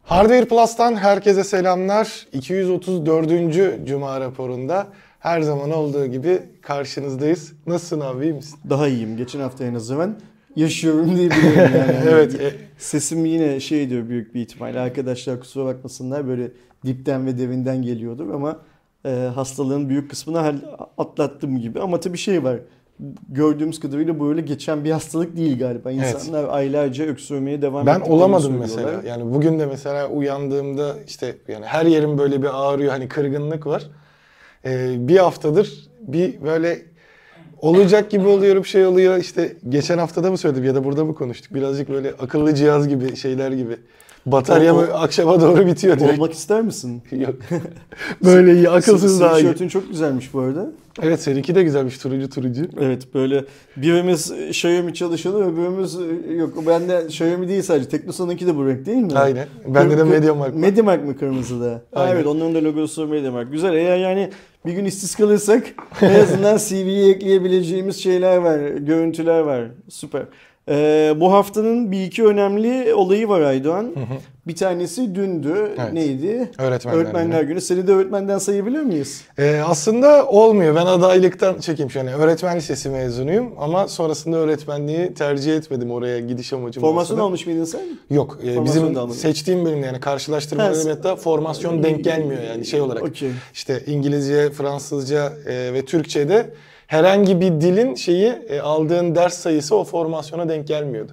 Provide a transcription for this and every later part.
Hardware Plus'tan herkese selamlar. 234. Cuma raporunda her zaman olduğu gibi karşınızdayız. Nasılsın abi, iyi misin? Daha iyiyim. Geçen hafta en azından yaşıyorum diyebilirim yani. Evet. Sesim yine şey diyor büyük bir ihtimalle. Arkadaşlar kusura bakmasınlar, böyle dipten ve derinden geliyordur ama hastalığın büyük kısmını atlattım gibi. Ama tabii şey var. Gördüğümüz kadarıyla böyle geçen bir hastalık değil galiba. İnsanlar aylarca öksürmeye devam Ben ettiklerini olamadım söylüyorlar. mesela. Yani bugün de mesela uyandığımda işte yani her yerim böyle bir ağrıyor, hani kırgınlık var. Bir haftadır bir böyle olacak gibi oluyorum, şey oluyor. İşte geçen haftada mı söyledim ya da burada mı konuştuk? Birazcık böyle akıllı cihaz gibi şeyler gibi. Bataryam akşama doğru bitiyor direkt. Olmak ister misin? Yok. Böyle iyi, akılsız daha iyi. Tişörtün çok güzelmiş bu arada. Evet, seninki de güzelmiş, turuncu. Evet, böyle birimiz Xiaomi çalışanı, öbürümüz yok. Bende Xiaomi değil sadece. Teknosa'nınki de bu renk değil mi? Aynen. Bende de MediaMarkt var. MediaMarkt mı kırmızıda? Evet, onların da logosu MediaMarkt. Güzel. Eğer yani bir gün işsiz kalırsak en azından CV'ye ekleyebileceğimiz şeyler var, görüntüler var. Süper. Bu haftanın bir iki önemli olayı var Aydoğan. Bir tanesi dündü. Evet. Neydi? Öğretmenler Günü. Seni de öğretmenden sayabiliyor muyuz? Aslında olmuyor. Ben adaylıktan çekeyim. Yani öğretmen lisesi mezunuyum ama sonrasında öğretmenliği tercih etmedim, oraya gidiş amacım. Formasyon almış mıydın sen? Yok. Bizim seçtiğim bölümde, yani karşılaştırmalı edebiyatta formasyon denk gelmiyor yani şey olarak. Okay. İşte İngilizce, Fransızca ve Türkçe'de herhangi bir dilin aldığın ders sayısı o formasyona denk gelmiyordu.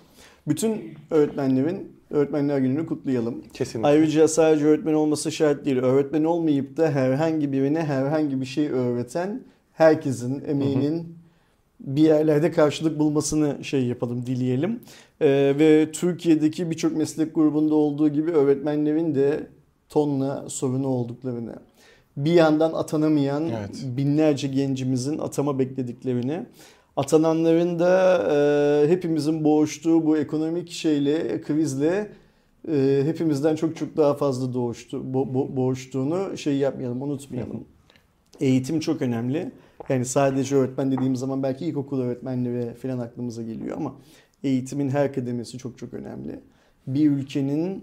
Bütün Öğretmenler Günü'nü kutlayalım. Kesinlikle. Ayrıca sadece öğretmen olması şart değil. Öğretmen olmayıp da herhangi birine herhangi bir şey öğreten herkesin emeğinin bir yerlerde karşılık bulmasını yapalım, dileyelim. Ve Türkiye'deki birçok meslek grubunda olduğu gibi öğretmenlerin de tonla sorunu olduklarını, bir yandan atanamayan binlerce gencimizin atama beklediklerini, atananların da hepimizin boğuştuğu bu ekonomik krizle hepimizden çok daha fazla boğuştuğunu unutmayalım. Eğitim çok önemli. Yani sadece öğretmen dediğimiz zaman belki ilkokul öğretmenleri falan aklımıza geliyor ama eğitimin her kademesi çok önemli. Bir ülkenin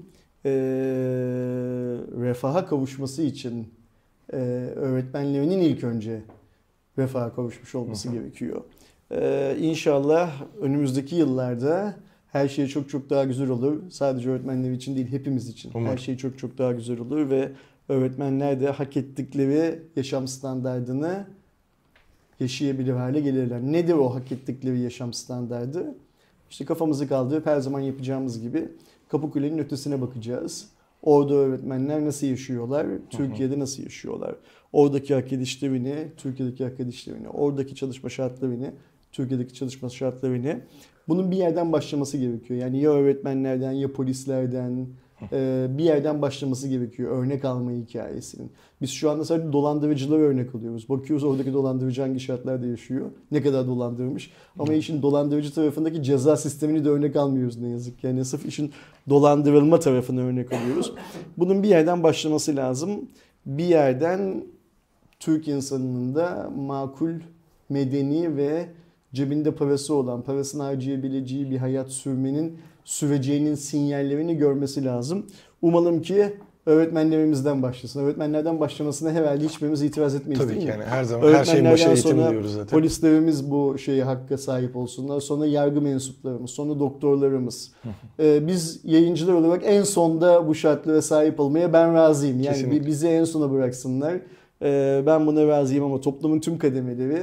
refaha kavuşması için öğretmenlerinin ilk önce refaha kavuşmuş olması gerekiyor. İnşallah önümüzdeki yıllarda her şey çok daha güzel olur. Sadece öğretmenler için değil, hepimiz için. Umarım. Her şey çok daha güzel olur ve öğretmenler de hak ettikleri yaşam standardını yaşayabilir hale gelirler. Nedir o hak ettikleri yaşam standardı? İşte kafamızı kaldırıp her zaman yapacağımız gibi Kapıkule'nin ötesine bakacağız. Orada öğretmenler nasıl yaşıyorlar? Türkiye'de nasıl yaşıyorlar? Oradaki hak edişlerini, Türkiye'deki hak edişlerini, oradaki çalışma şartlarını, Türkiye'deki çalışma şartlarını. Bunun bir yerden başlaması gerekiyor. Yani ya öğretmenlerden ya polislerden bir yerden başlaması gerekiyor. Örnek alma hikayesinin. Biz şu anda sadece dolandırıcılara örnek alıyoruz. Bakıyoruz oradaki dolandırıcı hangi şartlarda yaşıyor, ne kadar dolandırmış. Ama işin dolandırıcı tarafındaki ceza sistemini de örnek almıyoruz ne yazık ki. Yani sırf işin dolandırılma tarafını örnek alıyoruz. Bunun bir yerden başlaması lazım. Bir yerden Türk insanının da makul, medeni ve cebinde parası olan, parasını harcayabileceği bir hayat süreceğinin sinyallerini görmesi lazım. Umalım ki öğretmenlerimizden başlasın. Öğretmenlerden başlamasına herhalde hiçbirimiz itiraz etmeyiz. Tabii ki, yani her zaman her şeyin başı eğitim diyoruz zaten. Polislerimiz bu hakka sahip olsunlar. Sonra yargı mensuplarımız, sonra doktorlarımız. Biz yayıncılar olarak en sonda bu şartlara sahip olmaya ben razıyım. Yani kesinlikle. Bizi en sona bıraksınlar. Ben buna razıyım ama toplumun tüm kademeleri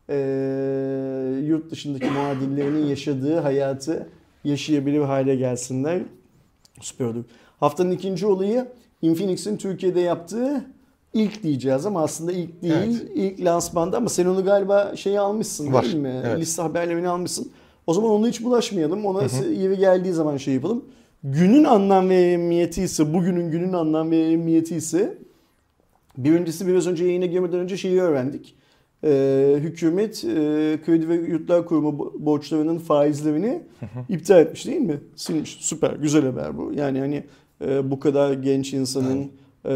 yurt dışındaki muadillerinin yaşadığı hayatı yaşayabilir hale gelsinler. Süper olur. Haftanın ikinci olayı Infinix'in Türkiye'de yaptığı ilk diyeceğiz ama aslında ilk değil. Evet. İlk lansmanda ama sen onu galiba almışsın değil mi? Evet. Liste haberlerini almışsın. O zaman ona hiç bulaşmayalım. Ona yeri geldiği zaman yapalım. Günün anlam ve ehemmiyeti ise, bugünün günün anlam ve ehemmiyeti ise birincisi biraz önce yayına girmeden önce öğrendik. Hükümet Kredi ve Yurtlar Kurumu borçlarının faizlerini iptal etmiş değil mi? Silmiş. Süper. Güzel haber bu. Yani hani bu kadar genç insanın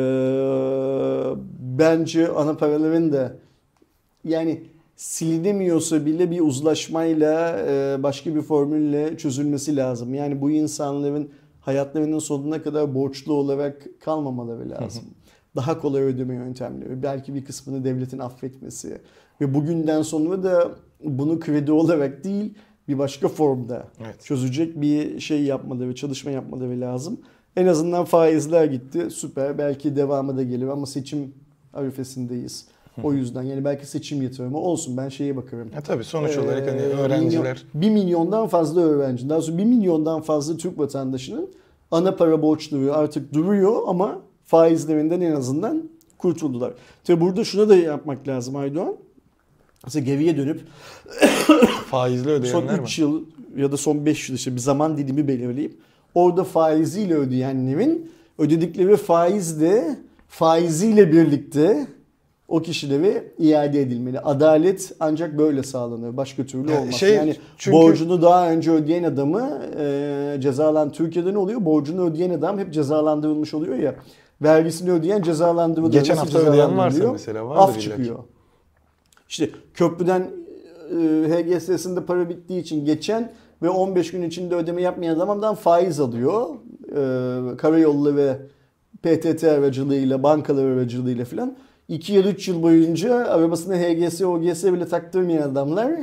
bence ana paraların da yani silinemiyorsa bile bir uzlaşmayla başka bir formülle çözülmesi lazım. Yani bu insanların hayatlarının sonuna kadar borçlu olarak kalmamaları lazım. Daha kolay ödeme yöntemleri, belki bir kısmını devletin affetmesi ve bugünden sonra da bunu kredi olarak değil bir başka formda çözecek bir şey yapmaları, çalışma yapmaları lazım. En azından faizler gitti, süper, belki devamı da gelir ama seçim arifesindeyiz. O yüzden yani belki seçim yatırımı olsun, ben şeye bakarım. Tabii sonuç olarak hani öğrenciler... 1 milyondan fazla öğrenci, daha sonra 1 milyondan fazla Türk vatandaşının ana para borçları artık duruyor ama faizlerinden en azından kurtuldular. Tabi burada şuna da yapmak lazım Aydoğan. Mesela geriye dönüp faizli ödeyenler son 3 yıl ya da son 5 yıl işte bir zaman dilimi belirleyip orada faiziyle ödeyenlerin ödedikleri faiziyle birlikte o kişilere iade edilmeli. Adalet ancak böyle sağlanır. Başka türlü olmaz. Yani çünkü... borcunu daha önce ödeyen adamı Türkiye'de ne oluyor? Borcunu ödeyen adam hep cezalandırılmış oluyor ya. Vergisini ödeyen cezalandırılıyor. Geçen hafta ödeyen varsa mesela vardır af çıkıyor. İşte köprüden HGS'sinde para bittiği için geçen ve 15 gün içinde ödeme yapmayan adamdan faiz alıyor. Karayolu ve PTT aracılığıyla, bankalar aracılığıyla filan. 2 yıl 3 yıl boyunca arabasına HGS, OGS bile taktırmayan adamlar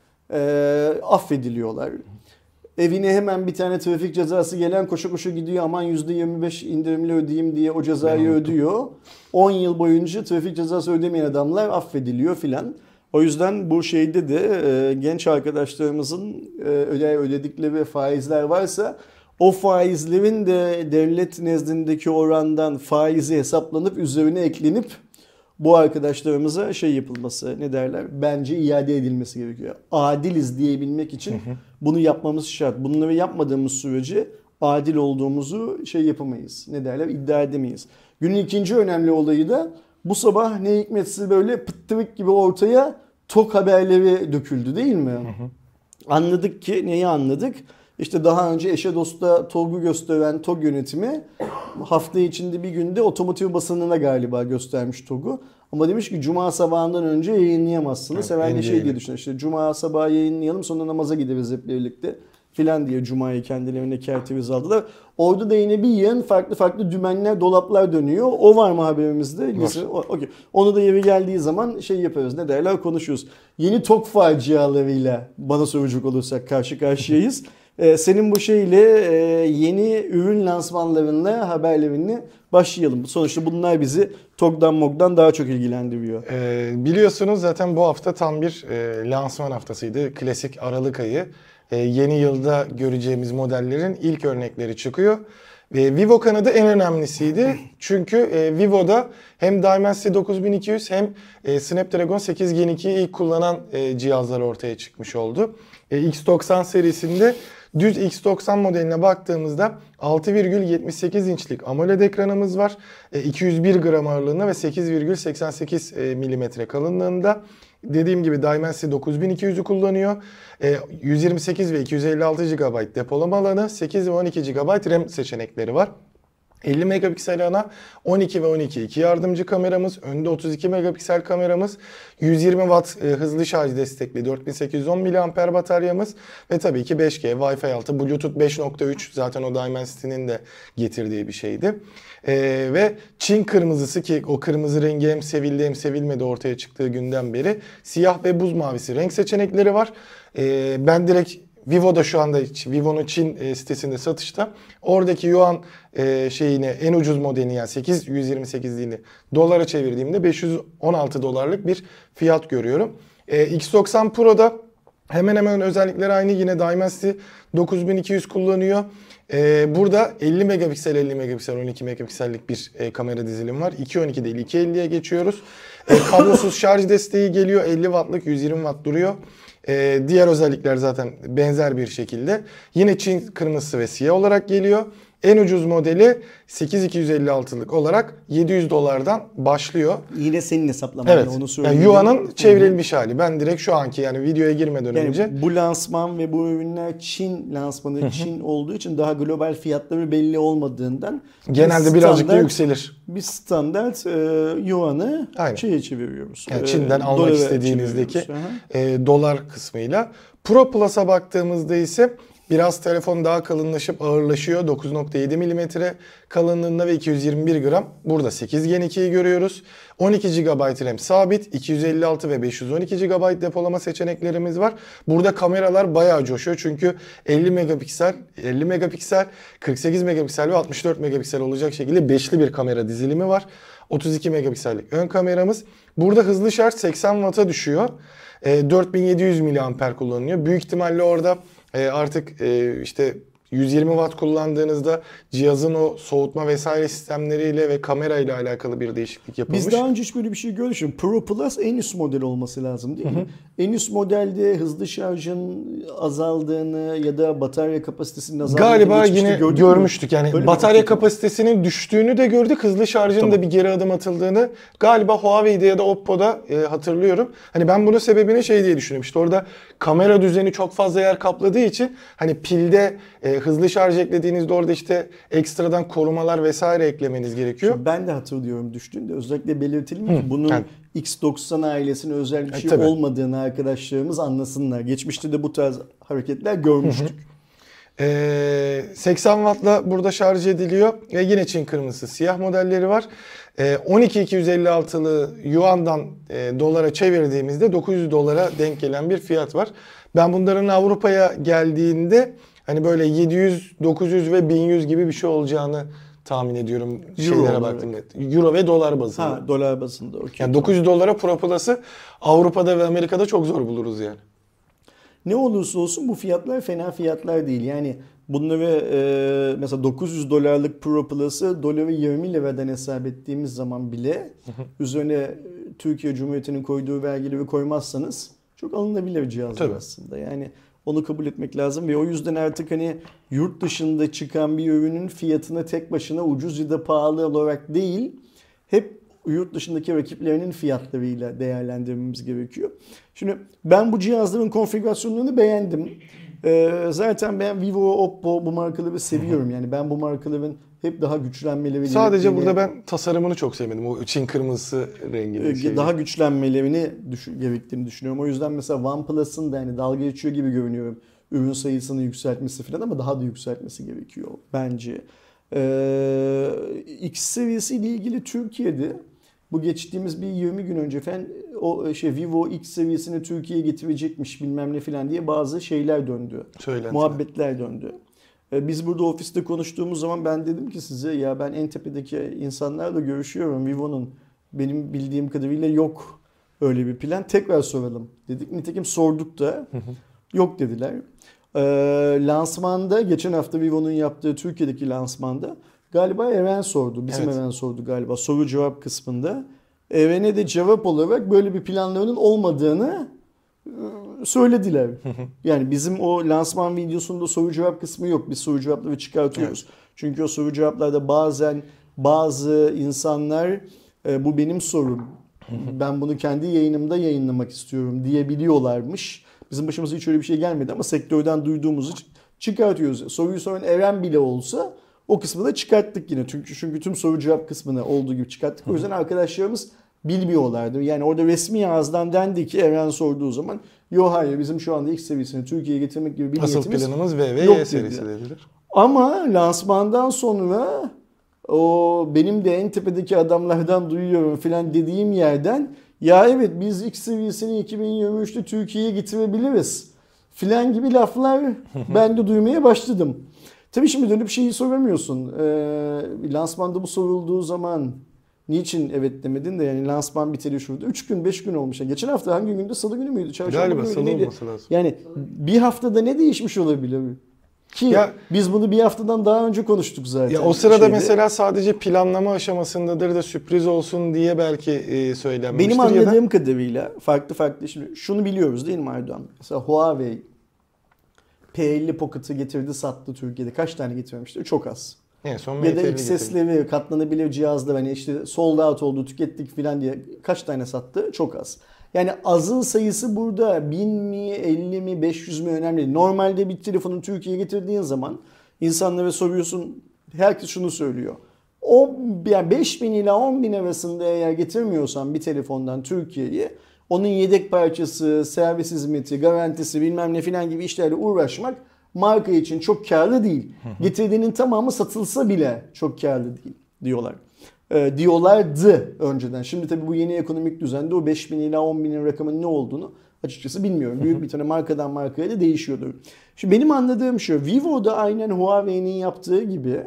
affediliyorlar. Evine hemen bir tane trafik cezası gelen koşa koşa gidiyor, aman %25 indirimli ödeyeyim diye o cezayı ödüyor. 10 yıl boyunca trafik cezası ödemeyen adamlar affediliyor filan. O yüzden bu şeyde de genç arkadaşlarımızın ödedikleri faizler varsa o faizlerin de devlet nezdindeki orandan faizi hesaplanıp üzerine eklenip bu arkadaşlarımıza şey yapılması, ne derler, bence iade edilmesi gerekiyor. Adiliz diyebilmek için bunu yapmamız şart. Bunları yapmadığımız sürece adil olduğumuzu şey yapamayız. Ne derler, iddia edemeyiz. Günün ikinci önemli olayı da bu sabah ne hikmetse böyle pıttırık gibi ortaya TOG haberleri döküldü değil mi? Anladık ki, neyi anladık? İşte daha önce eşe dosta TOG'u gösteren TOG yönetimi hafta içinde bir günde otomotiv basınına galiba göstermiş TOG'u. Ama demiş ki cuma sabahından önce yayınlayamazsınız. Seven de şey diye düşünüyor. İşte cuma sabahı yayınlayalım, sonra namaza gideriz hep birlikte filan diye cumayı kendilerine kerteriz aldılar. Orada da yine bir yığın farklı dümenler, dolaplar dönüyor. O var mı haberimizde? Okay. Onu da yeri geldiği zaman şey yaparız, ne derler, konuşuyoruz. Yeni TOG facialarıyla bana soracak olursak karşı karşıyayız. Senin bu şeyle yeni ürün lansmanlarınla, haberlerinle başlayalım. Sonuçta bunlar bizi TOG'dan daha çok ilgilendiriyor. Biliyorsunuz zaten bu hafta tam bir lansman haftasıydı. Klasik Aralık ayı. Yeni yılda göreceğimiz modellerin ilk örnekleri çıkıyor. Vivo kanadı en önemlisiydi. Çünkü Vivo'da hem Dimensity 9200 hem Snapdragon 8 Gen 2'yi ilk kullanan cihazlar ortaya çıkmış oldu. X90 serisinde düz X90 modeline baktığımızda 6,78 inçlik AMOLED ekranımız var. 201 gram ağırlığında ve 8,88 milimetre kalınlığında. Dediğim gibi Dimensity 9200'ü kullanıyor. 128 ve 256 GB depolama alanı, 8 ve 12 GB RAM seçenekleri var. 50 megapiksel ana, 12 ve 12 iki yardımcı kameramız, önde 32 megapiksel kameramız, 120 Watt hızlı şarj destekli 4810 mAh bataryamız ve tabii ki 5G, Wi-Fi 6, Bluetooth 5.3 zaten o Dimensity'nin de getirdiği bir şeydi. Ve Çin kırmızısı, ki o kırmızı rengi hem sevildi hem sevilmedi ortaya çıktığı günden beri, siyah ve buz mavisi renk seçenekleri var. Ben direkt Vivo'da şu anda Vivo'nun Çin sitesinde satışta. Oradaki yuan şeyini, en ucuz modelini, yani 828'liğini dolara çevirdiğimde 516 dolarlık bir fiyat görüyorum. X90 Pro'da hemen hemen özellikleri aynı. Yine Dimensity 9200 kullanıyor. Burada 50 megapiksel 12 megapiksellik bir kamera dizilimi var. 2.12 değil 2.50'ye geçiyoruz. Kablosuz şarj desteği geliyor. 50 wattlık 120 watt duruyor. Diğer özellikler zaten benzer bir şekilde. Yine Çin kırmızısı ve siyah olarak geliyor. En ucuz modeli 8256'lık olarak 700 dolardan başlıyor. Yine senin hesaplaman, evet. Onu söyleyeyim. Yani Yuan'ın çevrilmiş hali. Ben direkt şu anki, yani videoya girmeden önce. Bu lansman ve bu ürünler Çin lansmanı, Çin olduğu için daha global fiyatları belli olmadığından genelde birazcık da yükselir. Biz standart Yuan'ı şeye çeviriyoruz. Yani Çin'den almak istediğinizdeki dolar kısmıyla. Pro Plus'a baktığımızda ise Biraz telefon daha kalınlaşıp ağırlaşıyor. 9.7 mm kalınlığında ve 221 gram. Burada 8 Gen 2'yi görüyoruz. 12 GB RAM sabit. 256 ve 512 GB depolama seçeneklerimiz var. Burada kameralar bayağı coşuyor. Çünkü 50 megapiksel, 48 megapiksel ve 64 megapiksel olacak şekilde beşli bir kamera dizilimi var. 32 megapiksellik ön kameramız. Burada hızlı şarj 80 Watt'a düşüyor. 4700 mAh kullanılıyor. Büyük ihtimalle orada artık işte 120 Watt kullandığınızda cihazın o soğutma vesaire sistemleriyle ve kamerayla alakalı bir değişiklik yapılmış. Biz daha önce hiç böyle bir şey görmüştüm. Pro Plus en üst model olması lazım değil mi? En üst modelde hızlı şarjın azaldığını ya da batarya kapasitesinin azaldığını galiba yine görmüştük. Yani öyle batarya kapasitesinin düştüğünü de gördük. Hızlı şarjın da bir geri adım atıldığını galiba Huawei'de ya da Oppo'da hatırlıyorum. Hani ben bunun sebebini şey diye düşünüyorum. İşte orada kamera düzeni çok fazla yer kapladığı için hani pilde hızlı şarj eklediğinizde orada işte ekstradan korumalar vesaire eklemeniz gerekiyor. Şimdi ben de hatırlıyorum düştüğünde. Özellikle belirtelim ki bunun X90 ailesine özel bir şey tabii. olmadığını arkadaşlarımız anlasınlar. Geçmişte de bu tarz hareketler görmüştük. 80 Watt'la burada şarj ediliyor ve yine Çin kırmızısı siyah modelleri var. 12.256'lı yuandan dolara çevirdiğimizde 900 dolara denk gelen bir fiyat var. Ben bunların Avrupa'ya geldiğinde hani böyle 700, 900 ve 1100 gibi bir şey olacağını tahmin ediyorum şeylere baktığımda. Euro ve dolar bazında. Ha, dolar bazında. Okay. Yani 900 dolara Pro Plus'ı Avrupa'da ve Amerika'da çok zor buluruz yani. Ne olursa olsun bu fiyatlar fena fiyatlar değil. Yani bunları mesela 900 dolarlık Pro Plus'ı doları 20 liradan hesap ettiğimiz zaman bile üzerine Türkiye Cumhuriyeti'nin koyduğu vergileri koymazsanız çok alınabilir cihazlar aslında. Yani onu kabul etmek lazım ve o yüzden artık hani yurt dışında çıkan bir ürünün fiyatını tek başına ucuz ya da pahalı olarak değil, hep yurt dışındaki rakiplerinin fiyatlarıyla değerlendirmemiz gerekiyor. Şimdi ben bu cihazların konfigürasyonlarını beğendim. Zaten ben Vivo, Oppo bu markaları seviyorum. Yani ben bu markaların hep daha güçlenmeleri sadece burada ben tasarımını çok sevmedim. O Çin kırmızısı rengini. Daha güçlenmelerini gerektiğini düşünüyorum. O yüzden mesela OnePlus'ın da yani dalga geçiyor gibi görünüyorum. Ürün sayısını yükseltmesi falan ama daha da yükseltmesi gerekiyor bence. X seviyesi ile ilgili Türkiye'de bu geçtiğimiz bir 20 gün önce falan o Vivo X seviyesini Türkiye'ye getirecekmiş bilmem ne falan diye bazı şeyler döndü. Muhabbetler döndü. Biz burada ofiste konuştuğumuz zaman ben dedim ki size ya ben en tepedeki insanlarla görüşüyorum. Vivo'nun benim bildiğim kadarıyla yok öyle bir plan. Tekrar soralım dedik. Nitekim sorduk da yok dediler. Lansmanda geçen hafta Vivo'nun yaptığı Türkiye'deki lansmanda galiba Eren sordu. Bizim Eren sordu galiba soru cevap kısmında. Eren'e de cevap olarak böyle bir planlarının olmadığını söylediler. Yani bizim o lansman videosunda soru cevap kısmı yok. Biz soru cevapları çıkartıyoruz. Evet. Çünkü o soru cevaplarda bazen bazı insanlar bu benim sorum. Ben bunu kendi yayınımda yayınlamak istiyorum diyebiliyorlarmış. Bizim başımıza hiç öyle bir şey gelmedi ama sektörden duyduğumuzu çıkartıyoruz. Soruyu soran Eren bile olsa o kısmı da çıkarttık yine. Çünkü tüm soru cevap kısmını olduğu gibi çıkarttık. O yüzden arkadaşlarımız bilmiyorlardı. Yani orada resmi ağızdan dendi ki Eren sorduğu zaman yok hayır bizim şu anda X seviyesini Türkiye'ye getirmek gibi bir niyetimiz asıl planımız V ve Y serisi dediler. Ama lansmandan sonra o benim de en tepedeki adamlardan duyuyorum falan dediğim yerden ya evet biz X seviyesini 2023'te Türkiye'ye getirebiliriz filan gibi laflar ben de duymaya başladım. Tabii şimdi dönüp şeyi soramıyorsun. Lansmanda bu sorulduğu zaman niçin evet demedin de yani lansman biteli şurada 3 gün 5 gün olmuş. Yani geçen hafta hangi günde? Salı günü müydü? Çarşamba galiba salı olması lazım. Yani bir haftada ne değişmiş olabilir? Ki ya, biz bunu bir haftadan daha önce konuştuk zaten. Ya o sırada mesela sadece planlama aşamasındadır da sürpriz olsun diye belki söylenmiştir. Benim anladığım kadarıyla farklı şimdi şunu biliyoruz değil mi Erdoğan? Mesela Huawei P50 Pocket'ı getirdi sattı Türkiye'de. Kaç tane getirmişti? Çok az. Ya da XS'leri katlanabilir cihazlar hani işte sold out oldu tükettik filan diye kaç tane sattı? Çok az. Yani azın sayısı burada 1000 mi 50 mi 500 mi önemli. Normalde bir telefonu Türkiye'ye getirdiğin zaman insanlara soruyorsun herkes şunu söylüyor. Yani 5000 ile 10.000 arasında eğer getirmiyorsan bir telefondan Türkiye'ye onun yedek parçası, servis hizmeti, garantisi bilmem ne filan gibi işlerle uğraşmak marka için çok karlı değil. Getirdiğinin tamamı satılsa bile çok karlı değil diyorlar. Diyorlardı önceden. Şimdi tabii bu yeni ekonomik düzende o 5.000 ila 10.000'in rakamının ne olduğunu açıkçası bilmiyorum. Büyük bir tane markadan markaya da değişiyordur. Şimdi benim anladığım şu, Vivo da aynen Huawei'nin yaptığı gibi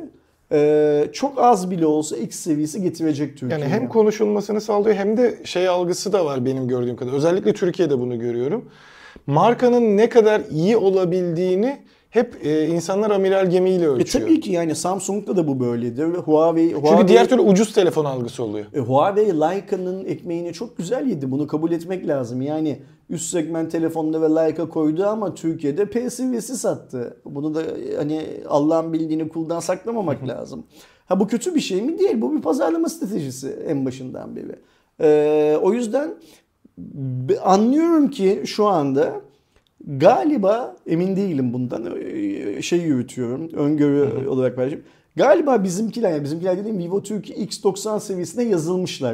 çok az bile olsa X seviyesi getirecek Türkiye'ye. Yani hem konuşulmasını sağlıyor hem de şey algısı da var benim gördüğüm kadar. Özellikle Türkiye'de bunu görüyorum. Markanın ne kadar iyi olabildiğini hep insanlar amiral gemiyle ölçüyor. Tabii ki yani Samsung'da da bu böyledir. Huawei Çünkü diğer türlü ucuz telefon algısı oluyor. Huawei Leica'nın ekmeğini çok güzel yedi. Bunu kabul etmek lazım. Yani üst segment telefonda ve Leica koydu ama Türkiye'de P seviyesi sattı. Bunu da hani Allah'ın bildiğini kuldan saklamamak lazım. Ha bu kötü bir şey mi? Değil. Bu bir pazarlama stratejisi en başından beri. O yüzden anlıyorum ki şu anda galiba emin değilim bundan. Şey yürütüyorum. Öngörü olarak vereceğim. Galiba bizimkiler dediğim Vivo Türkiye X90 seviyesine yazılmışlar.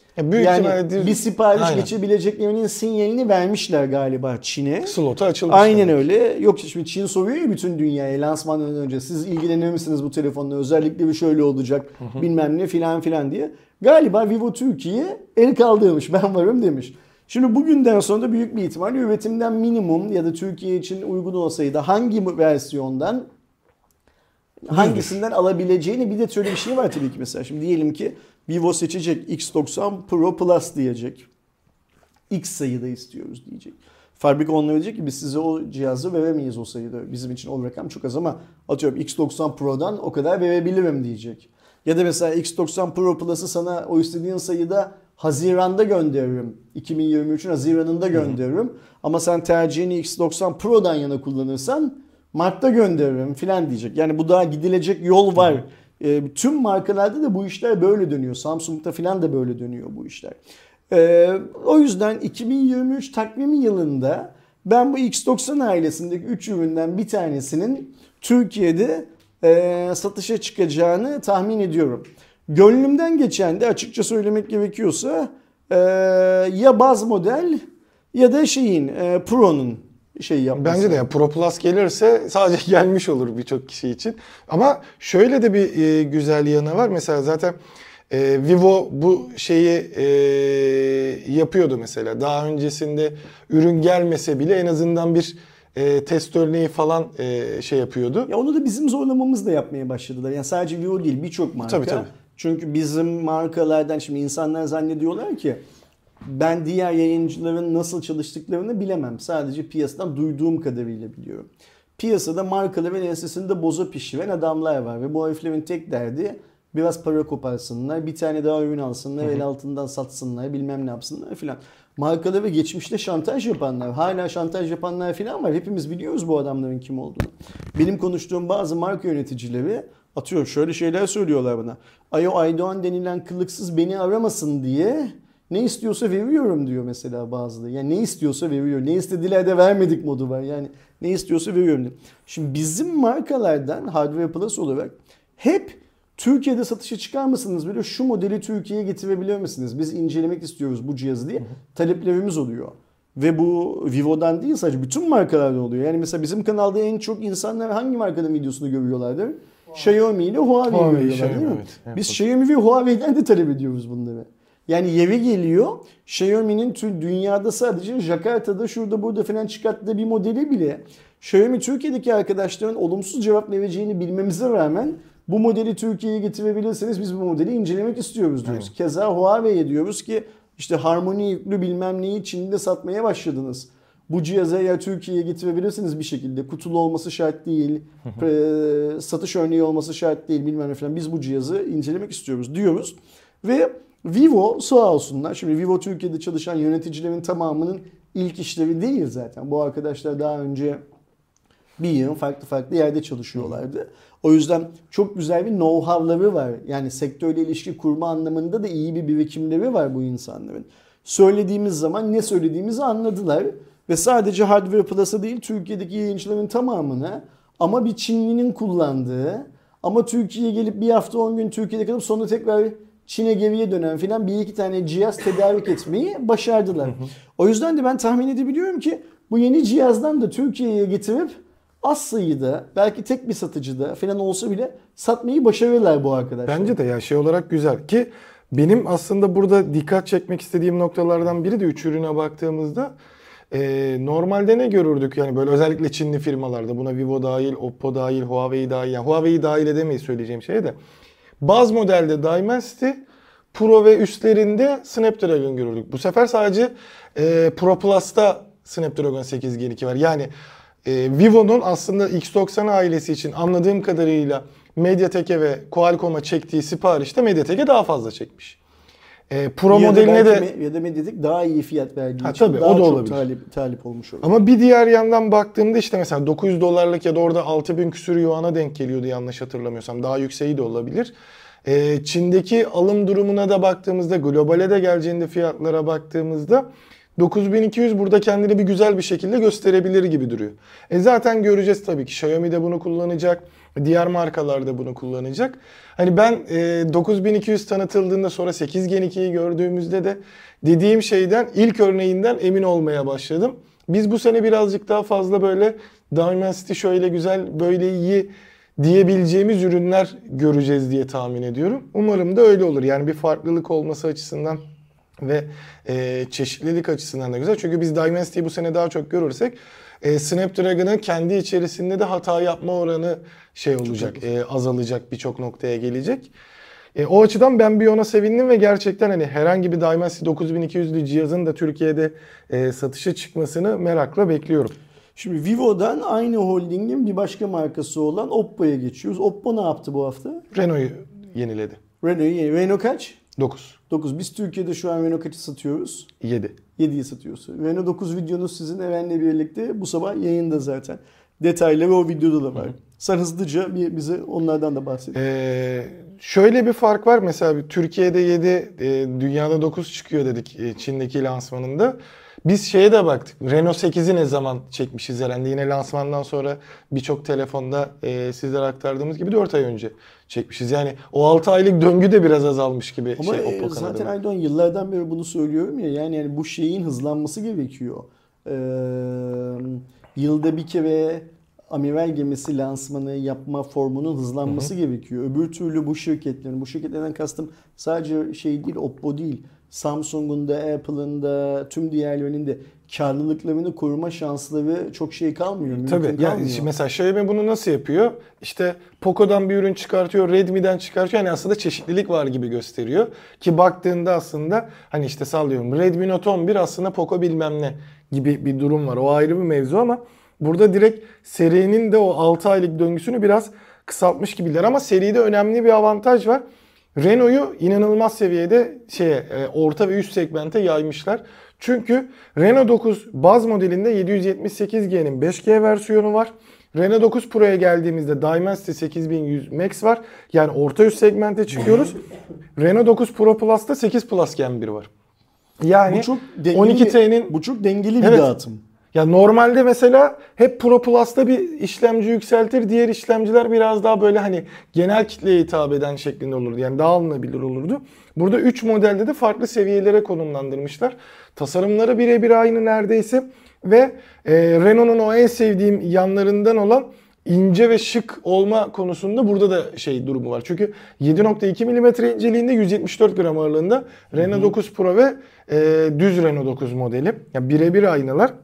Yani bir sipariş geçebileceklerinin sinyalini vermişler galiba Çin'e. Slot'a açılmış. Aynen öyle. Yok şimdi Çin soruyor ya bütün dünyaya lansmandan önce. Siz ilgilenir misiniz bu telefonla? Özellikleri şöyle olacak. Bilmem ne filan diye. Galiba Vivo Türkiye el kaldırmış. Ben varım demiş. Şimdi bugünden sonra da büyük bir ihtimalle üretimden minimum ya da Türkiye için uygun olsaydı hangi versiyondan hangisinden alabileceğini bir de şöyle bir şey var tabii ki mesela. Şimdi diyelim ki Vivo seçecek X90 Pro Plus diyecek. X sayıda istiyoruz diyecek. Fabrika onlara diyecek ki biz size o cihazı veremeyiz o sayıda. Bizim için o rakam çok az ama atıyorum X90 Pro'dan o kadar verebilirim diyecek. Ya da mesela X90 Pro Plus'ı sana o istediğin sayıda Haziran'da gönderirim. 2023'ün Haziran'ında gönderirim. Ama sen tercihini X90 Pro'dan yana kullanırsan Mart'ta gönderirim filan diyecek. Yani bu daha gidilecek yol var. Tüm markalarda da bu işler böyle dönüyor. Samsung'da filan da böyle dönüyor bu işler. O yüzden 2023 takvimi yılında ben bu X90 ailesindeki 3 üründen bir tanesinin Türkiye'de satışa çıkacağını tahmin ediyorum. Gönlümden geçen de açıkça söylemek gerekiyorsa ya baz model ya da Pro'nun yapması. Bence de ya Pro Plus gelirse sadece gelmiş olur birçok kişi için. Ama şöyle de bir güzel yanı var. Mesela zaten Vivo bu şeyi yapıyordu mesela. Daha öncesinde ürün gelmese bile en azından bir test örneği falan yapıyordu. Ya onu da bizim zorlamamız da yapmaya başladılar. Yani sadece Vivo değil birçok marka. Tabii. Çünkü bizim markalardan şimdi insanlar zannediyorlar ki ben diğer yayıncıların nasıl çalıştıklarını bilemem. Sadece piyasadan duyduğum kadarıyla biliyorum. Piyasada markaların ensesinde boza pişiren adamlar var ve bu heriflerin tek derdi biraz para koparsınlar, bir tane daha ürün alsınlar, el altından satsınlar, bilmem ne yapsınlar filan. Markaları geçmişte şantaj yapanlar, hala şantaj yapanlar filan var. Hepimiz biliyoruz bu adamların kim olduğunu. Benim konuştuğum bazı marka yöneticileri atıyorum şöyle şeyler söylüyorlar bana. Aydoğan denilen kılıksız beni aramasın diye ne istiyorsa veriyorum diyor mesela bazıları. Yani ne istiyorsa veriyor. Ne istediler de vermedik modu var. Yani ne istiyorsa veriyorum diyor. Şimdi bizim markalardan Hardware Plus olarak hep Türkiye'de satışa çıkar mısınız böyle şu modeli Türkiye'ye getirebilir misiniz? Biz incelemek istiyoruz bu cihazı diye taleplerimiz oluyor. Ve bu Vivo'dan değil sadece bütün markalarda oluyor. Yani mesela bizim kanalda en çok insanlar hangi markanın videosunu görüyorlardır? Xiaomi ile Huawei'yi görüyorlar değil mi? Evet. Biz Xiaomi ve Huawei'den de talep ediyoruz bunları. Yani yeri geliyor Xiaomi'nin dünyada sadece Jakarta'da şurada burada falan çıkarttığı bir modeli bile Xiaomi Türkiye'deki arkadaşların olumsuz cevap vereceğini bilmemize rağmen bu modeli Türkiye'ye getirebilirseniz biz bu modeli incelemek istiyoruz diyoruz. Evet. Keza Huawei'ye diyoruz ki işte harmoni yüklü bilmem neyi Çin'de satmaya başladınız. Bu cihazı eğer Türkiye'ye getirebilirsiniz bir şekilde kutulu olması şart değil, satış örneği olması şart değil bilmem ne falan biz bu cihazı incelemek istiyoruz diyoruz. Ve Vivo sağ olsunlar. Şimdi Vivo Türkiye'de çalışan yöneticilerin tamamının ilk işleri değil zaten. Bu arkadaşlar daha önce bir yıl farklı yerde çalışıyorlardı. O yüzden çok güzel bir know-how'ları var. Yani sektörle ilişki kurma anlamında da iyi bir birikimleri var bu insanların. Söylediğimiz zaman ne söylediğimizi anladılar. Ve sadece Hardware Plus'a değil Türkiye'deki yayıncıların tamamına ama bir Çinlinin kullandığı ama Türkiye'ye gelip bir hafta 10 gün Türkiye'de kalıp sonra tekrar Çin'e geriye dönen filan bir iki tane cihaz tedarik etmeyi başardılar. O yüzden de ben tahmin edebiliyorum ki bu yeni cihazdan da Türkiye'ye getirip az sayıda belki tek bir satıcıda falan olsa bile satmayı başarırlar bu arkadaşlar. Bence de ya şey olarak güzel ki benim aslında burada dikkat çekmek istediğim noktalardan biri de 3 ürüne baktığımızda normalde ne görürdük yani böyle özellikle Çinli firmalarda buna Vivo dahil, Oppo dahil, Huawei dahil yani Huawei'yi dahil edemeyiz söyleyeceğim şeye de baz modelde Dimensity Pro ve üstlerinde Snapdragon görürdük. Bu sefer sadece Pro Plus'ta Snapdragon 8 Gen 2 var. Yani Vivo'nun aslında X90 ailesi için anladığım kadarıyla Mediatek'e ve Qualcomm'a çektiği siparişte Mediatek'e daha fazla çekmiş. Pro ya modeline de ya da Mediatek daha iyi fiyat verdiği için tabii, daha o da çok olabilir. talip olmuş olur. Ama bir diğer yandan baktığımda işte mesela $900 ya da orada 6000 küsür yuana denk geliyordu yanlış hatırlamıyorsam. Daha yükseği de olabilir. Çin'deki alım durumuna da baktığımızda, globale de geleceğinde fiyatlara baktığımızda 9200 burada kendini bir güzel bir şekilde gösterebilir gibi duruyor. Zaten göreceğiz tabii ki. Xiaomi de bunu kullanacak. Diğer markalar da bunu kullanacak. Hani ben 9200 tanıtıldığında sonra 8 Gen 2'yi gördüğümüzde de dediğim şeyden ilk örneğinden emin olmaya başladım. Biz bu sene birazcık daha fazla böyle Dimensity şöyle güzel, böyle iyi diyebileceğimiz ürünler göreceğiz diye tahmin ediyorum. Umarım da öyle olur. Yani bir farklılık olması açısından ve çeşitlilik açısından da güzel. Çünkü biz Dimensity'yi bu sene daha çok görürsek Snapdragon'ın kendi içerisinde de hata yapma oranı şey olacak, azalacak, birçok noktaya gelecek. O açıdan ben bir ona sevindim ve gerçekten hani herhangi bir Dimensity 9200'lü cihazın da Türkiye'de satışa çıkmasını merakla bekliyorum. Şimdi Vivo'dan aynı holdingin bir başka markası olan Oppo'ya geçiyoruz. Oppo ne yaptı bu hafta? Renault'u yeniledi. Renault kaç? 9. 9. Biz Türkiye'de şu an Renault kaçı satıyoruz? 7. 7'yi satıyorsun. Renault 9 videonuz sizin Eren'le birlikte bu sabah yayında zaten. Detayları o videoda da var. Sen hızlıca bize onlardan da bahset. Şöyle bir fark var. Mesela Türkiye'de 7, dünyada 9 çıkıyor dedik Çin'deki lansmanında. Biz şeye de baktık. Renault 8'i ne zaman çekmişiz herhalde. Yine lansmandan sonra birçok telefonda sizlere aktardığımız gibi 4 ay önce çekmişiz. Yani o 6 aylık döngü de biraz azalmış gibi. Ama Oppo zaten Aydoğan yıllardan beri bunu söylüyorum ya. Yani bu şeyin hızlanması gerekiyor. Yılda bir kere amiral gemisi lansmanı yapma formunun hızlanması gerekiyor. Öbür türlü bu şirketlerden kastım sadece şey değil, Oppo değil. Samsung'un da, Apple'ın da, tüm diğerlerinin de karlılıklarını koruma şansları çok şey kalmıyor. Tabii. Yani mesela Xiaomi bunu nasıl yapıyor? İşte Poco'dan bir ürün çıkartıyor, Redmi'den çıkartıyor. Yani aslında çeşitlilik var gibi gösteriyor. Ki baktığında aslında hani işte sallıyorum Redmi Note 11 aslında Poco bilmem ne gibi bir durum var. O ayrı bir mevzu ama burada direkt serinin de o 6 aylık döngüsünü biraz kısaltmış gibiler. Ama seride önemli bir avantaj var. Renault'u inanılmaz seviyede orta ve üst segmente yaymışlar. Çünkü Renault 9 baz modelinde 778G'nin 5G versiyonu var. Renault 9 Pro'ya geldiğimizde Dimensity 8100 Max var. Yani orta üst segmente çıkıyoruz. Renault 9 Pro Plus'ta 8 Plus Gen 1 var. Yani bu çok 12T'nin bu çok dengeli bir dağıtım. Ya normalde mesela hep Pro Plus'ta bir işlemci yükseltir. Diğer işlemciler biraz daha böyle hani genel kitleye hitap eden şeklinde olurdu. Yani daha alınabilir olurdu. Burada 3 modelde de farklı seviyelere konumlandırmışlar. Tasarımları birebir aynı neredeyse. Ve Renault'un o en sevdiğim yanlarından olan ince ve şık olma konusunda burada da durumu var. Çünkü 7.2 mm inceliğinde 174 gram ağırlığında Renault 9 Pro ve düz Renault 9 modeli. Yani birebir aynalar.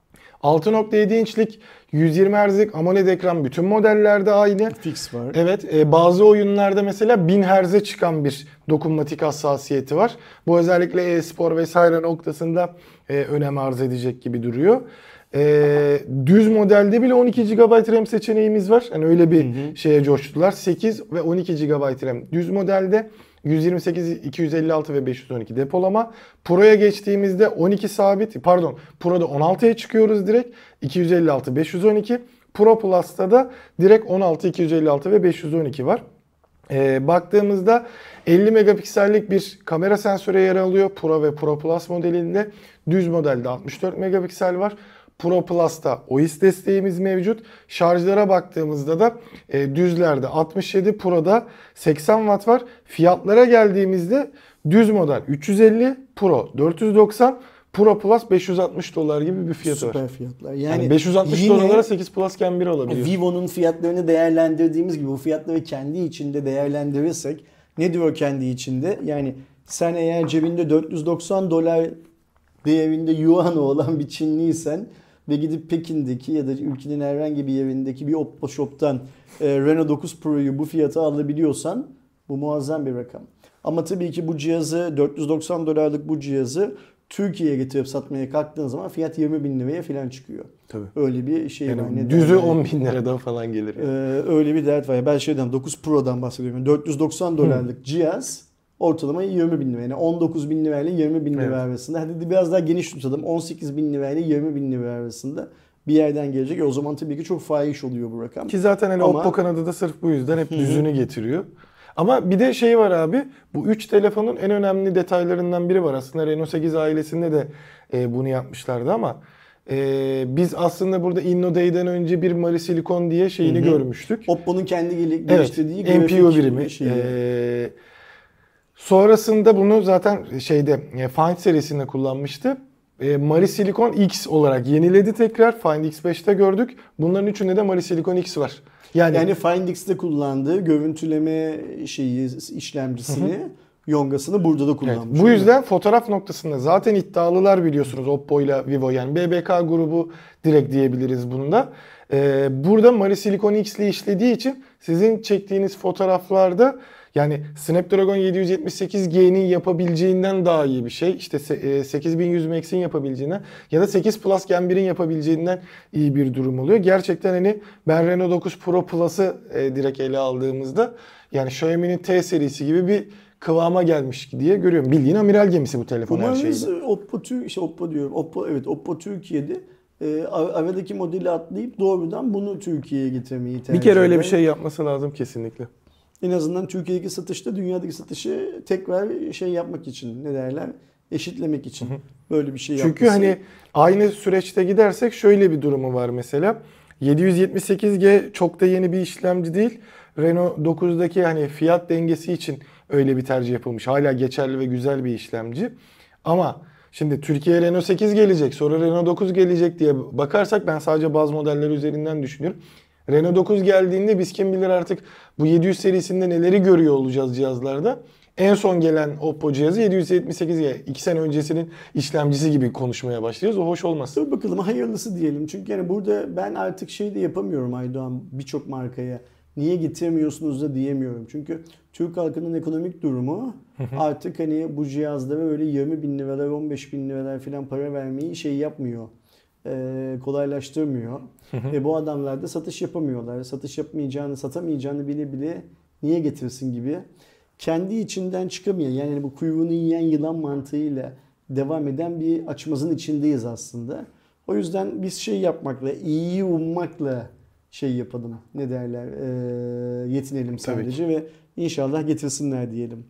6.7 inçlik 120 Hz'lik AMOLED ekran bütün modellerde aynı. Fix var. Evet, bazı oyunlarda mesela 1000 Hz'e çıkan bir dokunmatik hassasiyeti var. Bu özellikle e-spor vesaire noktasında önem arz edecek gibi duruyor. Düz modelde bile 12 GB RAM seçeneğimiz var. Yani öyle bir şeye coştular. 8 ve 12 GB RAM düz modelde. 128, 256 ve 512 depolama. Pro'ya geçtiğimizde 12 sabit. Pardon, Pro'da 16'ya çıkıyoruz direkt. 256, 512. Pro Plus'ta da direkt 16, 256 ve 512 var. Baktığımızda 50 megapiksellik bir kamera sensörü yer alıyor. Pro ve Pro Plus modelinde. Düz modelde 64 megapiksel var. Pro Plus'ta OIS desteğimiz mevcut. Şarjlara baktığımızda da düzlerde 67, Pro'da 80 Watt var. Fiyatlara geldiğimizde düz model 350, Pro 490, Pro Plus 560 dolar gibi bir fiyatı var. Süper fiyatlar. Yani 560 yine dolara 8 Plus Gen 1 alabiliyor. Vivo'nun fiyatlarını değerlendirdiğimiz gibi bu fiyatları kendi içinde değerlendirirsek ne diyor kendi içinde? Yani sen eğer cebinde 490 dolar değerinde yuan olan bir Çinliysen ve gidip Pekin'deki ya da ülkenin herhangi bir yerindeki bir Oppo Shop'tan Reno 9 Pro'yu bu fiyata alabiliyorsan bu muazzam bir rakam. Ama tabii ki bu cihazı 490 dolarlık bu cihazı Türkiye'ye getirip satmaya kalktığın zaman fiyat 20 bin liraya falan çıkıyor. Tabii. Öyle bir şey Yani var. Ne düzü derler? 10 bin liradan falan gelir. Yani. Öyle bir dert var. Ben 9 Pro'dan bahsediyorum. 490 dolarlık cihaz ortalama 20 bin lira. Yani 19 bin lirayla 20 bin lira arasında. Hadi biraz daha geniş tutalım. 18 bin lirayla 20 bin lira arasında bir yerden gelecek. O zaman tabii ki çok fahiş oluyor bu rakam. Ki zaten hani Ama Oppo Kanada'da sırf bu yüzden hep düzünü getiriyor. Ama bir de şey var abi. Bu 3 telefonun en önemli detaylarından biri var. Aslında Reno 8 ailesinde de bunu yapmışlardı ama biz aslında burada InnoDay'den önce bir Mali Silicon diye şeyini görmüştük. Oppo'nun kendi geliştirdiği NPU birimi. şeyi. Sonrasında bunu zaten Find serisinde kullanmıştı. Mali Silicon X olarak yeniledi tekrar. Find X5'te gördük. Bunların üçünde de Mali Silicon X var. Yani Find X'te kullandığı görüntüleme işlemcisini, yongasını burada da kullanmış. Bu yüzden fotoğraf noktasında zaten iddialılar biliyorsunuz Oppo ile Vivo, yani BBK grubu direkt diyebiliriz bunda. Burada Mali Silicon X ile işlediği için sizin çektiğiniz fotoğraflarda yani Snapdragon 778G'nin yapabileceğinden daha iyi bir şey. İşte 8100 Max'in yapabileceğinden ya da 8 Plus Gen 1'in yapabileceğinden iyi bir durum oluyor. Gerçekten hani ben Reno 9 Pro Plus'ı direkt ele aldığımızda yani Xiaomi'nin T serisi gibi bir kıvama gelmiş diye görüyorum. Bildiğin amiral gemisi bu telefon her şeyle. Oppo Türkiye'de aradaki modeli atlayıp doğrudan bunu Türkiye'ye getirmeyi tercih Bir kere öyle eder. bir şey yapması lazım kesinlikle. En azından Türkiye'deki satışta dünyadaki satışı tekrar yapmak için, ne derler, eşitlemek için böyle bir şey yapması. Çünkü hani aynı süreçte gidersek şöyle bir durumu var mesela. 778G çok da yeni bir işlemci değil. Reno 9'daki hani fiyat dengesi için öyle bir tercih yapılmış. Hala geçerli ve güzel bir işlemci. Ama şimdi Türkiye'ye Reno 8 gelecek, sonra Reno 9 gelecek diye bakarsak ben sadece bazı modeller üzerinden düşünüyorum. Reno 9 geldiğinde biz kim bilir artık bu 700 serisinde neleri görüyor olacağız cihazlarda. En son gelen Oppo cihazı 778G. 2 sene öncesinin işlemcisi gibi konuşmaya başlıyoruz. O hoş olmaz. Dur bakalım, hayırlısı diyelim. Çünkü yani burada ben artık de yapamıyorum Aydoğan, birçok markaya. Niye getirmiyorsunuz da diyemiyorum. Çünkü Türk halkının ekonomik durumu artık hani bu cihazlara öyle 20 bin liralar, 15 bin liralar falan para vermeyi yapmıyor. Kolaylaştırmıyor. Bu adamlar da satış yapamıyorlar. Satış yapmayacağını, satamayacağını bile bile niye getirsin gibi. Kendi içinden çıkamayan, yani bu kuyruğunu yiyen yılan mantığıyla devam eden bir açmazın içindeyiz aslında. O yüzden biz yapmakla, iyiyi ummakla yapalım. Ne derler? Yetinelim sadece ve inşallah getirsinler diyelim.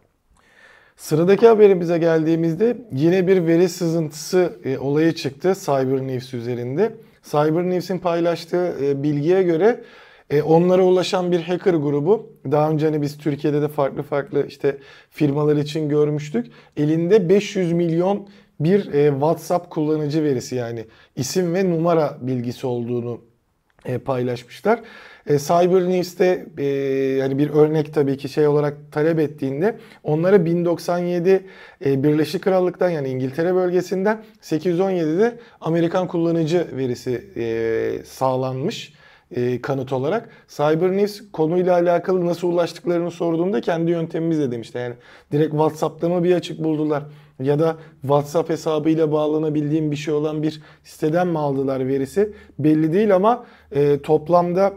Sıradaki haberimize geldiğimizde yine bir veri sızıntısı olayı çıktı CyberNews üzerinde. CyberNews'in paylaştığı bilgiye göre onlara ulaşan bir hacker grubu, daha önce hani biz Türkiye'de de farklı firmalar için görmüştük. Elinde 500 milyon bir WhatsApp kullanıcı verisi, yani isim ve numara bilgisi olduğunu paylaşmışlar. CyberNews'te hani bir örnek tabii ki olarak talep ettiğinde onlara 1097 Birleşik Krallık'tan, yani İngiltere bölgesinden, 817'de Amerikan kullanıcı verisi sağlanmış kanıt olarak. CyberNews konuyla alakalı nasıl ulaştıklarını sorduğumda kendi yöntemimizle demişti. Yani direkt WhatsApp'ta mı bir açık buldular ya da WhatsApp hesabıyla bağlanabildiğim bir şey olan bir siteden mi aldılar verisi belli değil ama toplamda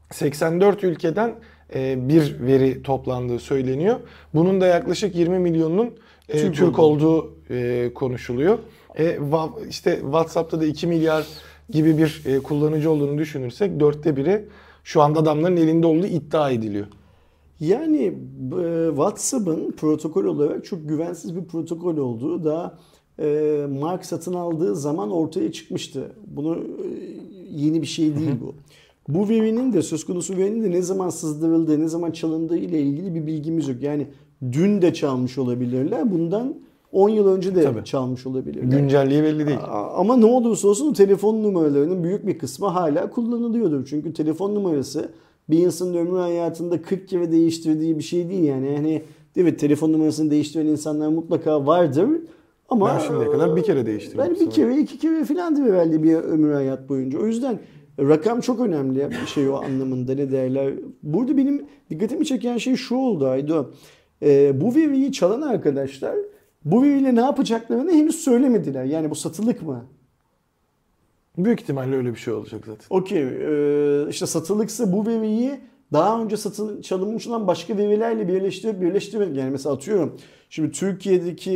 84 ülkeden bir veri toplandığı söyleniyor. Bunun da yaklaşık 20 milyonun Türk olduğu konuşuluyor. WhatsApp'ta da 2 milyar gibi bir kullanıcı olduğunu düşünürsek 1/4'ü şu anda adamların elinde olduğu iddia ediliyor. Yani WhatsApp'ın protokol olarak çok güvensiz bir protokol olduğu da Mark satın aldığı zaman ortaya çıkmıştı. Bunu yeni bir şey değil bu. Bu verinin de, söz konusu verinin de ne zaman sızdırıldığı, ne zaman çalındığı ile ilgili bir bilgimiz yok. Yani dün de çalmış olabilirler. Bundan 10 yıl önce de Tabii. çalmış olabilirler. Güncelliği belli değil. Ama ne olursa olsun telefon numaralarının büyük bir kısmı hala kullanılıyordur. Çünkü telefon numarası bir insanın ömrü hayatında 40 kere değiştirdiği bir şey değil yani. Yani evet, telefon numarasını değiştiren insanlar mutlaka vardır. Ama Ben şimdiye kadar bir kere değiştirdim. ben bir kere, iki kere filandı herhalde bir ömür hayat boyunca. O yüzden rakam çok önemli bir şey o anlamında, ne derler. Burada benim dikkatimi çeken şey şu oldu Aydo. Bu veriyi çalan arkadaşlar bu veriyle ne yapacaklarını henüz söylemediler. Yani bu satılık mı? Büyük ihtimalle öyle bir şey olacak zaten. Okey. İşte satılıksa bu veriyi daha önce çalınmış olan başka verilerle birleştirmek. Yani mesela atıyorum. Şimdi Türkiye'deki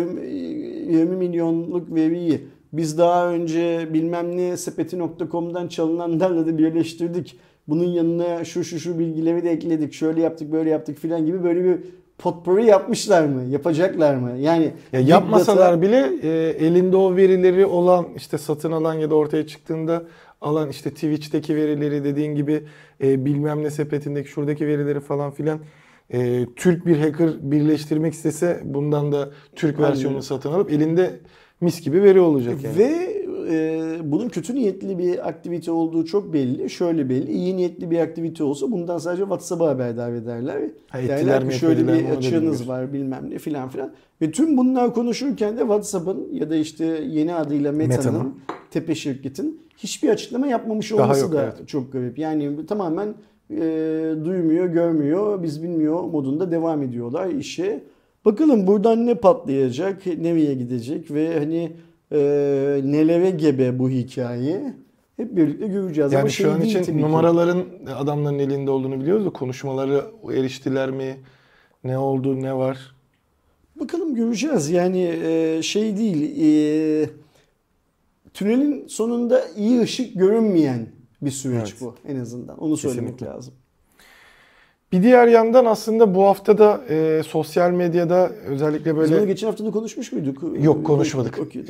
20 milyonluk veriyi biz daha önce bilmem ne sepeti.com'dan çalınanlarla da birleştirdik. Bunun yanına şu bilgileri de ekledik. Şöyle yaptık, böyle yaptık filan gibi böyle bir potpourri yapmışlar mı? Yapacaklar mı? Yani Ya yapmasalar bile elinde o verileri olan, işte satın alan ya da ortaya çıktığında alan, işte Twitch'teki verileri, dediğin gibi bilmem ne sepetindeki şuradaki verileri falan filan, Türk bir hacker birleştirmek istese bundan da Türk versiyonunu satın alıp elinde mis gibi veri olacak yani. Ve bunun kötü niyetli bir aktivite olduğu çok belli. Şöyle belli. İyi niyetli bir aktivite olsa bundan sadece WhatsApp'a haberdar ederler. Derler ki şöyle bir açığınız var bilmem ne filan filan. Ve tüm bunlar konuşurken de WhatsApp'ın ya da işte yeni adıyla Meta'nın, Tepe şirketin hiçbir açıklama yapmamış olması da çok garip. Yani tamamen duymuyor, görmüyor, biz bilmiyor modunda devam ediyorlar işe. Bakalım buradan ne patlayacak, nereye gidecek ve hani nelere gebe bu hikaye hep birlikte göreceğiz. Yani ama şu an için numaraların ki adamların elinde olduğunu biliyoruz da konuşmaları eriştiler mi? Ne oldu, ne var? bakalım göreceğiz. Yani şey değil, tünelin sonunda iyi ışık görünmeyen bir süreç bu en azından. Onu söylemek Kesinlikle lazım. Bir diğer yandan aslında bu hafta da sosyal medyada özellikle böyle... Biz bunu geçen hafta da konuşmuş muyduk? Yok, konuşmadık. Okay.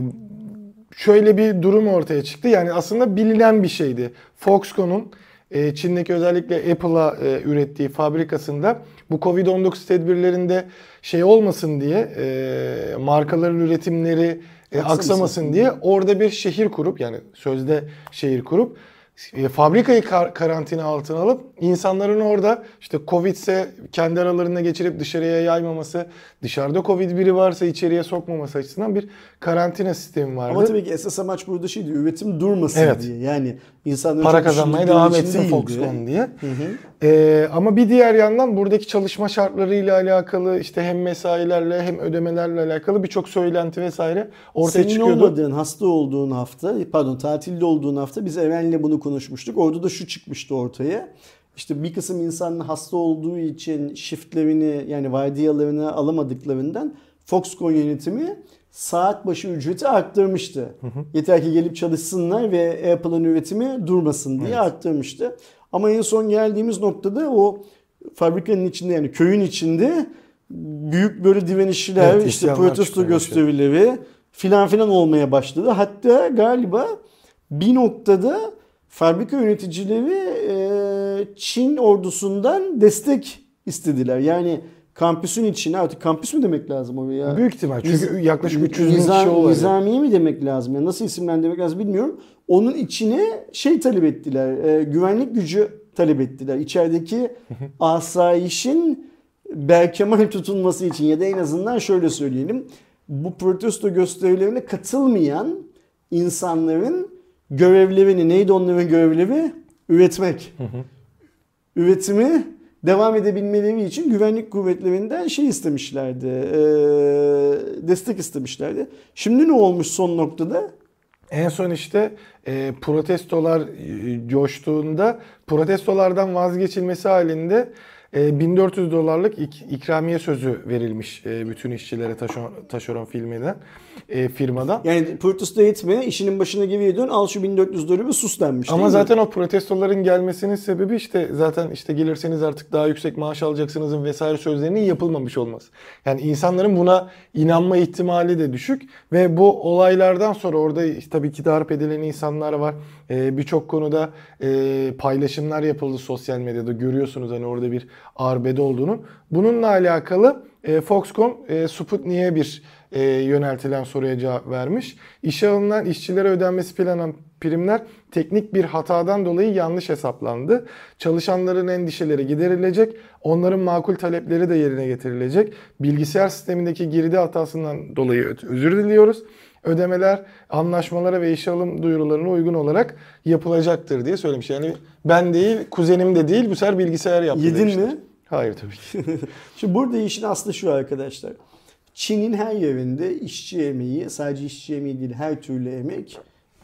Şöyle bir durum ortaya çıktı. Yani aslında bilinen bir şeydi. Foxconn'un Çin'deki özellikle Apple'a ürettiği fabrikasında bu Covid-19 tedbirlerinde şey olmasın diye, markaların üretimleri aksamasın diye orada bir şehir kurup, yani sözde şehir kurup fabrikayı karantina altına alıp insanların orada işte Covid ise kendi aralarında geçirip dışarıya yaymaması, dışarıda Covid biri varsa içeriye sokmaması açısından bir karantina sistemi vardı. Ama tabii ki esas amaç burada şeydi, üretim durmasın diye. Yani insanların para kazanmaya devam etsin Foxconn diye. Ama bir diğer yandan buradaki çalışma şartlarıyla alakalı, işte hem mesailerle hem ödemelerle alakalı birçok söylenti vesaire ortaya çıkıyordu. Senin olmadığın, hasta olduğun hafta, tatilde olduğun hafta biz Eren'le bunu konuşmuştuk. Orada da şu çıkmıştı ortaya. İşte bir kısım insanın hasta olduğu için shiftlerini, yani vardiyalarını alamadıklarından Foxconn yönetimi saat başı ücreti arttırmıştı. Yeter ki gelip çalışsınlar ve Apple'ın üretimi durmasın diye arttırmıştı. Ama en son geldiğimiz noktada o fabrikanın içinde, yani köyün içinde büyük böyle direnişler, işte protesto gösterileri filan olmaya başladı. Hatta galiba bir noktada fabrika yöneticileri Çin ordusundan destek istediler. Yani kampüsün içine, artık kampüs mü demek lazım oraya? Büyük ihtimal, çünkü yaklaşık 300 bin kişi o var. Nizamiye mi demek lazım? Yani nasıl isimlendirmek lazım bilmiyorum. Onun içine şey talep ettiler, güvenlik gücü talep ettiler. İçerideki asayişin berkemal tutulması için, ya da en azından şöyle söyleyelim, bu protesto gösterilerine katılmayan insanların görevlerini, neydi onların görevleri? Üretmek. Üretimi devam edebilmeleri için güvenlik kuvvetlerinden şey istemişlerdi, destek istemişlerdi. Şimdi ne olmuş son noktada? En son işte protestolar coştuğunda protestolardan vazgeçilmesi halinde $1400 ikramiye sözü verilmiş bütün işçilere taşeron firmadan. Yani protesto etme, işinin başına geriye dön, al şu $1400 ve sus denmiş. Ama zaten o protestoların gelmesinin sebebi işte zaten işte gelirseniz artık daha yüksek maaş alacaksınızın vesaire sözlerinin yapılmamış olması. Yani insanların buna inanma ihtimali de düşük ve bu olaylardan sonra orada işte tabii ki darp edilen insanlar var. Birçok konuda paylaşımlar yapıldı sosyal medyada. Görüyorsunuz hani orada bir arbede olduğunu. Bununla alakalı Foxconn Sputnik'e bir yöneltilen soruya cevap vermiş. İşe alınan işçilere ödenmesi planlanan primler teknik bir hatadan dolayı yanlış hesaplandı. Çalışanların endişeleri giderilecek, onların makul talepleri de yerine getirilecek. Bilgisayar sistemindeki girdi hatasından dolayı özür diliyoruz. Ödemeler anlaşmalara ve işe alım duyurularına uygun olarak yapılacaktır diye söylemiş. Yani ben değil, kuzenim de değil, bu sefer bilgisayar yaptı Yedin demişler. mi? Hayır tabii ki. Şimdi burada işin aslı şu arkadaşlar. Çin'in her yerinde işçi emeği, sadece işçi emeği değil her türlü emek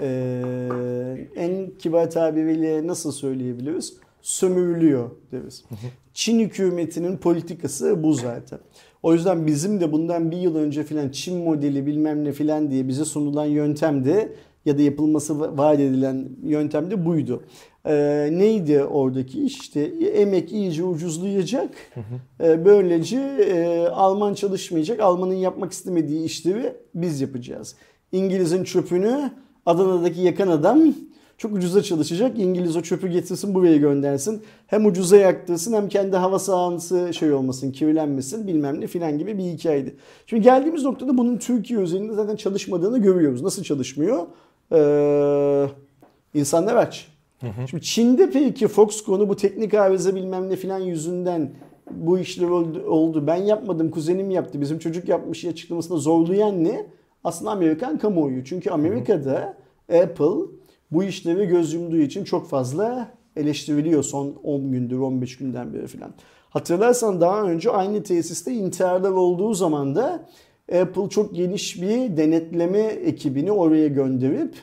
en kibar tabiriyle nasıl söyleyebiliriz? Sömürülüyor deriz. Çin hükümetinin politikası bu zaten. O yüzden bizim de bundan bir yıl önce filan Çin modeli bilmem ne filan diye bize sunulan yöntem de ya da yapılması vaat edilen yöntem de buydu. Neydi oradaki iş? İşte emek iyice ucuzlayacak. Böylece Alman çalışmayacak. Almanın yapmak istemediği işleri biz yapacağız. İngiliz'in çöpünü Adana'daki yakan adam çok ucuza çalışacak. İngiliz o çöpü getirsin buraya göndersin. Hem ucuza yaktırsın hem kendi hava sahansı şey olmasın, kirlenmesin bilmem ne filan gibi bir hikayeydi. Şimdi geldiğimiz noktada bunun Türkiye özelinde zaten çalışmadığını görüyoruz. Nasıl çalışmıyor? İnsanlar aç. Şimdi Çin'de peki Foxconn'u bu teknik arıza bilmem ne filan yüzünden bu işler oldu. Ben yapmadım, kuzenim yaptı, bizim çocuk yapmış açıklamasında zorlayan ne? Aslında Amerikan kamuoyu. Çünkü Amerika'da Apple bu işleri göz yumduğu için çok fazla eleştiriliyor son 10 gündür, 15 günden beri filan. Hatırlarsan daha önce aynı tesiste intiharlar olduğu zaman da Apple çok geniş bir denetleme ekibini oraya gönderip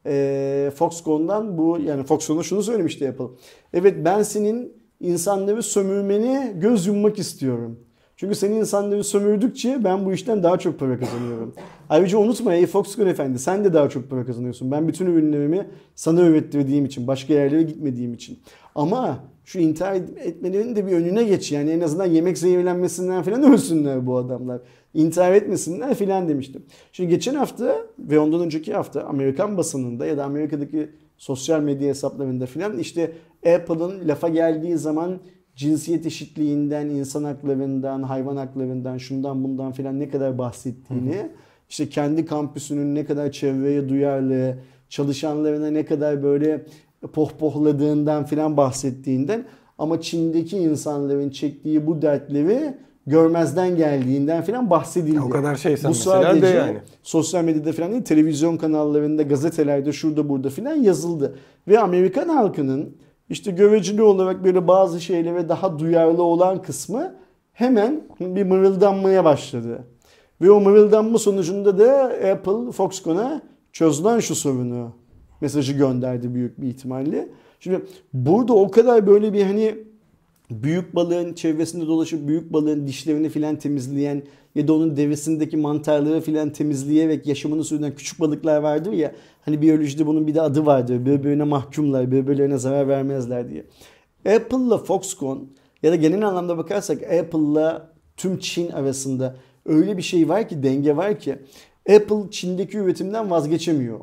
Foxconn'dan yani Foxconn'a şunu söylemişti Apple. Evet ben senin insanları sömürmeni göz yummak istiyorum. Çünkü senin insanları sömürdükçe ben bu işten daha çok para kazanıyorum. Ayrıca unutma Foxconn efendi sen de daha çok para kazanıyorsun. Ben bütün ürünlerimi sana ürettirdiğim için, başka yerlere gitmediğim için. Ama şu intihar etmelerinin de bir önüne geç. Yani en azından yemek zehirlenmesinden falan ölsünler bu adamlar. İntihar etmesinler filan demiştim. Şimdi geçen hafta ve ondan önceki hafta Amerikan basınında ya da Amerika'daki sosyal medya hesaplarında filan işte Apple'ın lafa geldiği zaman cinsiyet eşitliğinden, insan haklarından, hayvan haklarından, şundan bundan filan ne kadar bahsettiğini, işte kendi kampüsünün ne kadar çevreye duyarlı, çalışanlarına ne kadar böyle pohpohladığından filan bahsettiğinden ama Çin'deki insanların çektiği bu dertleri görmezden geldiğinden filan bahsedildi. O kadar şeysen bu mesela sadece de yani. sosyal medyada filan değil, televizyon kanallarında, gazetelerde, şurada burada filan yazıldı. Ve Amerikan halkının işte göreceli olarak böyle bazı şeylere daha duyarlı olan kısmı hemen bir mırıldanmaya başladı. Ve o mırıldanma sonucunda da Apple Foxconn'a çöz lan şu sorunu mesajı gönderdi büyük bir ihtimalle. Şimdi burada o kadar böyle bir hani büyük balığın çevresinde dolaşıp büyük balığın dişlerini filan temizleyen ya da onun derisindeki mantarları filan temizleyerek yaşamını sürdüren küçük balıklar vardır ya. Hani biyolojide bunun bir de adı vardır. Birbirine mahkumlar, birbirlerine zarar vermezler diye. Apple'la Foxconn ya da genel anlamda bakarsak Apple'la tüm Çin arasında öyle bir şey var ki, denge var ki Apple Çin'deki üretimden vazgeçemiyor.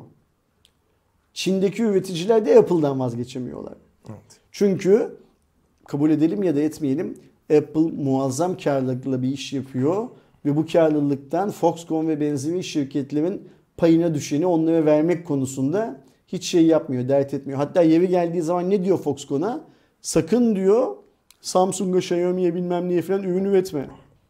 Çin'deki üreticiler de Apple'dan vazgeçemiyorlar. Evet. Çünkü kabul edelim ya da etmeyelim Apple muazzam karlılıkla bir iş yapıyor ve bu karlılıktan Foxconn ve benzeri şirketlerin payına düşeni onlara vermek konusunda hiç şey yapmıyor, dert etmiyor. Hatta yeri geldiği zaman ne diyor Foxconn'a? Sakın diyor Samsung'a, Xiaomi'ye bilmem neye falan ürün üretme.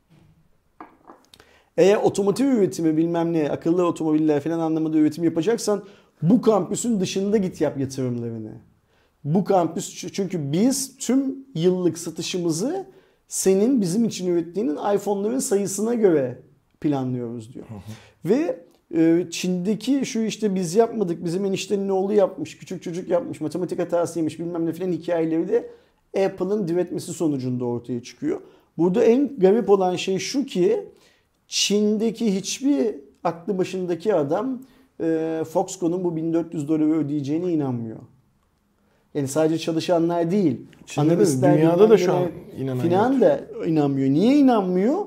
Eğer otomotiv üretimi bilmem ne, akıllı otomobiller falan anlamında üretim yapacaksan bu kampüsün dışında git yap yatırımlarını. Bu kampüs çünkü biz tüm yıllık satışımızı senin bizim için ürettiğinin iPhone'ların sayısına göre planlıyoruz diyor. Ve Çin'deki şu işte biz yapmadık, bizim eniştenin oğlu yapmış, küçük çocuk yapmış, matematik hatası yemiş bilmem ne filan hikayeleri de Apple'ın diretmesi sonucunda ortaya çıkıyor. Burada en garip olan şey şu ki Çin'deki hiçbir aklı başındaki adam Foxconn'un bu $1400 ödeyeceğine inanmıyor. Yani sadece çalışanlar değil. Çin'de dünyada da şu an inanan filan da inanmıyor. Niye inanmıyor?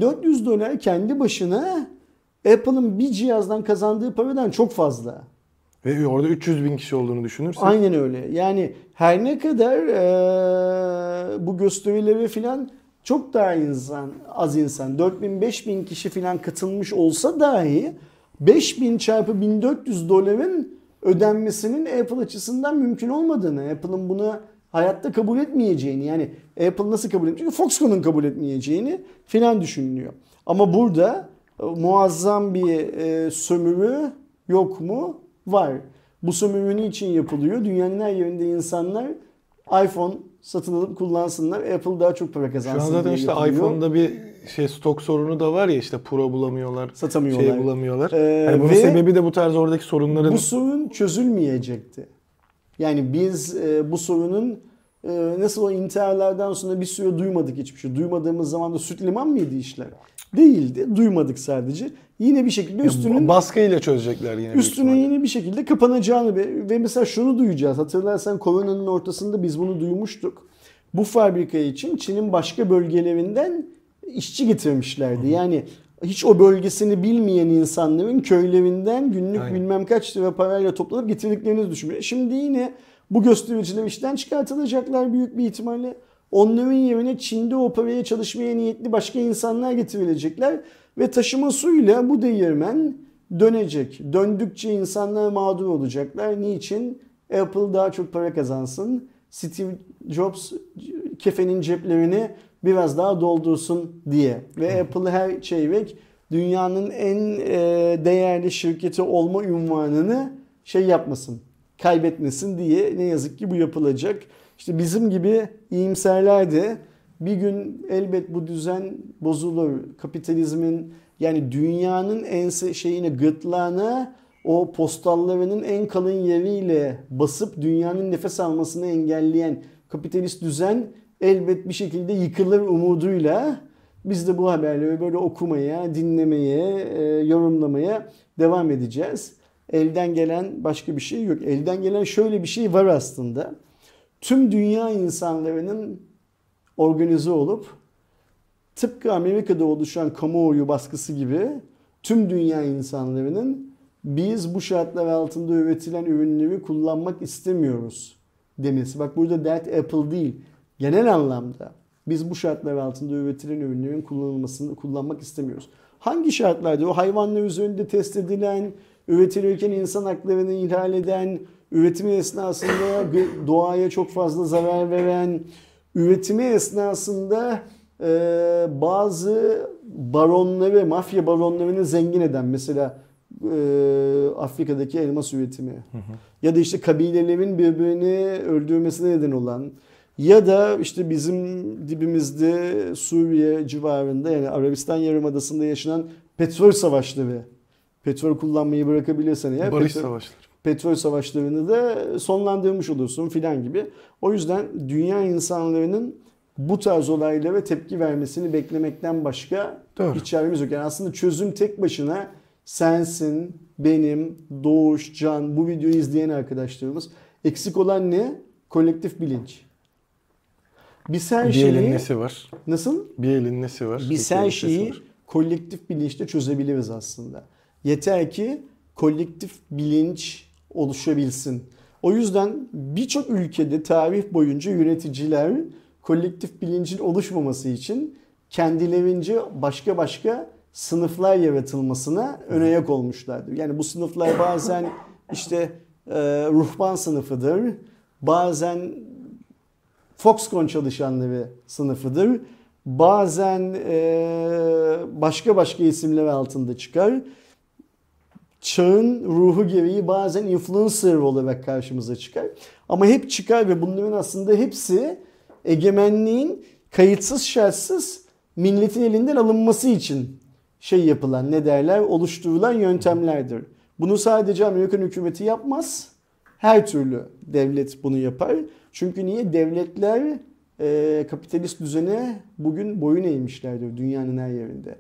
$1400 kendi başına Apple'ın bir cihazdan kazandığı paradan çok fazla. Ve orada 300 bin kişi olduğunu düşünürsek. Aynen öyle. Yani her ne kadar bu gösterilere falan çok daha az insan, 4000-5000 kişi falan katılmış olsa dahi 5000 çarpı 1400 doların ödenmesinin Apple açısından mümkün olmadığını, Apple'ın bunu hayatta kabul etmeyeceğini, yani Apple nasıl kabul etmeyecek? Foxconn'un kabul etmeyeceğini falan düşünülüyor. Ama burada muazzam bir sömürü yok mu? Var. Bu sömürü niçin yapılıyor? Dünyanın her yerinde insanlar iPhone satın alıp kullansınlar. Apple daha çok para kazansın Şu an zaten diye işte yapılıyor. iPhone'da bir stok sorunu da var ya, işte Pro bulamıyorlar, Satamıyorlar. şey bulamıyorlar. Yani bunun Ve sebebi de bu tarz oradaki sorunların. bu sorun çözülmeyecekti. Yani biz bu sorunun nasıl o intiharlardan sonra bir süre duymadık hiçbir şey. Duymadığımız zaman da süt liman mıydı işler? Değildi. Duymadık sadece. Yine bir şekilde üstünün baskıyla çözecekler yine. üstünün yine bir şekilde kapanacağını ve mesela şunu duyacağız. Hatırlarsan koronanın ortasında biz bunu duymuştuk. Bu fabrika için Çin'in başka bölgelerinden işçi getirmişlerdi. Yani hiç o bölgesini bilmeyen insanların köylerinden günlük Aynen. bilmem kaç lira parayla toplanıp getirdiklerini düşünüyor. Şimdi yine bu göstericiler işten çıkartılacaklar büyük bir ihtimalle. Onların yerine Çin'de o paraya çalışmaya niyetli başka insanlar getirilecekler. Ve taşıma suyla bu değirmen dönecek. Döndükçe insanlar mağdur olacaklar. Niçin? Apple daha çok para kazansın. Steve Jobs kefenin ceplerini biraz daha doldursun diye. Ve Apple her çeyrek dünyanın en değerli şirketi olma unvanını yapmasın, kaybetmesin diye ne yazık ki bu yapılacak. İşte bizim gibi iyimserler de bir gün elbet bu düzen bozulur. Kapitalizmin, yani dünyanın en gırtlağına o postallarının en kalın yeriyle basıp dünyanın nefes almasını engelleyen kapitalist düzen elbet bir şekilde yıkılır umuduyla biz de bu haberleri böyle okumaya, dinlemeye, yorumlamaya devam edeceğiz. Elden gelen başka bir şey yok. Elden gelen şöyle bir şey var aslında. Tüm dünya insanlarının organize olup tıpkı Amerika'da oluşan kamuoyu baskısı gibi tüm dünya insanlarının biz bu şartlar altında üretilen ürünleri kullanmak istemiyoruz demesi. Bak burada dert Apple değil. Genel anlamda biz bu şartlar altında üretilen ürünlerin kullanmak istemiyoruz. Hangi şartlarda? O hayvanlar üzerinde test edilen, üretilirken insan haklarını ihlal eden, üretimi esnasında doğaya çok fazla zarar veren, üretimi esnasında bazı baronları, mafya baronlarını zengin eden, mesela Afrika'daki elmas üretimi ya da işte kabilelerin birbirini öldürmesine neden olan ya da işte bizim dibimizde Suriye civarında, yani Arabistan Yarımadası'nda yaşanan petrol savaşları, petrol kullanmayı bırakabilirsen eğer Barış savaşları. Petrol savaşlarını da sonlandırmış olursun filan gibi. O yüzden dünya insanlarının bu tarz olaylara tepki vermesini beklemekten başka hiç çaremiz yok. Yani aslında çözüm tek başına sensin, benim, Doğuş, Can, bu videoyu izleyen arkadaşlarımız. Eksik olan ne? Kolektif bilinç. Biz her şeyi... Bir elin nesi var? Nasıl? Bir elin nesi var? Biz her şeyi kolektif bilinçle çözebiliriz aslında. Yeter ki kolektif bilinç oluşabilsin. O yüzden birçok ülkede tarih boyunca yöneticiler kolektif bilincin oluşmaması için kendilerince başka sınıflar yaratılmasına ön ayak olmuşlardır. Yani bu sınıflar bazen işte ruhban sınıfıdır, bazen Foxconn çalışanları sınıfıdır, bazen başka isimler altında çıkar. Çağın ruhu gereği bazen influencer olarak karşımıza çıkar. Ama hep çıkar ve bunların aslında hepsi egemenliğin kayıtsız şartsız milletin elinden alınması için yapılan, oluşturulan yöntemlerdir. Bunu sadece Amerikan hükümeti yapmaz. Her türlü devlet bunu yapar. Çünkü niye? Devletler kapitalist düzene bugün boyun eğmişlerdir dünyanın her yerinde.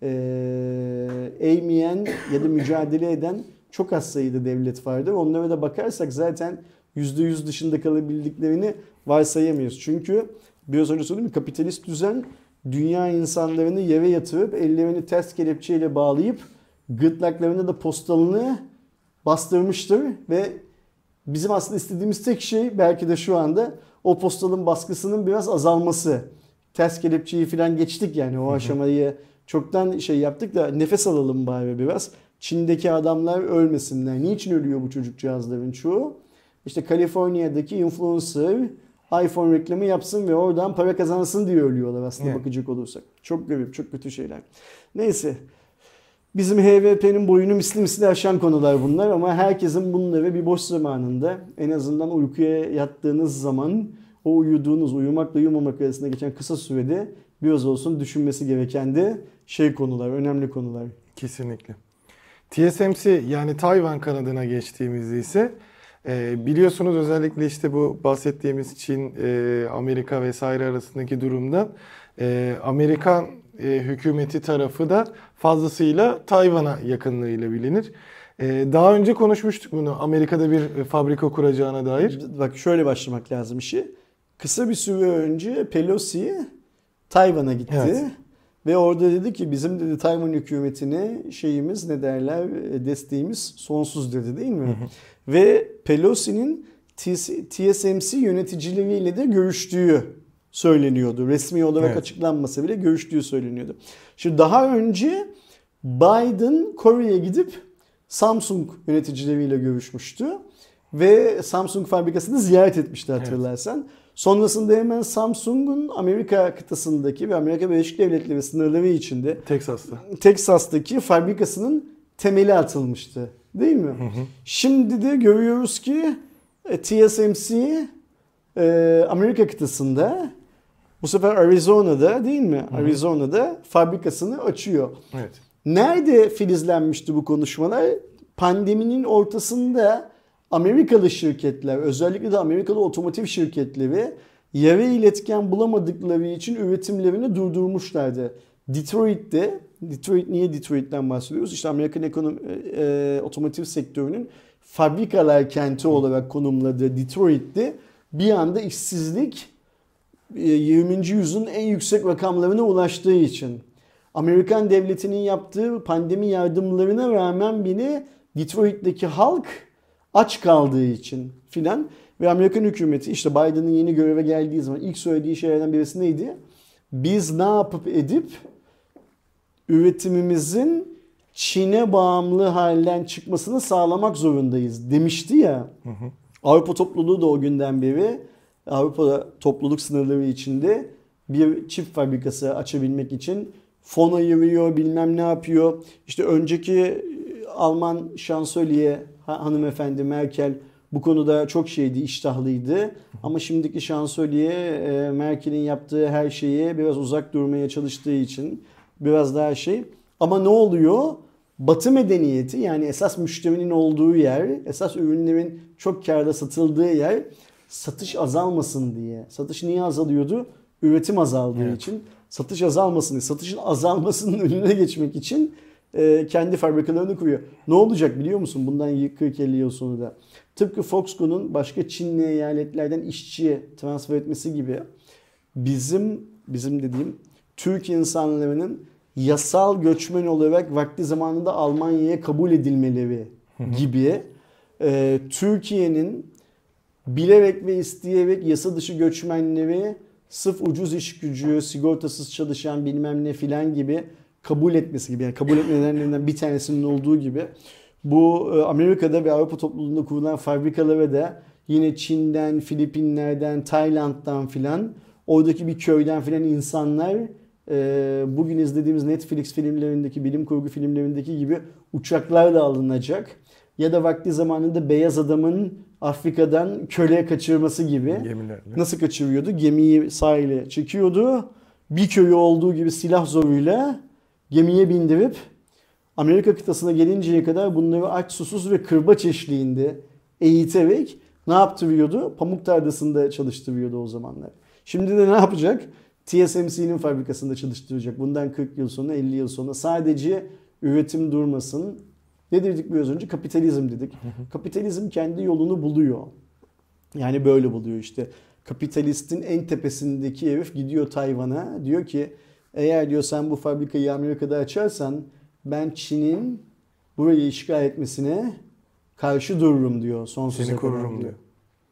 Eğmeyen ya da mücadele eden çok az sayıda devlet vardır. Onlara da bakarsak zaten %100 dışında kalabildiklerini varsayamayız. Çünkü biraz önce söyledim mi, kapitalist düzen dünya insanlarını yere yatırıp ellerini ters kelepçeyle bağlayıp gırtlaklarına da postalını bastırmıştır ve bizim aslında istediğimiz tek şey belki de şu anda o postalın baskısının biraz azalması. Ters kelepçeyi falan geçtik yani o aşamayı çoktan şey yaptık da nefes alalım bari biraz. Çin'deki adamlar ölmesinler. Niçin ölüyor bu çocukcağızların çoğu? İşte Kaliforniya'daki influencer iPhone reklamı yapsın ve oradan para kazansın diye ölüyorlar aslında bakacak olursak. Çok garip, çok kötü şeyler. Neyse. Bizim HVP'nin boyunu misli aşan konular bunlar ama herkesin bunları bir boş zamanında en azından uykuya yattığınız zaman o uyumakla uyumamak arasında geçen kısa sürede biraz olsun düşünmesi gereken de konular, önemli konular. Kesinlikle. TSMC yani Tayvan kanadına geçtiğimizde ise biliyorsunuz özellikle işte bu bahsettiğimiz Çin, Amerika vesaire arasındaki durumda Amerikan hükümeti tarafı da fazlasıyla Tayvan'a yakınlığıyla bilinir. Daha önce konuşmuştuk bunu Amerika'da bir fabrika kuracağına dair. Bak şöyle başlamak lazım işi. Kısa bir süre önce Pelosi Tayvan'a gitti. Evet. Ve orada dedi ki bizim dedi Tayvan hükümetine desteğimiz sonsuz dedi değil mi? Ve Pelosi'nin TSMC yöneticileriyle de görüştüğü söyleniyordu. Resmi olarak açıklanmasa bile görüştüğü söyleniyordu. Şimdi daha önce Biden Kore'ye gidip Samsung yöneticileriyle görüşmüştü. Ve Samsung fabrikasını ziyaret etmişti hatırlarsan. Evet. Sonrasında hemen Samsung'un Amerika kıtasındaki ve Amerika Birleşik Devletleri sınırları içinde Teksas'taki fabrikasının temeli atılmıştı. Değil mi? Şimdi de görüyoruz ki TSMC Amerika kıtasında bu sefer Arizona'da değil mi? Arizona'da fabrikasını açıyor. Evet. Nerede filizlenmişti bu konuşmalar? Pandeminin ortasında Amerikalı şirketler, özellikle de Amerikalı otomotiv şirketleri yarı iletken bulamadıkları için üretimlerini durdurmuşlardı. Niye Detroit'ten bahsediyoruz? İşte Amerikan otomotiv sektörünün fabrikalar kenti olarak konumladığı Detroit'te bir anda işsizlik 20. yüzyılın en yüksek rakamlarına ulaştığı için. Amerikan devletinin yaptığı pandemi yardımlarına rağmen bile Detroit'teki halk aç kaldığı için filan ve Amerikan hükümeti işte Biden'ın yeni göreve geldiği zaman ilk söylediği şeylerden birisi neydi? Biz ne yapıp edip üretimimizin Çin'e bağımlı halden çıkmasını sağlamak zorundayız demişti ya. Avrupa topluluğu da o günden beri Avrupa topluluk sınırları içinde bir çip fabrikası açabilmek için fon ayırıyor, bilmem ne yapıyor. İşte önceki Alman şansölye hanımefendi Merkel bu konuda çok iştahlıydı. Ama şimdiki şansölye Merkel'in yaptığı her şeye biraz uzak durmaya çalıştığı için biraz daha Ama ne oluyor? Batı medeniyeti yani esas müşterinin olduğu yer, esas ürünlerin çok kârda satıldığı yer satış azalmasın diye. Satış niye azalıyordu? Üretim azaldığı için. Satış azalmasın diye. Satışın azalmasının önüne geçmek için kendi fabrikalarını kuruyor. Ne olacak biliyor musun bundan 40-50 yıl sonra? Tıpkı Foxconn'un başka Çinli eyaletlerden işçi transfer etmesi gibi bizim dediğim Türk insanlarının yasal göçmen olarak vakti zamanında Almanya'ya kabul edilmeleri gibi Türkiye'nin bilerek ve isteyerek yasa dışı göçmenleri sırf ucuz iş gücü, sigortasız çalışan bilmem ne filan gibi kabul etmesi gibi. Yani kabul etme nedenlerinden bir tanesinin olduğu gibi bu Amerika'da ve Avrupa topluluğunda kurulan fabrikalara da yine Çin'den, Filipinler'den, Tayland'dan filan oradaki bir köyden filan insanlar bugün izlediğimiz Netflix filmlerindeki, bilim kurgu filmlerindeki gibi uçaklarla alınacak. Ya da vakti zamanında beyaz adamın Afrika'dan köle kaçırması gibi. Gemilerle. Nasıl kaçırıyordu? Gemiyi sahile çekiyordu. Bir köyü olduğu gibi silah zoruyla gemiye bindirip Amerika kıtasına gelinceye kadar bunları aç, susuz ve kırbaç eşliğinde eğiterek ne yaptırıyordu? Pamuk tarlasında çalıştırıyordu o zamanlar. Şimdi de ne yapacak? TSMC'nin fabrikasında çalıştıracak. Bundan 40 yıl sonra, 50 yıl sonra sadece üretim durmasın. Ne dedik biraz önce? Kapitalizm dedik. Kapitalizm kendi yolunu buluyor. Yani böyle buluyor işte. Kapitalistin en tepesindeki herif gidiyor Tayvan'a. Diyor ki eğer diyor sen bu fabrikayı Amerika'da açarsan ben Çin'in burayı işgal etmesine Karşı dururum diyor. Sonsuza Seni kadar korurum diyor.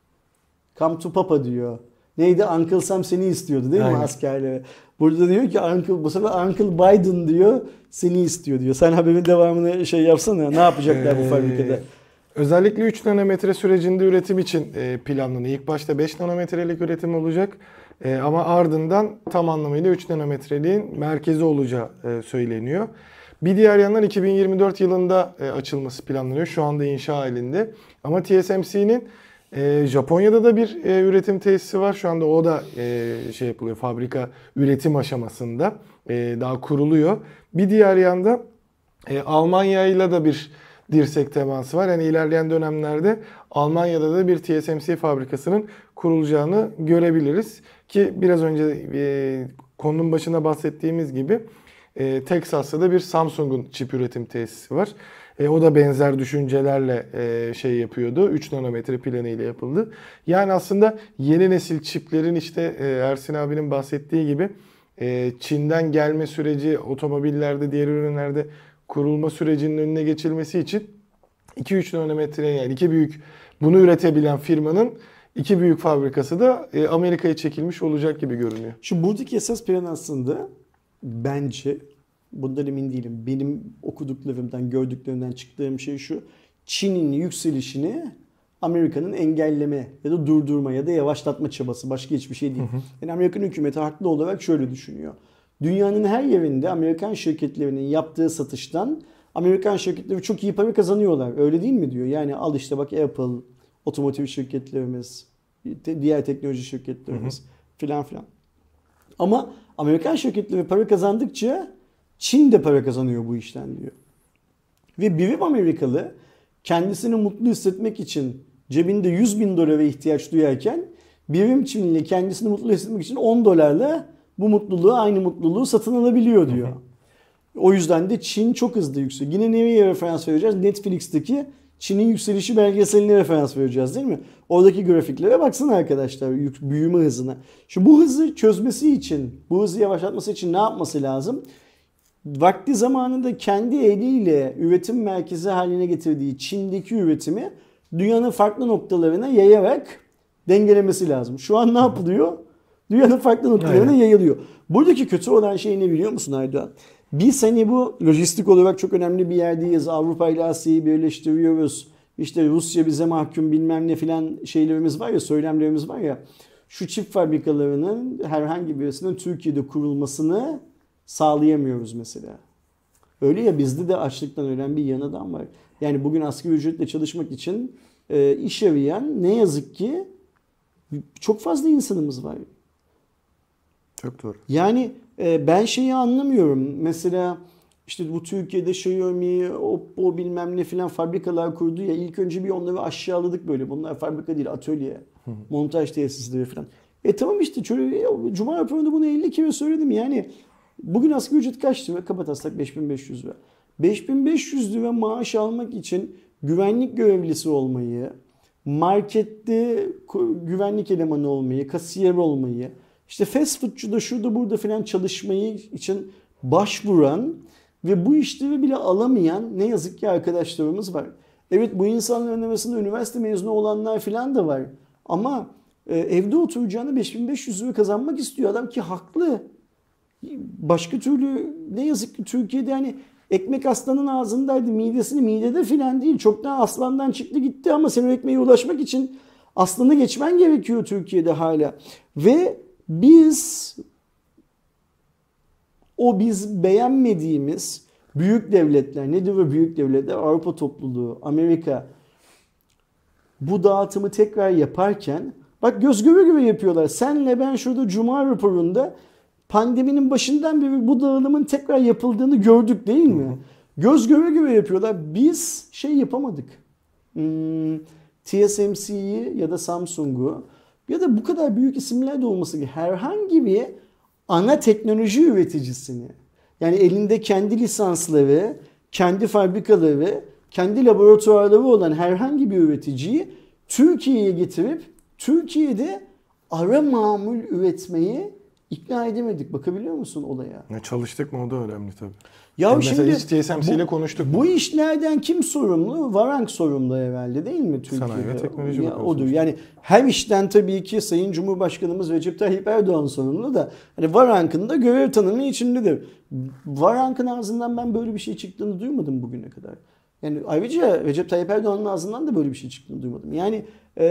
Come to Papa diyor. Neydi? Uncle Sam seni istiyordu değil mi Aynen. askerlere? Burada diyor ki bu sefer Uncle Biden diyor seni istiyor diyor. Sen haberin devamını şey yapsana. Ne yapacaklar bu fabrikada? Özellikle 3 nanometre sürecinde üretim için planlanıyor. İlk başta 5 nanometrelik üretim olacak. Ama ardından tam anlamıyla 3 nanometreliğin merkezi olacağı söyleniyor. Bir diğer yandan 2024 yılında açılması planlanıyor. Şu anda inşa halinde. Ama TSMC'nin Japonya'da da bir üretim tesisi var. Şu anda o da şey yapılıyor. Fabrika üretim aşamasında. Daha kuruluyor. Bir diğer yanda Almanya'yla da bir dirsek teması var. Yani ilerleyen dönemlerde Almanya'da da bir TSMC fabrikasının kurulacağını görebiliriz. Ki biraz önce konunun başında bahsettiğimiz gibi Teksas'ta da bir Samsung'un çip üretim tesisi var. O da benzer düşüncelerle şey yapıyordu. 3 nanometre planıyla yapıldı. Yani aslında yeni nesil çiplerin işte Ersin abinin bahsettiği gibi Çin'den gelme süreci, otomobillerde, diğer ürünlerde kurulma sürecinin önüne geçilmesi için 2-3 nanometre, yani iki büyük bunu üretebilen firmanın iki büyük fabrikası da Amerika'ya çekilmiş olacak gibi görünüyor. Şu buradaki esas plan aslında bence, bundan emin değilim. Benim okuduklarımdan, gördüklerimden çıktığım şey şu. Çin'in yükselişini Amerika'nın engelleme ya da durdurma ya da yavaşlatma çabası. Başka hiçbir şey değil. Yani Amerikan hükümeti haklı olarak şöyle düşünüyor. Dünyanın her yerinde Amerikan şirketlerinin yaptığı satıştan Amerikan şirketleri çok iyi para kazanıyorlar. Öyle değil mi diyor. Yani al işte bak Apple, otomotiv şirketlerimiz, diğer teknoloji şirketlerimiz filan filan. Ama Amerikan şirketleri para kazandıkça Çin de para kazanıyor bu işten diyor. Ve bir Amerikalı kendisini mutlu hissetmek için cebinde 100 bin dolara ihtiyaç duyarken bir Çinli kendisini mutlu hissetmek için 10 dolarla bu mutluluğu, aynı mutluluğu satın alabiliyor diyor. O yüzden de Çin çok hızlı yükseliyor. Yine nereye referans vereceğiz? Netflix'teki Çin'in yükselişi belgeseline referans vereceğiz değil mi? Oradaki grafiklere baksana arkadaşlar, büyüme hızına. Şu bu hızı çözmesi için, bu hızı yavaşlatması için ne yapması lazım? Vakti zamanında kendi eliyle üretim merkezi haline getirdiği Çin'deki üretimi dünyanın farklı noktalarına yayarak dengelemesi lazım. Şu an ne yapılıyor? Dünyanın farklı noktalarına yayılıyor. Buradaki kötü olan şey ne biliyor musun Aydoğan? Biz hani bu lojistik olarak çok önemli bir yerdeyiz. Avrupa ile Asya'yı birleştiriyoruz. İşte Rusya bize mahkum bilmem ne filan şeylerimiz var ya, söylemlerimiz var ya. Şu çip fabrikalarının herhangi birisinin Türkiye'de kurulmasını sağlayamıyoruz mesela. Öyle ya, bizde de açlıktan ölen bir yan adam var. Yani bugün asgari ücretle çalışmak için iş arayan ne yazık ki çok fazla insanımız var. Çok doğru. Yani ben şeyi anlamıyorum. Mesela işte bu Türkiye'de Xiaomi, Oppo bilmem ne filan fabrikalar kurdu ya. İlk önce bir onları aşağıladık böyle. Bunlar fabrika değil, atölye. Montaj tesisleri filan. Tamam işte Cuma raporunda bunu 50 kere söyledim. Yani bugün asgari ücret kaç lira? Kabataslak 5500 lira. 5500 lira maaş almak için güvenlik görevlisi olmayı, markette güvenlik elemanı olmayı, kasiyer olmayı, İşte fast foodçuda şurada burada filan çalışmayı için başvuran ve bu işleri bile alamayan ne yazık ki arkadaşlarımız var. Evet, bu insanların arasında üniversite mezunu olanlar filan da var. Ama evde oturacağını 5500 lira kazanmak istiyor adam ki haklı. Başka türlü ne yazık ki Türkiye'de hani ekmek aslanın ağzındaydı, midede filan değil. Çoktan aslandan çıktı gitti ama sen o ekmeğe ulaşmak için aslanı geçmen gerekiyor Türkiye'de hala. Ve biz beğenmediğimiz büyük devletler, nedir o büyük devletler? Avrupa topluluğu, Amerika bu dağıtımı tekrar yaparken bak göz göre göre yapıyorlar. Senle ben şurada Cuma raporunda pandeminin başından beri bu dağılımın tekrar yapıldığını gördük değil mi? Göz göre göre yapıyorlar. Biz şey yapamadık. TSMC'yi ya da Samsung'u ya da bu kadar büyük isimler de olması gibi herhangi bir ana teknoloji üreticisini, yani elinde kendi lisansları, kendi fabrikaları, kendi laboratuvarları olan herhangi bir üreticiyi Türkiye'ye getirip Türkiye'de ara mamul üretmeyi ikna edemedik. Bakabiliyor musun olaya? Ne çalıştık mı o da önemli tabii. Ya Mesela şimdi hiç TSMC ile konuştuk. bu işlerden kim sorumlu? Varank sorumlu herhalde değil mi Türkiye'de? Sanayi ve Teknoloji Bakanı. Odur. Yani her işten tabii ki Sayın Cumhurbaşkanımız Recep Tayyip Erdoğan sorumlu da hani Varank'ın da görev tanımı içindedir. Varank'ın ağzından ben böyle bir şey çıktığını duymadım bugüne kadar. Yani ayrıca Recep Tayyip Erdoğan'ın ağzından da böyle bir şey çıktığını duymadım. Yani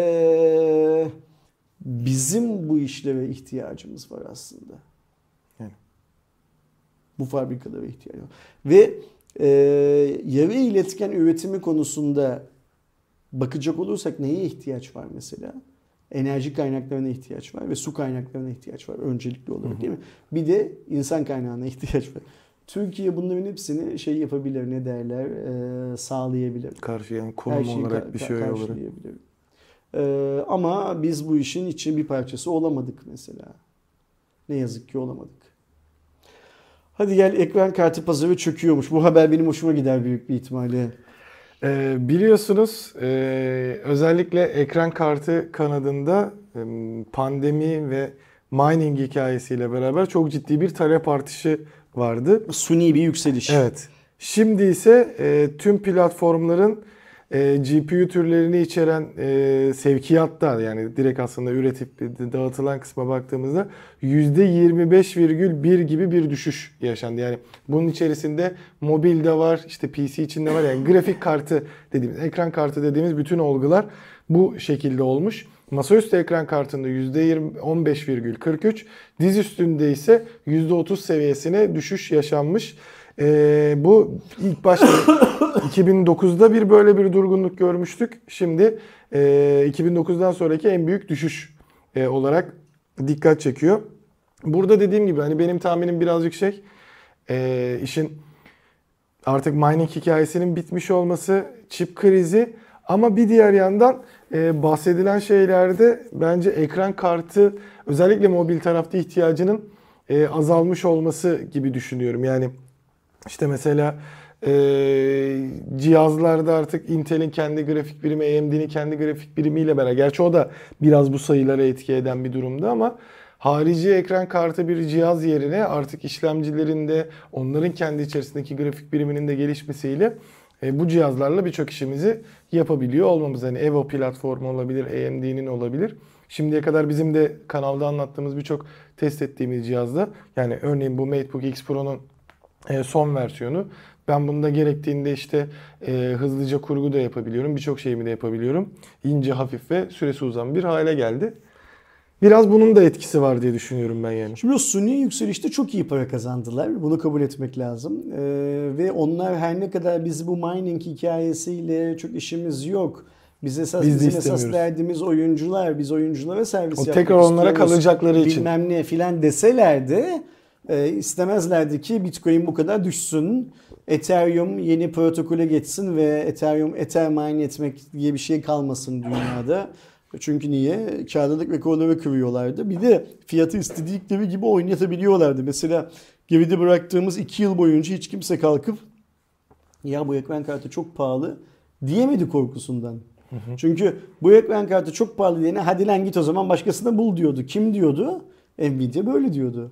bizim bu işlere ihtiyacımız var aslında. Yani. Bu fabrikalara ihtiyacı var. Ve yarı iletken üretimi konusunda bakacak olursak neye ihtiyaç var mesela? Enerji kaynaklarına ihtiyaç var ve su kaynaklarına ihtiyaç var öncelikli olarak değil mi? Bir de insan kaynağına ihtiyaç var. Türkiye bunların hepsini şey yapabilir, ne derler, sağlayabilir. Yani konum olarak bir şey olarak. Ama biz bu işin için bir parçası olamadık mesela. Ne yazık ki olamadık. Hadi gel, ekran kartı pazarı çöküyormuş. Bu haber benim hoşuma gider büyük bir ihtimalle. Biliyorsunuz özellikle ekran kartı kanadında pandemi ve mining hikayesiyle beraber çok ciddi bir talep artışı vardı. Suni bir yükseliş. Evet. Şimdi ise tüm platformların GPU türlerini içeren sevkiyatta, yani direkt aslında üretip dağıtılan kısma baktığımızda %25,1 gibi bir düşüş yaşandı. Yani bunun içerisinde mobil de var, işte PC içinde var, yani grafik kartı dediğimiz, ekran kartı dediğimiz bütün olgular bu şekilde olmuş. Masaüstü ekran kartında %15,43, diz üstünde ise %30 seviyesine düşüş yaşanmış. Bu ilk başta 2009'da bir böyle bir durgunluk görmüştük. Şimdi 2009'dan sonraki en büyük düşüş olarak dikkat çekiyor. Burada dediğim gibi hani benim tahminim birazcık işin artık mining hikayesinin bitmiş olması, çip krizi, ama bir diğer yandan bahsedilen şeylerde bence ekran kartı özellikle mobil tarafta ihtiyacının azalmış olması gibi düşünüyorum. Yani işte mesela cihazlarda artık Intel'in kendi grafik birimi, AMD'nin kendi grafik birimiyle beraber, gerçi o da biraz bu sayılara etki eden bir durumda, ama harici ekran kartı bir cihaz yerine artık işlemcilerin de onların kendi içerisindeki grafik biriminin de gelişmesiyle bu cihazlarla birçok işimizi yapabiliyor olmamız. Hani Evo platformu olabilir, AMD'nin olabilir. Şimdiye kadar bizim de kanalda anlattığımız birçok test ettiğimiz cihazda, yani örneğin bu MateBook X Pro'nun son versiyonu. Ben bunda gerektiğinde işte hızlıca kurgu da yapabiliyorum. Birçok şeyimi de yapabiliyorum. İnce, hafif ve süresi uzun bir hale geldi. Biraz bunun da etkisi var diye düşünüyorum ben yani. Şimdi o suni yükselişte çok iyi para kazandılar. Bunu kabul etmek lazım. Ve onlar her ne kadar biz bu mining hikayesiyle çok işimiz yok, bizim esas derdimiz oyuncular, biz oyunculara servis yapmak tekrar onlara kalacakları için bilmem ne filan deselerdi, istemezlerdi ki Bitcoin bu kadar düşsün, Ethereum yeni protokole geçsin ve Ether mine etmek diye bir şey kalmasın dünyada. Çünkü niye? Kârlılık rekorları kırıyorlardı. Bir de fiyatı istedikleri gibi oynatabiliyorlardı. Mesela geride bıraktığımız 2 yıl boyunca hiç kimse kalkıp ya bu ekran kartı çok pahalı diyemedi korkusundan. Çünkü bu ekran kartı çok pahalı diyene hadi lan git o zaman başkasına bul diyordu. Kim diyordu? Nvidia böyle diyordu.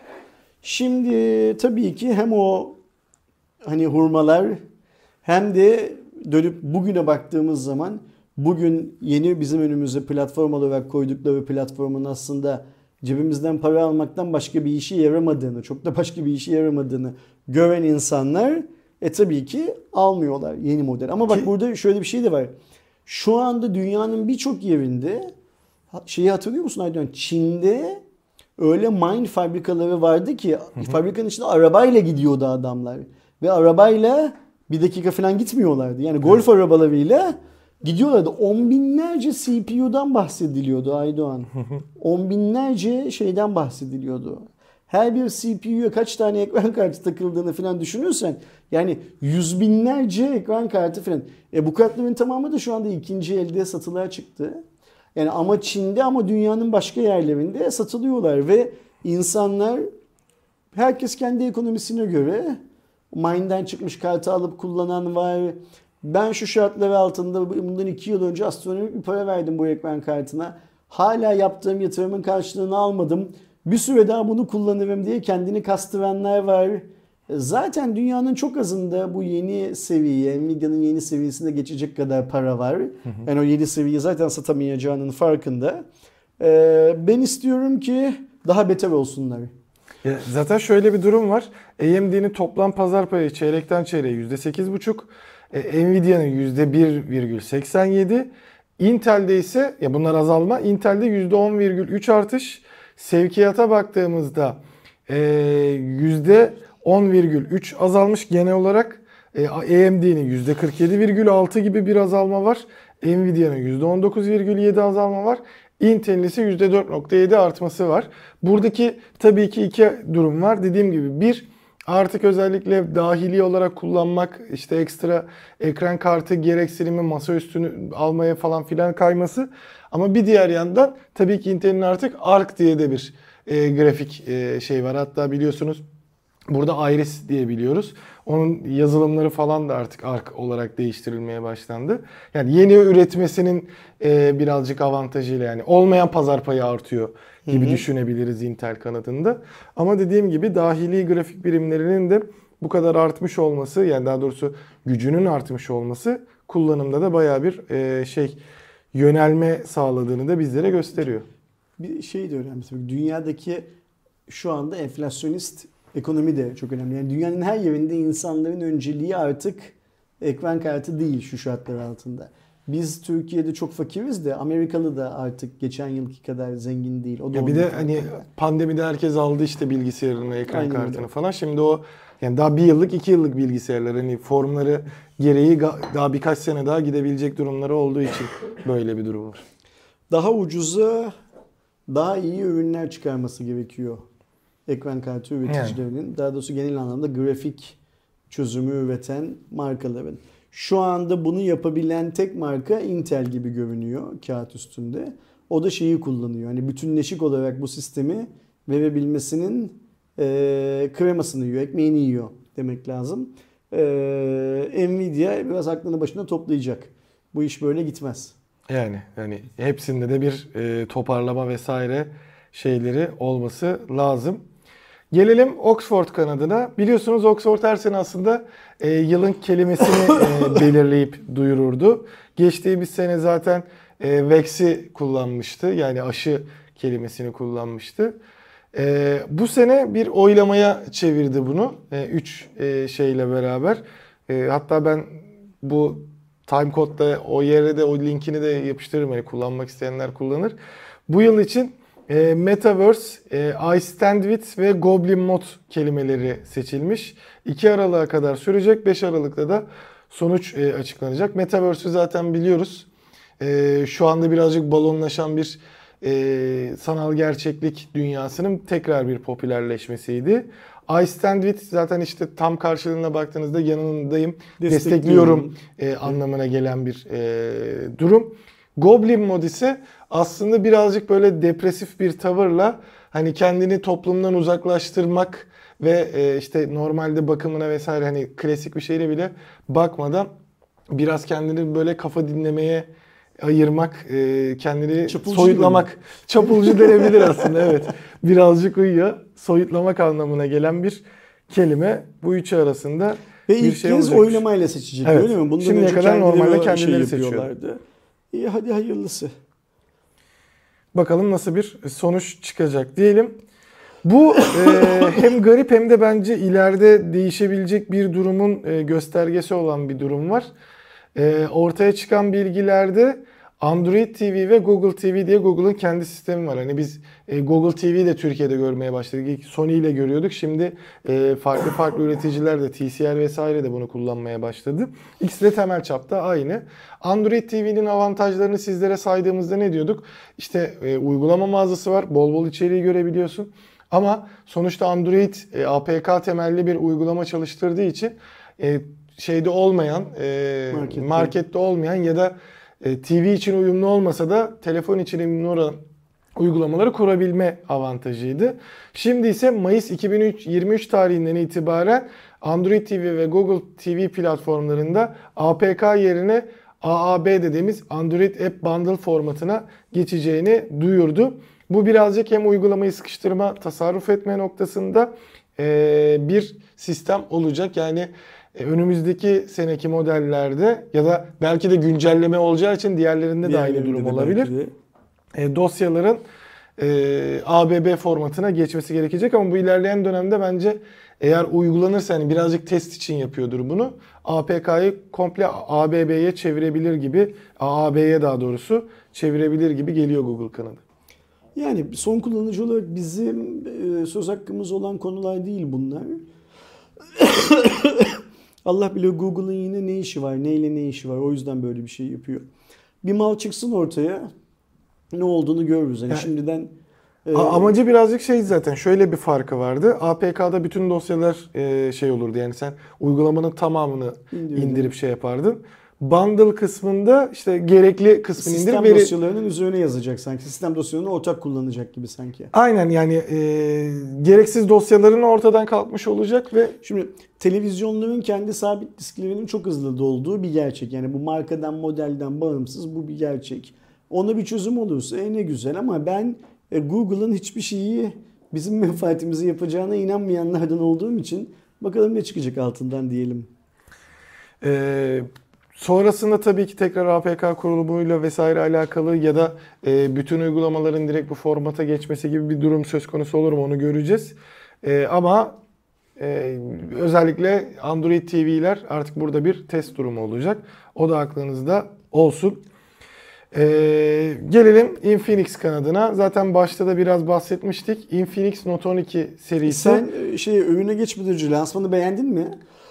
Şimdi tabii ki hem o hani hurmalar hem de dönüp bugüne baktığımız zaman bugün yeni bizim önümüze platform olarak koydukları platformun aslında cebimizden para almaktan başka bir işe yaramadığını, çok da başka bir işe yaramadığını gören insanlar tabii ki almıyorlar yeni model. Ama bak burada şöyle bir şey de var. Şu anda dünyanın birçok yerinde şeyi hatırlıyor musun Aydoğan? Çin'de öyle mine fabrikaları vardı ki fabrikanın içinde arabayla gidiyordu adamlar. Ve arabayla bir dakika falan gitmiyorlardı. Yani golf arabalarıyla gidiyorlardı. On binlerce CPU'dan bahsediliyordu Aydoğan. On binlerce şeyden bahsediliyordu. Her bir CPU'ya kaç tane ekran kartı takıldığını falan düşünürsen yani yüz binlerce ekran kartı falan. Bu kartların tamamı da şu anda ikinci elde satılığa çıktı. Yani ama Çin'de ama dünyanın başka yerlerinde satılıyorlar ve insanlar herkes kendi ekonomisine göre mine'den çıkmış kartı alıp kullanan var. Ben şu şartlar altında bundan 2 yıl önce astronomik bir para verdim bu ekran kartına. Hala yaptığım yatırımın karşılığını almadım. Bir süre daha bunu kullanırım diye kendini kastıranlar var. Zaten dünyanın çok azında bu yeni seviyeye, Nvidia'nın yeni seviyesine geçecek kadar para var. Yani o yeni seviyeyi zaten satamayacağının farkında. Ben istiyorum ki daha beter olsunlar. Ya zaten şöyle bir durum var. AMD'nin toplam pazar payı çeyrekten çeyreğe %8,5. Nvidia'nın %1,87. Intel'de ise ya bunlar azalma. Intel'de %10,3 artış. Sevkiyata baktığımızda %10,3 azalmış genel olarak. AMD'nin %47,6 gibi bir azalma var. Nvidia'nın %19,7 azalma var. Intel'in ise %4,7 artması var. Buradaki tabii ki iki durum var. Dediğim gibi bir, artık özellikle dahili olarak kullanmak, işte ekstra ekran kartı gereksinimi, masaüstünü almaya falan filan kayması. Ama bir diğer yandan tabii ki Intel'in artık Arc diye de bir grafik şey var. Hatta biliyorsunuz burada Iris diye biliyoruz. Onun yazılımları falan da artık Arc olarak değiştirilmeye başlandı. Yani yeni üretmesinin birazcık avantajıyla, yani olmayan pazar payı artıyor gibi düşünebiliriz Intel kanadında. Ama dediğim gibi dahili grafik birimlerinin de bu kadar artmış olması, yani daha doğrusu gücünün artmış olması kullanımda da bayağı bir yönelme sağladığını da bizlere gösteriyor. Bir şey de önemli. Dünyadaki şu anda enflasyonist ekonomi de çok önemli. Yani dünyanın her yerinde insanların önceliği artık ekran kartı değil şu şartlar altında. Biz Türkiye'de çok fakiriz de Amerikalı da artık geçen yılki kadar zengin değil. O da ya bir de hani pandemide herkes aldı işte bilgisayarını, ekran kartını falan. Şimdi o yani daha bir yıllık, 2 yıllık bilgisayarlar, hani formları gereği daha birkaç sene daha gidebilecek durumları olduğu için böyle bir durum var. Daha ucuza daha iyi ürünler çıkarması gerekiyor. Ekran kartı üreticilerinin, yani daha doğrusu genel anlamda grafik çözümü üreten markaların. Şu anda bunu yapabilen tek marka Intel gibi görünüyor kağıt üstünde. O da şeyi kullanıyor. Hani bütünleşik olarak bu sistemi verebilmesinin kremasını yiyor, ekmeğini yiyor demek lazım. Nvidia biraz aklını başına toplayacak. Bu iş böyle gitmez. Yani hepsinde de bir toparlama vesaire şeyleri olması lazım. Gelelim Oxford kanadına. Biliyorsunuz Oxford her sene aslında yılın kelimesini belirleyip duyururdu. Geçtiğimiz sene zaten vax'i kullanmıştı. Yani aşı kelimesini kullanmıştı. Bu sene bir oylamaya çevirdi bunu. 3 şeyle beraber. Hatta ben bu timecode'da o yere de o linkini de yapıştırırım. Yani kullanmak isteyenler kullanır. Bu yıl için Metaverse, I Stand With ve Goblin Mod kelimeleri seçilmiş. 2 Aralık'a kadar sürecek. 5 Aralık'ta da sonuç açıklanacak. Metaverse'ü zaten biliyoruz. Şu anda birazcık balonlaşan bir sanal gerçeklik dünyasının tekrar bir popülerleşmesiydi. I Stand With zaten işte tam karşılığına baktığınızda yanındayım, destekliyorum anlamına gelen bir durum. Goblin Mod ise aslında birazcık böyle depresif bir tavırla hani kendini toplumdan uzaklaştırmak ve işte normalde bakımına vesaire hani klasik bir şeyle bile bakmadan biraz kendini böyle kafa dinlemeye ayırmak, kendini çapulcu soyutlamak, çapulcu denebilir aslında, evet. Birazcık uyuyor. Soyutlamak anlamına gelen bir kelime. Bu üçü arasında ve bir ilk şey kez olacakmış. oylamayla seçecek, evet. Öyle mi? Bundan şimdiye önce kadar normalde kendileri yapıyorlardı. İyi, hadi hayırlısı. Bakalım nasıl bir sonuç çıkacak diyelim. Bu hem garip hem de bence ileride değişebilecek bir durumun göstergesi olan bir durum var. Ortaya çıkan bilgilerde Android TV ve Google TV diye Google'ın kendi sistemi var. Hani biz Google TV'yi de Türkiye'de görmeye başladık. İlk Sony ile görüyorduk. Şimdi farklı üreticiler de TCL vesaire de bunu kullanmaya başladı. İkisi de temel çapta aynı. Android TV'nin avantajlarını sizlere saydığımızda ne diyorduk? İşte uygulama mağazası var. Bol bol içeriği görebiliyorsun. Ama sonuçta Android APK temelli bir uygulama çalıştırdığı için şeyde olmayan, markette olmayan ya da TV için uyumlu olmasa da telefon için uyumlu olan uygulamaları kurabilme avantajıydı. Şimdi ise Mayıs 2023 tarihinden itibaren Android TV ve Google TV platformlarında APK yerine AAB dediğimiz Android App Bundle formatına geçeceğini duyurdu. Bu birazcık hem uygulamayı sıkıştırma, tasarruf etme noktasında bir sistem olacak. Yani önümüzdeki seneki modellerde ya da belki de güncelleme olacağı için diğerlerinde de aynı durum olabilir. Dosyaların ABB formatına geçmesi gerekecek ama bu ilerleyen dönemde bence eğer uygulanırsa, hani birazcık test için yapıyordur bunu, APK'yı komple ABB'ye çevirebilir gibi, AAB'ye daha doğrusu çevirebilir gibi geliyor Google kanadı. Yani son kullanıcı olarak bizim söz hakkımız olan konular değil bunlar. Allah bilir Google'ın yine ne işi var, neyle ne işi var. O yüzden böyle bir şey yapıyor. Bir mal çıksın ortaya, ne olduğunu görürüz. Yani şimdiden amacı birazcık şey, zaten şöyle bir farkı vardı. APK'da bütün dosyalar şey olurdu. Yani sen uygulamanın tamamını indirip şey yapardın. Bundle kısmında işte gerekli kısmını indirip sistem dosyalarının üzerine yazacak sanki. Sistem dosyalarını ortak kullanacak gibi sanki. Aynen, yani gereksiz dosyaların ortadan kalkmış olacak ve şimdi televizyonların kendi sabit disklerinin çok hızlı dolduğu bir gerçek. Yani bu markadan, modelden bağımsız bu bir gerçek. Ona bir çözüm olursa ne güzel ama ben Google'ın hiçbir şeyi bizim menfaatimizi yapacağına inanmayanlardan olduğum için bakalım ne çıkacak altından diyelim. Sonrasında tabii ki tekrar APK kurulumuyla vesaire alakalı ya da bütün uygulamaların direkt bu formata geçmesi gibi bir durum söz konusu olur mu, onu göreceğiz. Ama özellikle Android TV'ler artık burada bir test durumu olacak. O da aklınızda olsun. Gelelim Infinix kanadına. Zaten başta da biraz bahsetmiştik. Infinix Note 12 serisi. Sen övüne geçmeden önce lansmanı beğendin mi?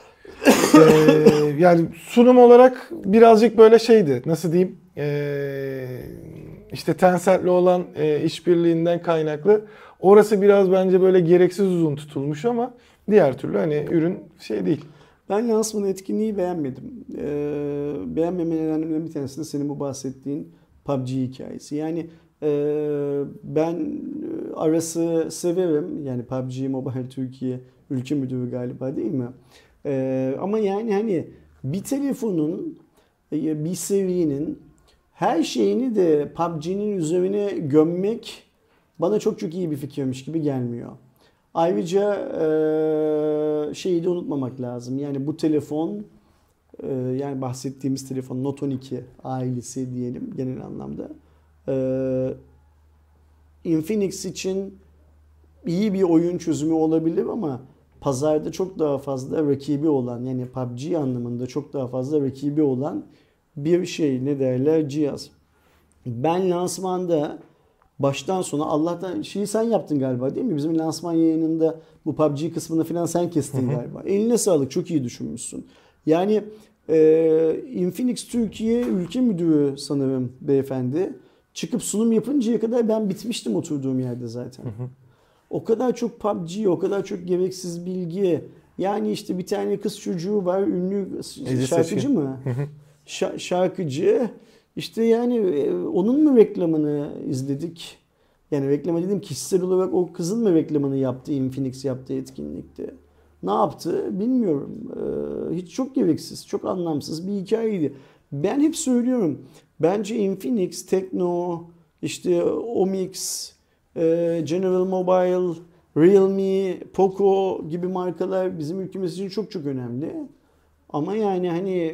Yani sunum olarak birazcık böyle şeydi. Nasıl diyeyim? İşte Tencent'le olan işbirliğinden kaynaklı. Orası biraz bence böyle gereksiz uzun tutulmuş ama diğer türlü hani ürün şey değil. Ben lansmanı, etkinliği beğenmedim. Beğenmeme nedenlerimden bir tanesi de senin bu bahsettiğin PUBG hikayesi. Yani ben Aras'ı severim. Yani PUBG Mobile Türkiye ülke müdürü galiba, değil mi? Ama yani hani bir telefonun, bir serinin her şeyini de PUBG'nin üzerine gömmek bana çok çok iyi bir fikirmiş gibi gelmiyor. Ayrıca şeyi de unutmamak lazım. Yani bu telefon, yani bahsettiğimiz telefon Note 12 ailesi diyelim genel anlamda. Infinix için iyi bir oyun çözümü olabilir ama pazarda çok daha fazla rakibi olan, yani PUBG anlamında çok daha fazla rakibi olan bir şey, ne derler, cihaz. Ben lansmanda baştan sona, Allah'tan şeyi sen yaptın galiba, değil mi? Bizim lansman yayınında bu PUBG kısmını falan sen kestin galiba. Eline sağlık, çok iyi düşünmüşsün. Yani Infinix Türkiye ülke müdürü sanırım beyefendi çıkıp sunum yapıncaya kadar ben bitmiştim oturduğum yerde zaten. O kadar çok PUBG, o kadar çok gereksiz bilgi. Yani işte bir tane kız çocuğu var, ünlü şarkıcı mı? Şarkıcı. İşte yani onun mu reklamını izledik? Yani reklama dedim, kişisel olarak o kızın mı reklamını yaptı, Infinix yaptığı etkinlikte? Ne yaptı bilmiyorum. Hiç, çok gereksiz, çok anlamsız bir hikayeydi. Ben hep söylüyorum. Bence Infinix, Tekno, işte Omix, General Mobile, Realme, Poco gibi markalar bizim ülkemiz için çok çok önemli. Ama yani hani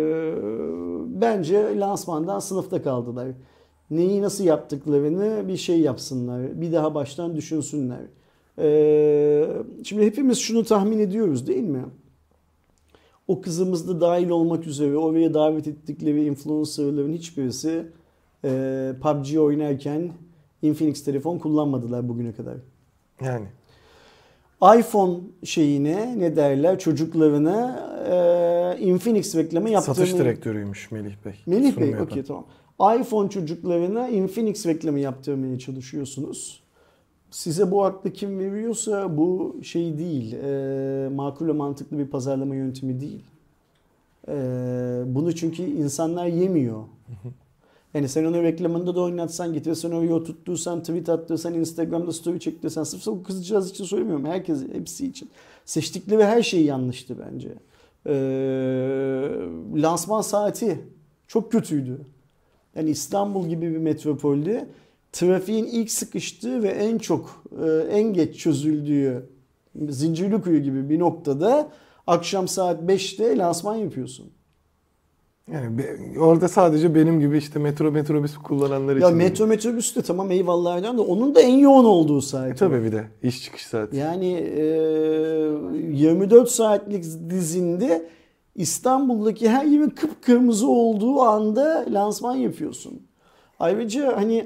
bence lansmandan sınıfta kaldılar. Neyi nasıl yaptıklarını bir şey yapsınlar. Bir daha baştan düşünsünler. Şimdi hepimiz şunu tahmin ediyoruz, değil mi? O kızımız da dahil olmak üzere oraya davet ettikleri influencerların hiçbirisi PUBG oynarken Infinix telefon kullanmadılar bugüne kadar. Yani. iPhone şeyine, ne derler, çocuklarına Infinix reklamı yaptığını... Satış direktörüymüş Melih Bey. Melih Bey, okey, tamam. iPhone çocuklarına Infinix reklamı yaptırmaya çalışıyorsunuz. Size bu aklı kim veriyorsa bu şey değil, makul ve mantıklı bir pazarlama yöntemi değil. Bunu çünkü insanlar yemiyor. Yani sen onu reklamında da oynatsan, getirsen oraya oturtursan, tweet attırsan, Instagram'da story çektirsen, sırf o kızcağız için söylemiyorum, herkes, hepsi için. Seçtikleri her şey yanlıştı bence. Lansman saati çok kötüydü. Yani İstanbul gibi bir metropolde trafiğin ilk sıkıştığı ve en geç çözüldüğü Zincirlikuyu gibi bir noktada akşam saat 5'te lansman yapıyorsun. Yani orada sadece benim gibi işte metrobüs kullananlar için. Ya metrobüs de tamam eyvallah da onun da en yoğun olduğu saat. Tabii bir de iş çıkış saati. Yani 24 saatlik dizinde İstanbul'daki her yerin kıpkırmızı olduğu anda lansman yapıyorsun. Ayrıca hani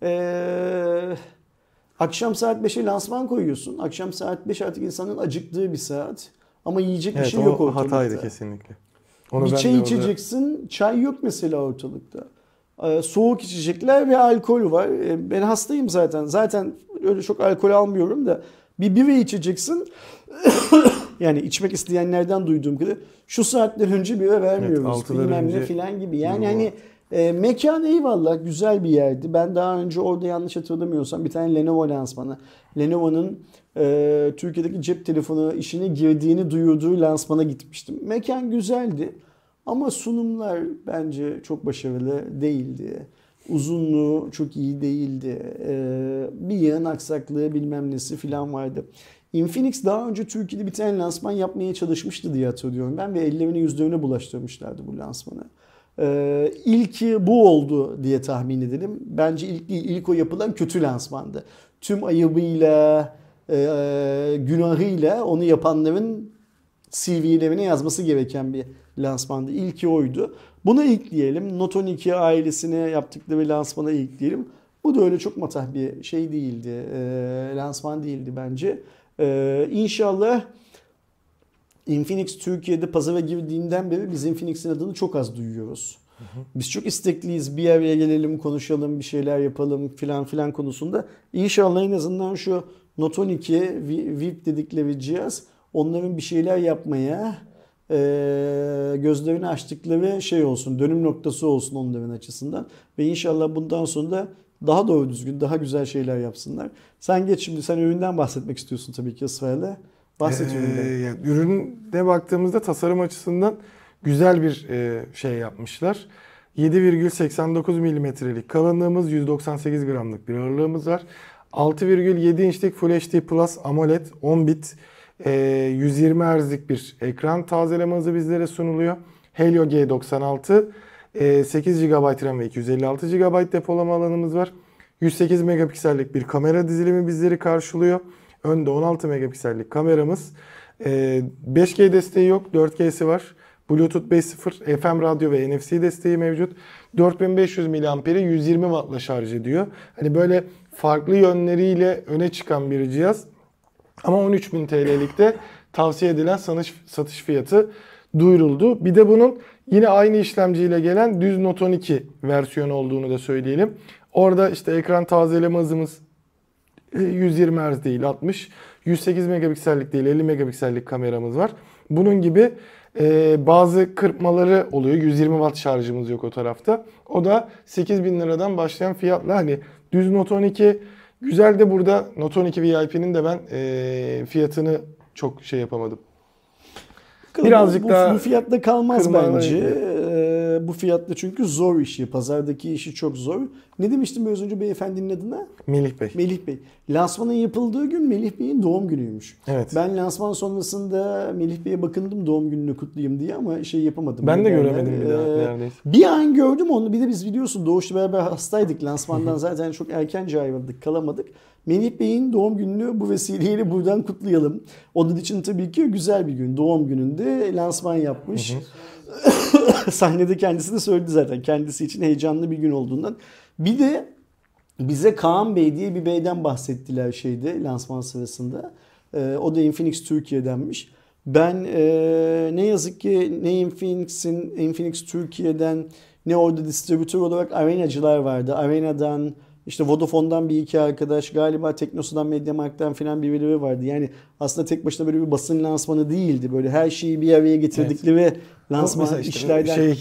akşam saat 5'e lansman koyuyorsun. Akşam saat 5 artık insanın acıktığı bir saat. Ama yiyecek bir şey yok ortalıkta. Hataydı kesinlikle. Bir çay içeceksin, çay yok mesela ortalıkta. Soğuk içecekler ve alkol var. Ben hastayım zaten. Zaten öyle çok alkol almıyorum da. Bir bira içeceksin. Yani içmek isteyenlerden duyduğum kadar şu saatten önce bira vermiyoruz. Bilmem ne filan gibi. Yani hani mekan eyvallah güzel bir yerdi. Ben daha önce orada yanlış hatırlamıyorsam bir tane Lenovo lansmanı. Lenovo'nun Türkiye'deki cep telefonu işine girdiğini duyurduğu lansmana gitmiştim. Mekan güzeldi ama sunumlar bence çok başarılı değildi. Uzunluğu çok iyi değildi. Bir yığın aksaklığı bilmem nesi filan vardı. Infinix daha önce Türkiye'de bir tane lansman yapmaya çalışmıştı diye hatırlıyorum ben ve ellerini yüzlerine bulaştırmışlardı bu lansmanı. İlki bu oldu diye tahmin edelim. Bence ilk o yapılan kötü lansmandı. Tüm ayıbıyla, günahıyla onu yapanların CV'lerine yazması gereken bir lansmandı. İlki oydu. Buna ekleyelim. Note 12 ailesine yaptıkları lansmana ekleyelim. Bu da öyle çok matah bir şey değildi. Lansman değildi bence. İnşallah Infinix Türkiye'de pazara girdiğinden beri biz Infinix'in adını çok az duyuyoruz. Biz çok istekliyiz. Bir araya gelelim, konuşalım, bir şeyler yapalım filan filan konusunda. İnşallah en azından şu Note 12 VIP dedikleri cihaz onların bir şeyler yapmaya gözlerini açtıkları şey olsun, dönüm noktası olsun onların açısından. Ve inşallah bundan sonra da daha doğru düzgün, daha güzel şeyler yapsınlar. Sen geç şimdi, sen üründen bahsetmek istiyorsun tabii ki ısrarla. Bahset üründen. Yani ürüne baktığımızda tasarım açısından güzel bir şey yapmışlar. 7,89 milimetrelik kalınlığımız, 198 gramlık bir ağırlığımız var. 6,7 inçlik Full HD Plus AMOLED 10 bit 120 Hz'lik bir ekran tazeleme hızı bizlere sunuluyor. Helio G96 8 GB RAM ve 256 GB depolama alanımız var. 108 megapiksellik bir kamera dizilimi bizleri karşılıyor. Önde 16 megapiksellik kameramız. 5G desteği yok, 4G'si var. Bluetooth 5.0, FM radyo ve NFC desteği mevcut. 4500 mAh'i 120 Watt'la şarj ediyor. Hani böyle farklı yönleriyle öne çıkan bir cihaz. Ama 13.000 TL'likte tavsiye edilen satış fiyatı duyuruldu. Bir de bunun yine aynı işlemciyle gelen düz Note 12 versiyonu olduğunu da söyleyelim. Orada işte ekran tazeleme hızımız 120 Hz değil 60. 108 megapiksellik değil 50 megapiksellik kameramız var. Bunun gibi bazı kırpmaları oluyor. 120 Watt şarjımız yok o tarafta. O da 8.000 liradan başlayan fiyatla hani düz Note 12 güzel de burada Note 12 VIP'nin de ben fiyatını çok şey yapamadım. Birazcık daha bu fiyatta kalmaz bence. Bu fiyatta çünkü zor işi. Pazardaki işi çok zor. Ne demiştim biraz önce beyefendinin adına? Melih Bey. Melih Bey. Lansmanın yapıldığı gün Melih Bey'in doğum günüymüş. Evet. Ben lansman sonrasında Melih Bey'e bakındım doğum gününü kutlayayım diye ama şey yapamadım. Ben de göremedim bir daha neredeyse. Bir an gördüm onu. Bir de biz biliyorsun Doğuş'la beraber hastaydık. Lansmandan zaten çok erkence ayrıldık, kalamadık. Melih Bey'in doğum gününü bu vesileyle buradan kutlayalım. Onun için tabii ki güzel bir gün. Doğum gününde lansman yapmış. Sahnede kendisi de söyledi zaten. Kendisi için heyecanlı bir gün olduğundan. Bir de bize Kaan Bey diye bir beyden bahsettiler şeyde lansman sırasında. O da Infinix Türkiye'denmiş. Ben ne yazık ki ne Infinix Türkiye'den ne orada distribütör olarak arenacılar vardı. Arena'dan işte Vodafone'dan bir iki arkadaş, galiba Teknosa'dan, Mediamarkt'tan falan birileri vardı. Yani aslında tek başına böyle bir basın lansmanı değildi. Böyle her şeyi bir araya getirdikleri lansman işte işlerden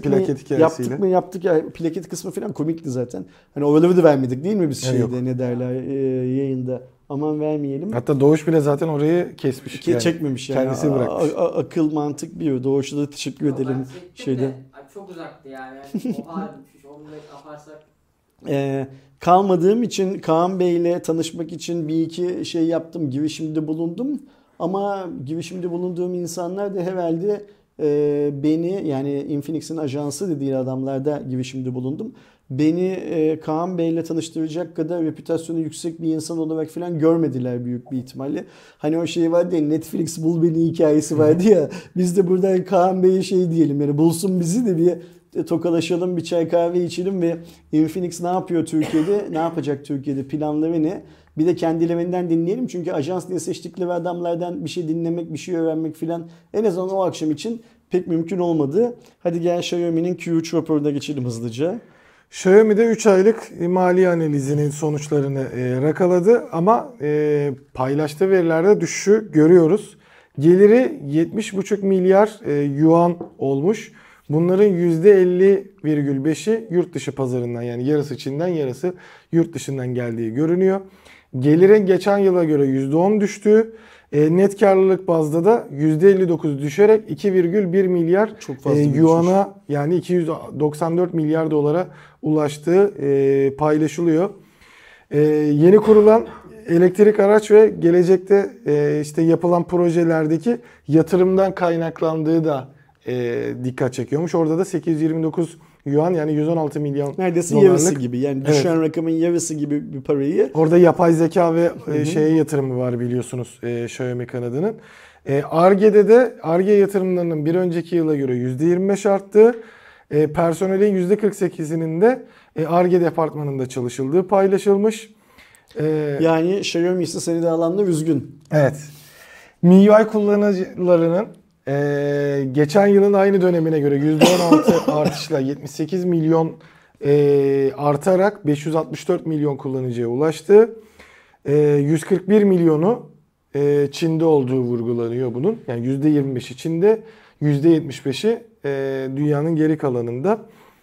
yaptık ya, plaket kısmı falan komikti zaten. Hani oraları da vermedik değil mi biz şeyde ne derler yayında. Aman vermeyelim. Hatta Doğuş bile zaten orayı kesmiş. Yani, çekmemiş yani. Kendisi bırakmış. Akıl mantık bir. Doğuş'a da teşekkür edelim. Çok uzaktı yani. Oha demiş, onu da yaparsak Kalmadığım için Kaan Bey'le tanışmak için bir iki şey yaptım, girişimde bulundum. Ama girişimde bulunduğum insanlar da herhalde beni, yani Infinix'in ajansı dediği adamlarda girişimde bulundum. Beni Kaan Bey'le tanıştıracak kadar reputasyonu yüksek bir insan olarak falan görmediler büyük bir ihtimalle. Hani o şey vardı ya, Netflix bul beni hikayesi vardı ya. Biz de buradan Kaan Bey'e şey diyelim, yani bulsun bizi de bir tokalaşalım, bir çay kahve içelim ve Infinix ne yapıyor Türkiye'de, ne yapacak Türkiye'de, planları ne? Bir de kendilerinden dinleyelim, çünkü ajans diye seçtikleri adamlardan bir şey dinlemek, bir şey öğrenmek filan en azından o akşam için pek mümkün olmadı. Hadi gel Xiaomi'nin Q3 raporuna geçelim hızlıca. Xiaomi'de 3 aylık mali analizinin sonuçlarını rakaladı ama paylaştığı verilerde düşüşü görüyoruz. Geliri 70,5 milyar yuan olmuş. Bunların %50,5'i yurt dışı pazarından, yani yarısı Çin'den yarısı yurt dışından geldiği görünüyor. Gelirin geçen yıla göre %10 düştüğü, net karlılık bazda da %59 düşerek 2,1 milyar yuana, yani 294 milyar dolara ulaştığı paylaşılıyor. Yeni kurulan elektrik araç ve gelecekte işte yapılan projelerdeki yatırımdan kaynaklandığı da dikkat çekiyormuş. Orada da 829 yuan, yani 116 milyon neredeyse dolarlık, yarısı gibi, yani düşen rakamın yarısı gibi bir parayı. Orada yapay zeka ve şeye yatırımı var biliyorsunuz Xiaomi kanadının. Ar-Ge'de de Ar-Ge yatırımlarının bir önceki yıla göre %25 arttığı, personelin %48'inin de Ar-Ge departmanında çalışıldığı paylaşılmış. Yani Xiaomi ise seni de alanlar üzgün. Evet. MIUI kullanıcılarının geçen yılın aynı dönemine göre %16 artışla 78 milyon artarak 564 milyon kullanıcıya ulaştı. 141 milyonu Çin'de olduğu vurgulanıyor bunun. Yani %25'i Çin'de, %75'i dünyanın geri kalanında.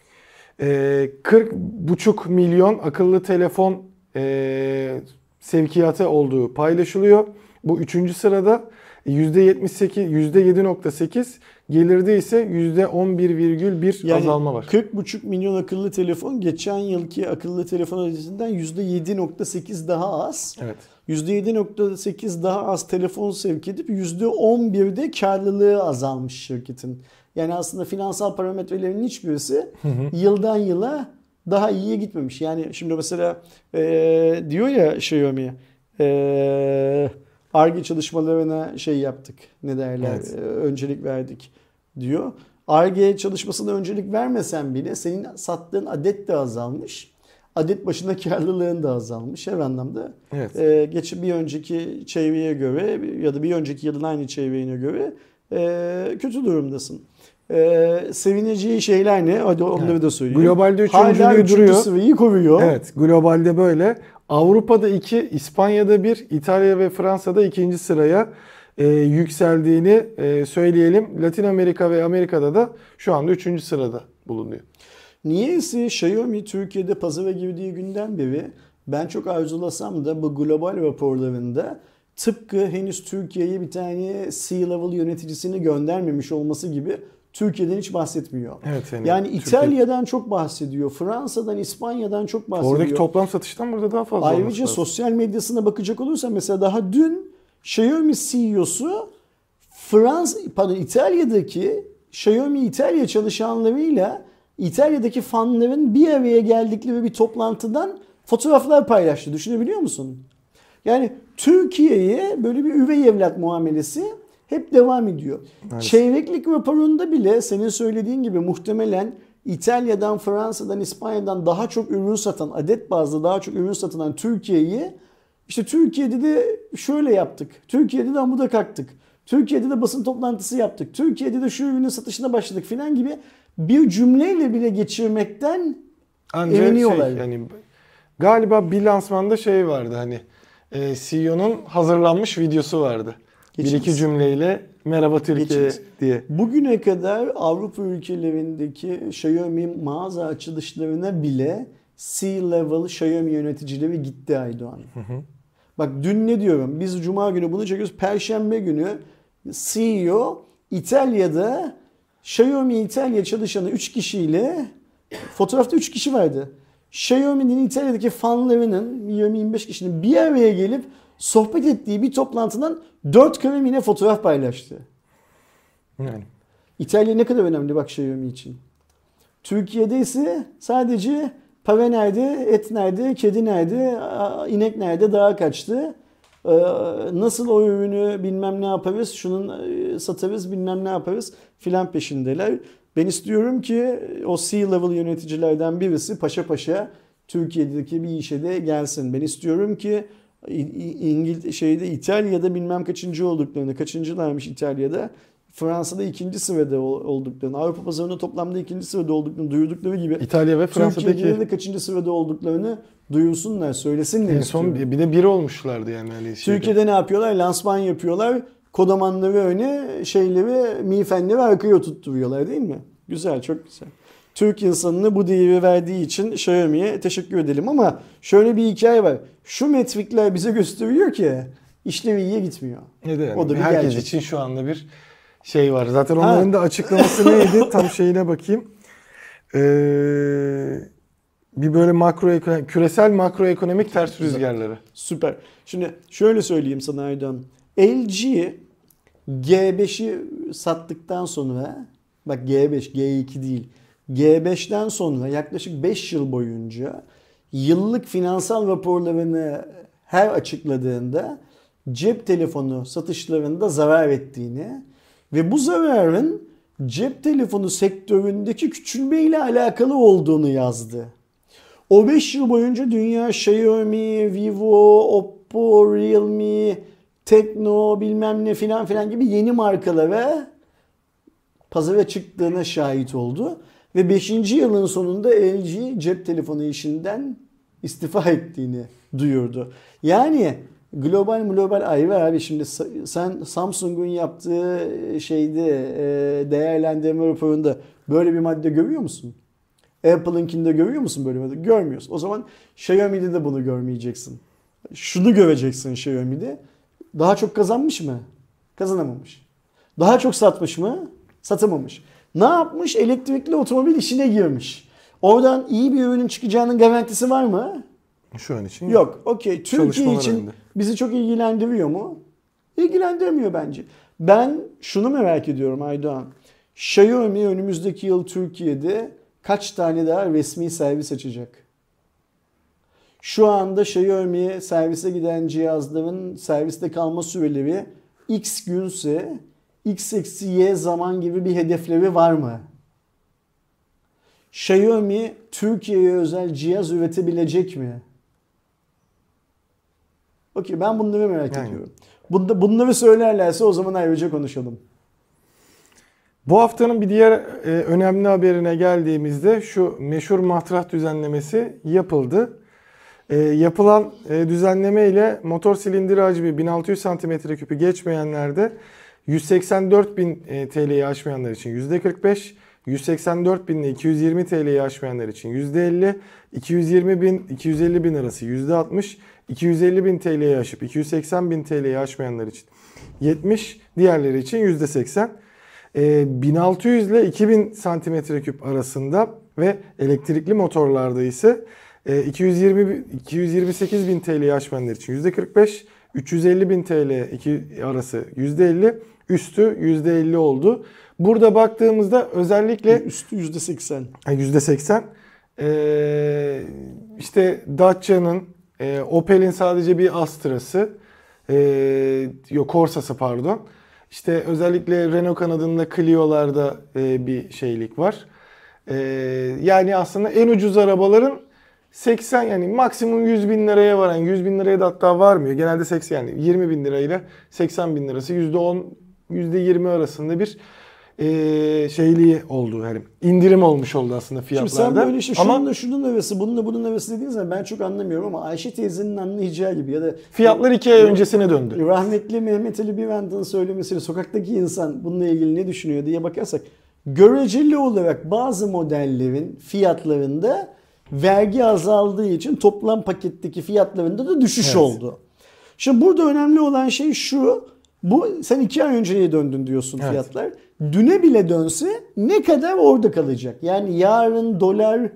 40,5 milyon akıllı telefon sevkiyatı olduğu paylaşılıyor. Bu 3. sırada. %7,8, gelirde ise %11,1 yani azalma var. 40,5 milyon akıllı telefon geçen yılki akıllı telefon adetinden %7,8 daha az. Evet. %7,8 daha az telefon sevk edip %11'de karlılığı azalmış şirketin. Yani aslında finansal parametrelerinin hiçbirisi yıldan yıla daha iyiye gitmemiş. Yani şimdi mesela diyor ya Xiaomi, Ar-Ge çalışmalarına şey yaptık, ne derler, evet, öncelik verdik diyor. Ar-Ge çalışmasına öncelik vermesen bile senin sattığın adet de azalmış. Adet başına karlılığın da azalmış. Her anlamda evet, bir önceki çeyreğe göre ya da bir önceki yılın aynı çeyreğine göre kötü durumdasın. Sevineceği şeyler ne? Hadi onları da söyleyeyim. Globalde hala üçüncülüğü duruyor. Sırayı koruyor. Evet, globalde böyle. Avrupa'da 2, İspanya'da 1, İtalya ve Fransa'da 2. sıraya yükseldiğini söyleyelim. Latin Amerika ve Amerika'da da şu anda 3. sırada bulunuyor. Niyeyse Xiaomi Türkiye'de pazara girdiği günden beri ben çok arzulasam da bu global raporlarında tıpkı henüz Türkiye'ye bir tane C-level yöneticisini göndermemiş olması gibi Türkiye'den hiç bahsetmiyor. Evet, yani İtalya'dan çok bahsediyor. Fransa'dan, İspanya'dan çok bahsediyor. Oradaki toplam satıştan burada daha fazla. Ayrıca sosyal medyasına bakacak olursa mesela daha dün Xiaomi CEO'su İtalya'daki Xiaomi İtalya çalışanlarıyla İtalya'daki fanların bir araya geldikleri bir toplantıdan fotoğraflar paylaştı. Düşünebiliyor musun? Yani Türkiye'ye böyle bir üvey evlat muamelesi hep devam ediyor. Evet. Çeyreklik raporunda bile senin söylediğin gibi muhtemelen İtalya'dan, Fransa'dan, İspanya'dan daha çok ürün satan, adet bazlı daha çok ürün satılan Türkiye'yi, işte Türkiye'de de şöyle yaptık, Türkiye'de de amuda kalktık, Türkiye'de de basın toplantısı yaptık, Türkiye'de de şu ürünün satışına başladık filan gibi bir cümleyle bile geçirmekten eminiyorlar. Yani galiba bir lansmanda şey vardı, hani CEO'nun hazırlanmış videosu vardı. Bir iki cümleyle merhaba Türkiye diye. Bugüne kadar Avrupa ülkelerindeki Xiaomi mağaza açılışlarına bile C-level Xiaomi yöneticileri gitti Aydoğan. Bak dün ne diyorum? Biz Cuma günü bunu çekiyoruz. Perşembe günü CEO Xiaomi İtalya çalışanı 3 kişiyle fotoğrafta 3 kişi vardı. Xiaomi'nin İtalya'daki fanlarının 20-25 kişinin bir araya gelip sohbet ettiği bir toplantıdan 4 kare yine fotoğraf paylaştı. Yani. İtalya ne kadar önemli bak Xiaomi için. Türkiye'de ise sadece para nerede, et nerede, kedi nerede, inek nerede, dağa kaçtı. Nasıl o ürünü bilmem ne yaparız, şunun satarız bilmem ne yaparız filan peşindeler. Ben istiyorum ki o C-level yöneticilerden birisi paşa paşa Türkiye'deki bir işe de gelsin. Ben istiyorum ki İtalya'da bilmem kaçıncı olduklarını, kaçıncılarmış İtalya'da, Fransa'da ikinci sırada olduklarını, Avrupa pazarında toplamda ikinci sırada olduklarını duyurdukları gibi İtalya ve Fransa'daki Türkiye'de de kaçıncı sırada olduklarını duyursunlar, söylesinler. en son bir de biri olmuşlardı yani. Öyle Türkiye'de ne yapıyorlar? Lansman yapıyorlar. Kodamanları öne, miğfenleri arkaya oturtturuyorlar değil mi? Güzel, çok güzel. Türk insanına bu değeri verdiği için Xiaomi'ye teşekkür edelim ama şöyle bir hikaye var. Şu metrikler bize gösteriyor ki işleri iyiye gitmiyor. Ne de yani, o da bir herkes gerçek. için şu anda bir şey var. Zaten onların da açıklaması neydi? Tam şeyine bakayım. Bir böyle küresel makroekonomik ters rüzgarları. Süper. Şimdi şöyle söyleyeyim sana Aydan. LG G5'i sattıktan sonra, bak G5, G2 değil, G5'ten sonra yaklaşık 5 yıl boyunca yıllık finansal raporlarını her açıkladığında cep telefonu satışlarında zarar ettiğini ve bu zararın cep telefonu sektöründeki küçülmeyle alakalı olduğunu yazdı. O 5 yıl boyunca dünya Xiaomi, Vivo, Oppo, Realme, Tekno bilmem ne filan filan gibi yeni markalara pazara çıktığına şahit oldu. Ve 5. yılın sonunda LG cep telefonu işinden istifa ettiğini duyurdu. Yani global ayrı abi, şimdi sen Samsung'un yaptığı değerlendirme raporunda böyle bir madde görüyor musun? Apple'ınkinde görüyor musun böyle bir madde? Görmüyorsun. O zaman Xiaomi'de de bunu görmeyeceksin. Şunu göreceksin Xiaomi'de. Daha çok kazanmış mı? Kazanamamış. Daha çok satmış mı? Satamamış. Ne yapmış? Elektrikli otomobil işine girmiş. Oradan iyi bir ürünün çıkacağının garantisi var mı? Şu an için yok. Okey. Türkiye için önünde. bizi çok ilgilendiriyor mu? İlgilendirmiyor bence. Ben şunu merak ediyorum Aydoğan. Xiaomi önümüzdeki yıl Türkiye'de kaç tane daha resmi servis açacak? Şu anda Xiaomi'ye servise giden cihazların serviste kalma süreleri X günse X-Y zaman gibi bir hedefleri var mı? Xiaomi Türkiye'ye özel cihaz üretebilecek mi? Okey, ben bunları merak ediyorum. Bunları söylerlerse o zaman ayrıca konuşalım. Bu haftanın bir diğer önemli haberine geldiğimizde şu meşhur matrah düzenlemesi yapıldı. Yapılan düzenleme ile motor silindir hacmi 1600 cm3'ü geçmeyenlerde 184.000 TL'yi aşmayanlar için %45, 184.000 ile 220 TL'yi aşmayanlar için %50, 250.000 arası %60, 250.000 TL'yi aşıp 280.000 TL'yi aşmayanlar için 70, diğerleri için %80. 1600 ile 2000 cm3 arasında ve elektrikli motorlarda ise 228.000 TL'yi aşmayanlar için %45, 350.000 TL arası %50, üstü %50 oldu. Burada baktığımızda özellikle üstü %80. %80. İşte Dacia'nın, Opel'in sadece bir Astra'sı, Corsa'sı pardon. İşte özellikle Renault kanadında Clio'larda bir şeylik var. Yani aslında en ucuz arabaların 80, yani maksimum 100 bin liraya varan, 100 bin liraya da hatta varmıyor. Genelde 80, yani 20 bin lirayla 80 bin lirası %10, %20 arasında bir şeyliği oldu. Yani indirim olmuş oldu aslında fiyatlarda. Şimdi sen böyle işte şunun arası, bunun arası dediğin zaman ben çok anlamıyorum ama Ayşe teyzenin anlayacağı gibi ya da fiyatlar 2 ay öncesine döndü. Rahmetli Mehmet Ali Birand'ın söylemesiyle sokaktaki insan bununla ilgili ne düşünüyor diye bakarsak göreceli olarak bazı modellerin fiyatlarında vergi azaldığı için toplam paketteki fiyatlarında da düşüş oldu. Şimdi burada önemli olan şey şu. Sen 2 ay önceye döndün diyorsun fiyatlar. Düne bile dönse ne kadar orada kalacak? Yani yarın dolar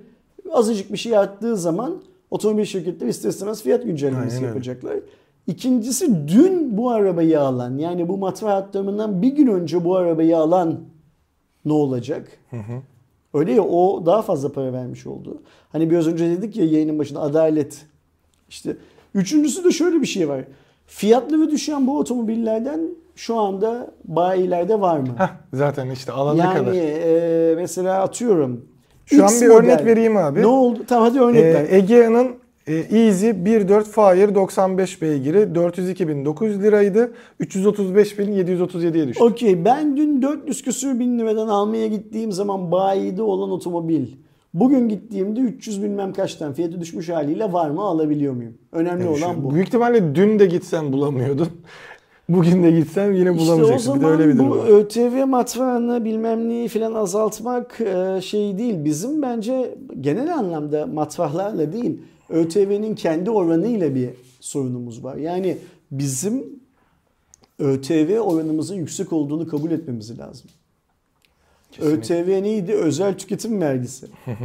azıcık bir şey arttığı zaman otomobil şirketleri ister istemez fiyat güncellemesi Aynen yapacaklar. İkincisi dün bu arabayı alan, yani bu matbaa aktarımından bir gün önce bu arabayı alan ne olacak? Öyle ya, o daha fazla para vermiş oldu. Hani biraz önce dedik ya yayının başında, adalet. İşte üçüncüsü de şöyle bir şey var. Fiyatları düşen bu otomobillerden şu anda bayilerde var mı? Zaten işte alana Yani kadar. mesela atıyorum. Şu an X bir model. örnek vereyim abi. Ne oldu? Tamam, hadi örnek ver. Egea'nın Easy 1.4 Fire 95 beygiri 402.900 liraydı. 335.737'ye düştü. Okey, ben dün 400 küsür bin liradan almaya gittiğim zaman bayide olan otomobil, bugün gittiğimde 300 bilmem kaçtan fiyatı düşmüş haliyle var mı, alabiliyor muyum? Önemli olan bu. Büyük ihtimalle dün de gitsen bulamıyordun. Bugün de gitsen yine İşte bulamayacaksın. o Bir de zaman öyle bir durum bu var. ÖTV matrağını bilmem neyi falan azaltmak şey değil. Bizim bence genel anlamda matrahlarla değil, ÖTV'nin kendi oranıyla bir sorunumuz var. Yani bizim ÖTV oranımızın yüksek olduğunu kabul etmemiz lazım. Kesinlikle. ÖTV neydi? Özel tüketim vergisi.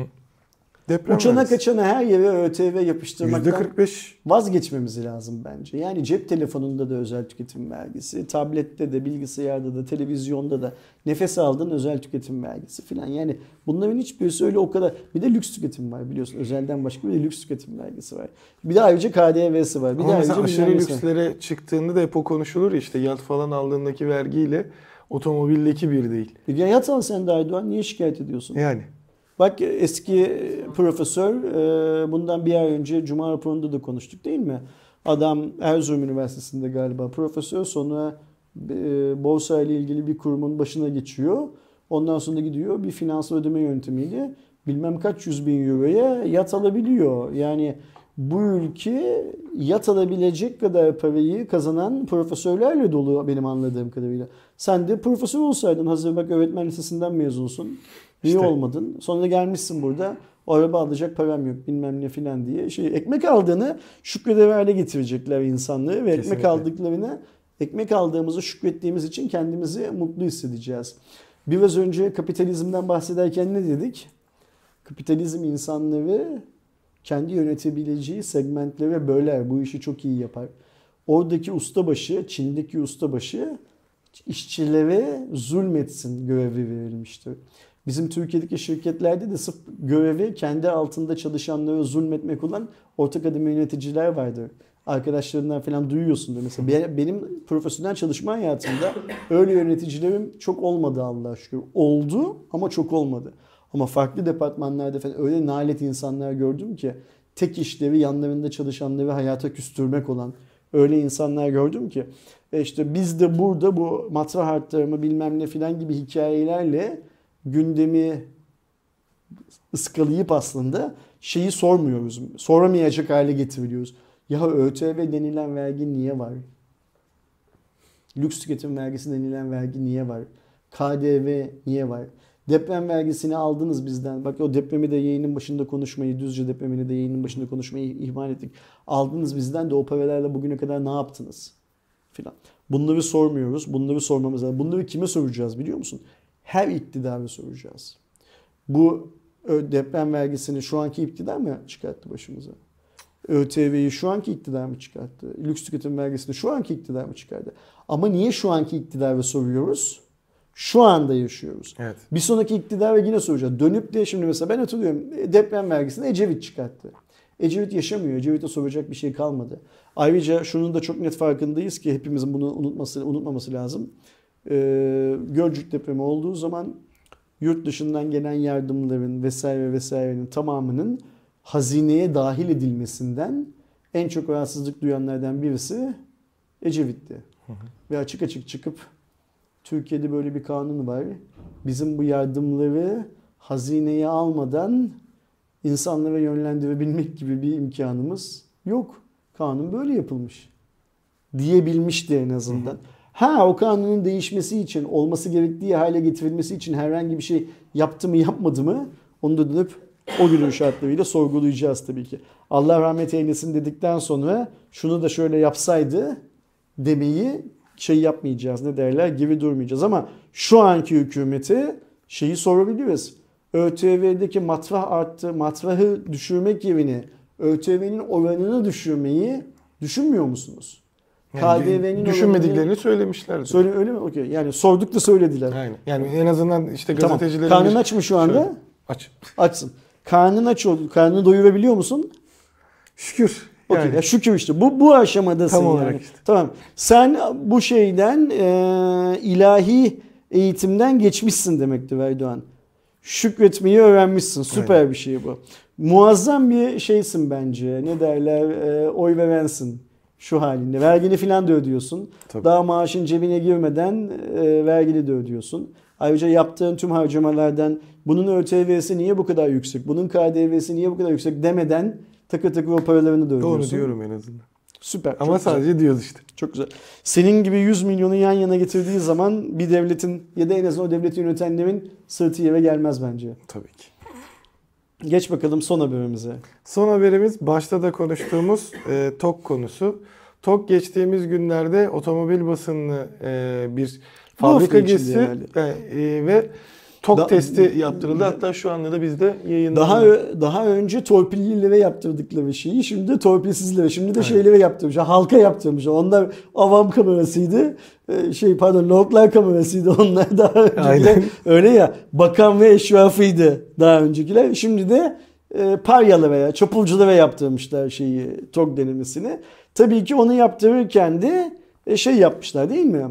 Deprem Uçana vergisi. kaçana her yere ÖTV yapıştırmaktan %45. vazgeçmemiz lazım bence. Yani cep telefonunda da özel tüketim vergisi, tablette de, bilgisayarda da, televizyonda da, nefes aldığın özel tüketim vergisi falan. Yani bunların hiçbirisi öyle o kadar. Bir de lüks tüketim var biliyorsun. Özelden başka bir de lüks tüketim vergisi var. Bir de ayrıca KDV'si var. Bir Ama de mesela ayrıca aşırı bilmem nesi var. lükslere çıktığında da hep o konuşulur ya, işte yat falan aldığındaki vergiyle otomobildeki bir değil. Ya yat al sen de Aydoğan, niye şikayet ediyorsun? Yani. Bak eski profesör, bundan bir ay önce Cuma raporunda da konuştuk değil mi? Adam Erzurum Üniversitesi'nde galiba profesör, sonra borsa ile ilgili bir kurumun başına geçiyor. Ondan sonra gidiyor bir finansal ödeme yöntemiyle bilmem kaç 100 bin euroya yat alabiliyor. Yani bu ülke yat alabilecek kadar parayı kazanan profesörlerle dolu benim anladığım kadarıyla. Sen de profesör olsaydın, hazır bak öğretmen lisesinden mezunsun. Niye İşte. olmadın? Sonra gelmişsin burada, o araba alacak param yok bilmem ne filan diye. Ekmek aldığını şükreder hale getirecekler insanlığı ve Kesinlikle. ekmek aldığımızı şükrettiğimiz için kendimizi mutlu hissedeceğiz. Biraz önce kapitalizmden bahsederken ne dedik? Kapitalizm insanları kendi yönetebileceği segmentlere böler. Bu işi çok iyi yapar. Oradaki ustabaşı, Çin'deki ustabaşı işçilere zulmetsin görevi verilmiştir. Bizim Türkiye'deki şirketlerde de sırf görevi kendi altında çalışanlara zulmetmek olan orta kademe yöneticiler vardır. Arkadaşlarından falan duyuyorsundur. Mesela benim profesyonel çalışma hayatımda öyle yöneticilerim çok olmadı Allah'a şükür. Oldu ama çok olmadı. Ama farklı departmanlarda falan öyle nalet insanlar gördüm ki tek işlevi yanlarında çalışanları hayata küstürmek olan öyle insanlar gördüm ki işte biz de burada bu matrah arttırımı bilmem ne filan gibi hikayelerle gündemi ıskalayıp aslında şeyi sormuyoruz. Soramayacak hale getiriliyoruz. Ya ÖTV denilen vergi niye var? Lüks tüketim vergisi denilen vergi niye var? KDV niye var? Deprem vergisini aldınız bizden. Bak o depremi de yayının başında konuşmayı, Düzce depremini de yayının başında konuşmayı ihmal ettik. Aldınız bizden de o paralarla bugüne kadar ne yaptınız? Filan. Bunları sormuyoruz. Bunları sormamız lazım. Bunları kime soracağız biliyor musun? Her iktidara soracağız. Bu deprem vergisini şu anki iktidar mı çıkarttı başımıza? ÖTV'yi şu anki iktidar mı çıkarttı? Lüks tüketim vergisini şu anki iktidar mı çıkarttı? Ama niye şu anki iktidara soruyoruz? Şu anda yaşıyoruz. Evet. Bir sonraki iktidara yine soracağız. Dönüp de şimdi mesela ben hatırlıyorum deprem vergisini Ecevit çıkarttı. Ecevit yaşamıyor. Ecevit'e soracak bir şey kalmadı. Ayrıca şunun da çok net farkındayız ki hepimizin bunu unutmaması lazım. Gölcük depremi olduğu zaman yurt dışından gelen yardımların vesairenin tamamının hazineye dahil edilmesinden en çok rahatsızlık duyanlardan birisi Ecevit'ti. Ve açık açık çıkıp Türkiye'de böyle bir kanun var. Bizim bu yardımları hazineye almadan insanlara yönlendirebilmek gibi bir imkanımız yok. Kanun böyle yapılmış. Diyebilmişti en azından. O kanunun değişmesi için, olması gerektiği hale getirilmesi için herhangi bir şey yaptı mı yapmadı mı onu da dönüp o günün şartlarıyla sorgulayacağız tabii ki. Allah rahmet eylesin dedikten sonra şunu da şöyle yapsaydı demeyi yapmayacağız. Ne derler? Gibi durmayacağız. Ama şu anki hükümete şeyi sorabiliriz. ÖTV'deki matrah arttı, matrahı düşürmek yerine ÖTV'nin oranını düşürmeyi düşünmüyor musunuz? Yani KDV'nin düşünmediklerini söylemişlerdi. Söyle öyle mi? Okey. Yani sorduk da söylediler. Aynen. Yani en azından işte Tamam. gazetecilerin... Karnın aç mı şu anda? Şöyle, aç. Açsın. Karnın aç oldu. Karnını doyurabiliyor musun? Şükür. Okey. Yani. Ya şükür işte. Bu aşamadasın Tam yani. olarak işte. Tamam. Sen bu şeyden ilahi eğitimden geçmişsin demektir Erdoğan. Şükretmeyi öğrenmişsin. Süper Aynen. bir şey bu. Muazzam bir şeysin bence. Ne derler? Oy verensin. Şu halinde. Vergini falan da ödüyorsun. Tabii. Daha maaşın cebine girmeden vergini de ödüyorsun. Ayrıca yaptığın tüm harcamalardan bunun ÖTV'si niye bu kadar yüksek, bunun KDV'si niye bu kadar yüksek demeden takır takır o paralarını da ödüyorsun. Doğru diyorum en azından. Süper. Ama sadece güzel. diyoruz işte. Çok güzel. Senin gibi 100 milyonu yan yana getirdiği zaman bir devletin ya da en azından o devleti yönetenlerin sırtı yere gelmez bence. Tabii ki. Geç bakalım son haberimize. Son haberimiz başta da konuştuğumuz TOG konusu. TOG geçtiğimiz günlerde otomobil basınlı bir fabrika gezisi ve TOG testi yaptırıldı. Hatta şu anda da bizde yayınlandı. Daha önce torpillilere yaptırdıkları şeyi şimdi de torpilsizlere, şimdi de şeylere yaptırmışlar. Halka yaptırmışlar. Onlar avam kamerasıydı. Lordlar kamerasıydı. Onlar daha öncekiler. Öyle ya, bakan ve eşrafıydı daha öncekiler. Şimdi de paryalara, çapulculara yaptırmışlar TOG denemesini. Tabii ki onu yaptırırken de yapmışlar değil mi?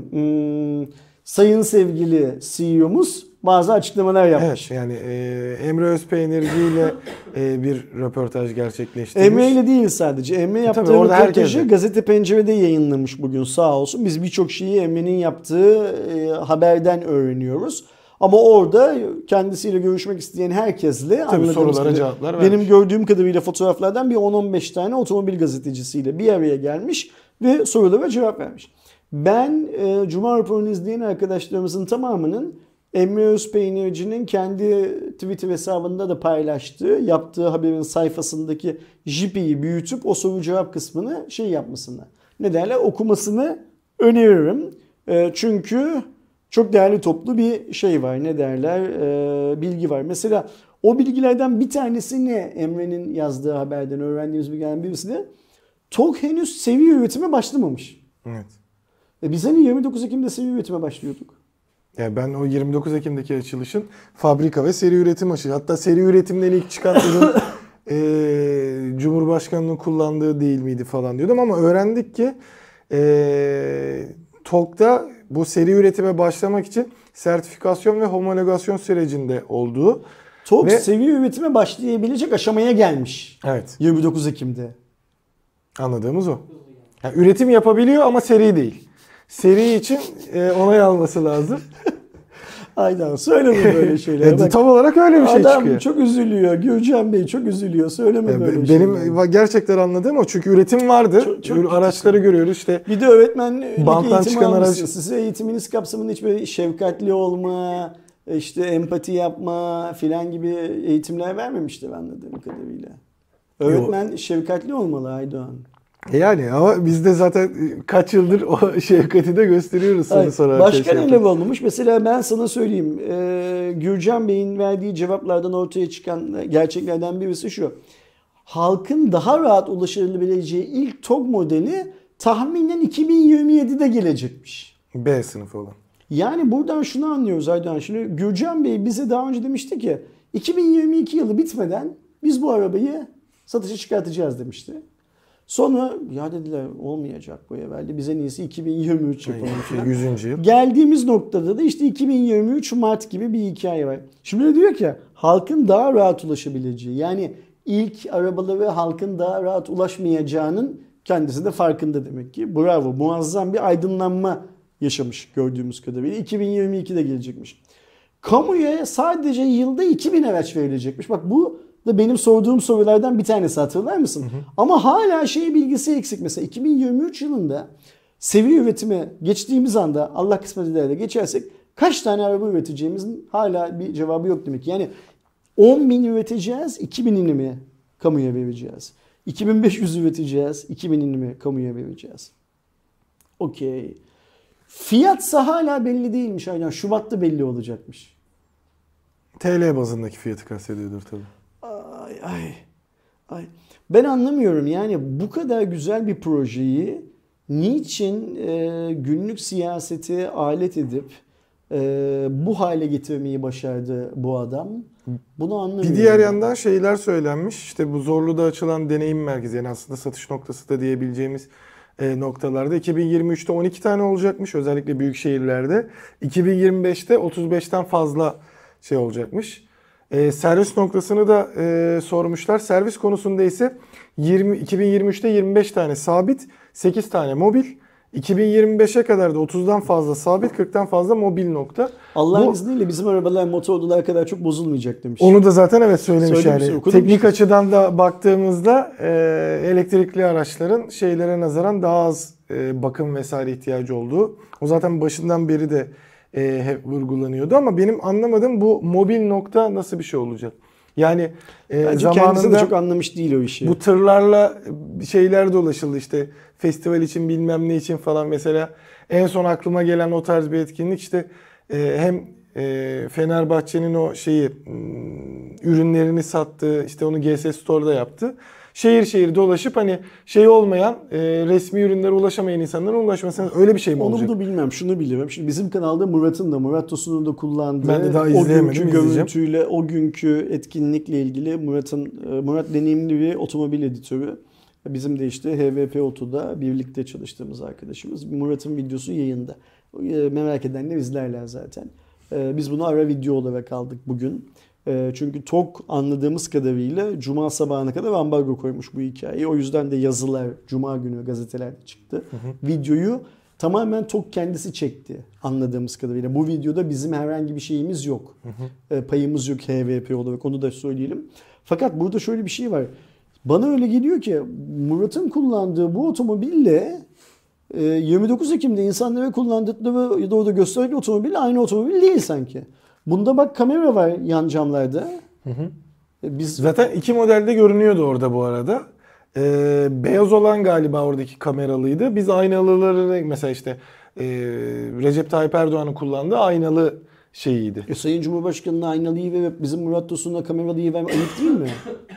Sayın sevgili CEO'muz bazı açıklamalar yapmış. Evet, yani Emre Özpeynirci ile bir röportaj gerçekleştirmiş. Emre ile değil sadece. Emre yaptığı röportajı Gazete Pencere'de yayınlamış bugün sağ olsun. Biz birçok şeyi Emre'nin yaptığı haberden öğreniyoruz. Ama orada kendisiyle görüşmek isteyen herkesle sorulara cevaplar vermiş. Benim gördüğüm kadarıyla fotoğraflardan bir 10-15 tane otomobil gazetecisiyle bir araya gelmiş ve sorulara cevap vermiş. Ben Cuma raporunu izleyen arkadaşlarımızın tamamının Emre Özpeynirci'nin kendi Twitter hesabında da paylaştığı, yaptığı haberin sayfasındaki jipiyi büyütüp o soru cevap kısmını yapmasını, okumasını öneririm. Çünkü çok değerli toplu bir var, bilgi var. Mesela o bilgilerden bir tanesi ne? Emre'nin yazdığı haberden öğrendiğimiz bilgilerden birisi de TOG henüz seri üretime başlamamış. Evet. Biz hani 29 Ekim'de seri üretime başlıyorduk. Yani ben o 29 Ekim'deki açılışın fabrika ve seri üretim açılışı. Hatta seri üretimden ilk çıkan ürün Cumhurbaşkanı'nın kullandığı değil miydi falan diyordum. Ama öğrendik ki TOG'da bu seri üretime başlamak için sertifikasyon ve homologasyon sürecinde olduğu. TOG seri üretime başlayabilecek aşamaya gelmiş. Evet. 29 Ekim'de. Anladığımız o. Yani üretim yapabiliyor ama seri değil. Seri için onay alması lazım. Aynen, söyleme böyle şeyler. Tam olarak öyle bir şey çıkıyor. Adam çok üzülüyor. Gürcan Bey çok üzülüyor. Söyleme böyle şeyler. Benim gerçekten anladığım o. Çünkü üretim vardı. Çok araçları görüyoruz işte. Bir de öğretmenlik banttan eğitimi çıkan almışsın. Size eğitiminiz kapsamında hiç böyle şefkatli olma, empati yapma filan gibi eğitimler vermemiştir anladığım kadarıyla. Öğretmen şefkatli olmalı Aydoğan. Yani ama biz de zaten kaç yıldır o şefkati de gösteriyoruz soru sorarken. Başka neler olmamış? Mesela ben sana söyleyeyim. Gürcan Bey'in verdiği cevaplardan ortaya çıkan gerçeklerden birisi şu. Halkın daha rahat ulaşabileceği ilk TOG modeli tahminen 2027'de gelecekmiş. B sınıfı olan. Yani buradan şunu anlıyoruz Aydoğan. Şimdi Gürcan Bey bize daha önce demişti ki 2022 yılı bitmeden biz bu arabayı satışa çıkartacağız demişti. Sonra ya dediler olmayacak bu evvelde, bize neyse 2023 yapalım. 100. yıl. Geldiğimiz noktada da işte 2023 Mart gibi bir hikaye var. Şimdi de diyor ki halkın daha rahat ulaşabileceği, yani ilk arabaları halkın daha rahat ulaşmayacağının kendisi de farkında demek ki. Bravo, muazzam bir aydınlanma yaşamış gördüğümüz kadarıyla. 2022'de gelecekmiş. Kamuya sadece yılda 2000 araç verilecekmiş. Bak bu da benim sorduğum sorulardan bir tanesi, hatırlar mısın? Hı hı. Ama hala bilgisi eksik. Mesela 2023 yılında seri üretime geçtiğimiz anda, Allah kısmet ederse geçersek kaç tane araba üreteceğimizin hala bir cevabı yok demek. Yani 10.000 üreteceğiz, 2.000'ini mi kamuya vereceğiz? 2.500 üreteceğiz, 2.000'ini mi kamuya vereceğiz? Okey. Fiyatsa hala belli değilmiş. Aynen Şubat'ta belli olacakmış. TL bazındaki fiyatı kastediyordur tabii. Ay ay ay. Ben anlamıyorum yani bu kadar güzel bir projeyi niçin günlük siyaseti alet edip bu hale getirmeyi başardı bu adam? Bunu anlamıyorum. Bir diğer yandan şeyler söylenmiş. İşte bu Zorlu'da açılan deneyim merkezi, yani aslında satış noktası da diyebileceğimiz noktalarda 2023'te 12 tane olacakmış, özellikle büyük şehirlerde. 2025'te 35'ten fazla şey olacakmış. Servis noktasını da sormuşlar. Servis konusunda ise 2023'te 25 tane sabit, 8 tane mobil. 2025'e kadar da 30'dan fazla sabit, 40'tan fazla mobil nokta. Allah'ın izniyle bizim arabalar motorlular kadar çok bozulmayacak demiş. Onu da zaten evet söylemiş yani. Teknik işte. açıdan da baktığımızda elektrikli araçların şeylere nazaran daha az bakım vesaire ihtiyacı olduğu. O zaten başından beri de hep vurgulanıyordu ama benim anlamadığım bu mobil nokta nasıl bir şey olacak? Yani Bence kendisi de zamanında çok anlamış değil o işi. bu tırlarla şeyler dolaşıldı işte, festival için bilmem ne için falan. Mesela en son aklıma gelen o tarz bir etkinlik işte hem Fenerbahçe'nin o ürünlerini sattığı, işte onu GS Store'da yaptı. Şehir şehir dolaşıp hani şey olmayan, resmi ürünlere ulaşamayan insanlara ulaşmasına, öyle bir şey mi olacak? Onu da bilmem, şunu biliyorum. Şimdi bizim kanalda Murat Tosun'un da kullandığı Ben de daha o izleyemedim, günkü izleyeceğim. görüntüyle, o günkü etkinlikle ilgili Murat deneyimli bir otomobil editörü. Bizim de işte HVP Oto'da birlikte çalıştığımız arkadaşımız. Murat'ın videosu yayında. Merak edenler izlerler zaten. Biz bunu ara video olarak aldık bugün. Çünkü TOG anladığımız kadarıyla Cuma sabahına kadar ambargo koymuş bu hikayeyi. O yüzden de yazılar Cuma günü gazetelerde çıktı. Videoyu tamamen TOG kendisi çekti anladığımız kadarıyla. Bu videoda bizim herhangi bir şeyimiz yok. Payımız yok HVP olarak, onu da söyleyelim. Fakat burada şöyle bir şey var. Bana öyle geliyor ki Murat'ın kullandığı bu otomobille 29 Ekim'de insanlara kullandıkları ya da orada gösterdikleri otomobil aynı otomobil değil sanki. Bunda bak kamera var yan camlarda. Biz Zaten iki modelde görünüyordu orada bu arada. Beyaz olan galiba oradaki kameralıydı. Biz aynalıları mesela işte Recep Tayyip Erdoğan'ın kullandığı aynalı şeyiydi. Sayın Cumhurbaşkanı'na aynalıyı verip bizim Murat Tosun'la kameralıyı vermek ayıp değil mi?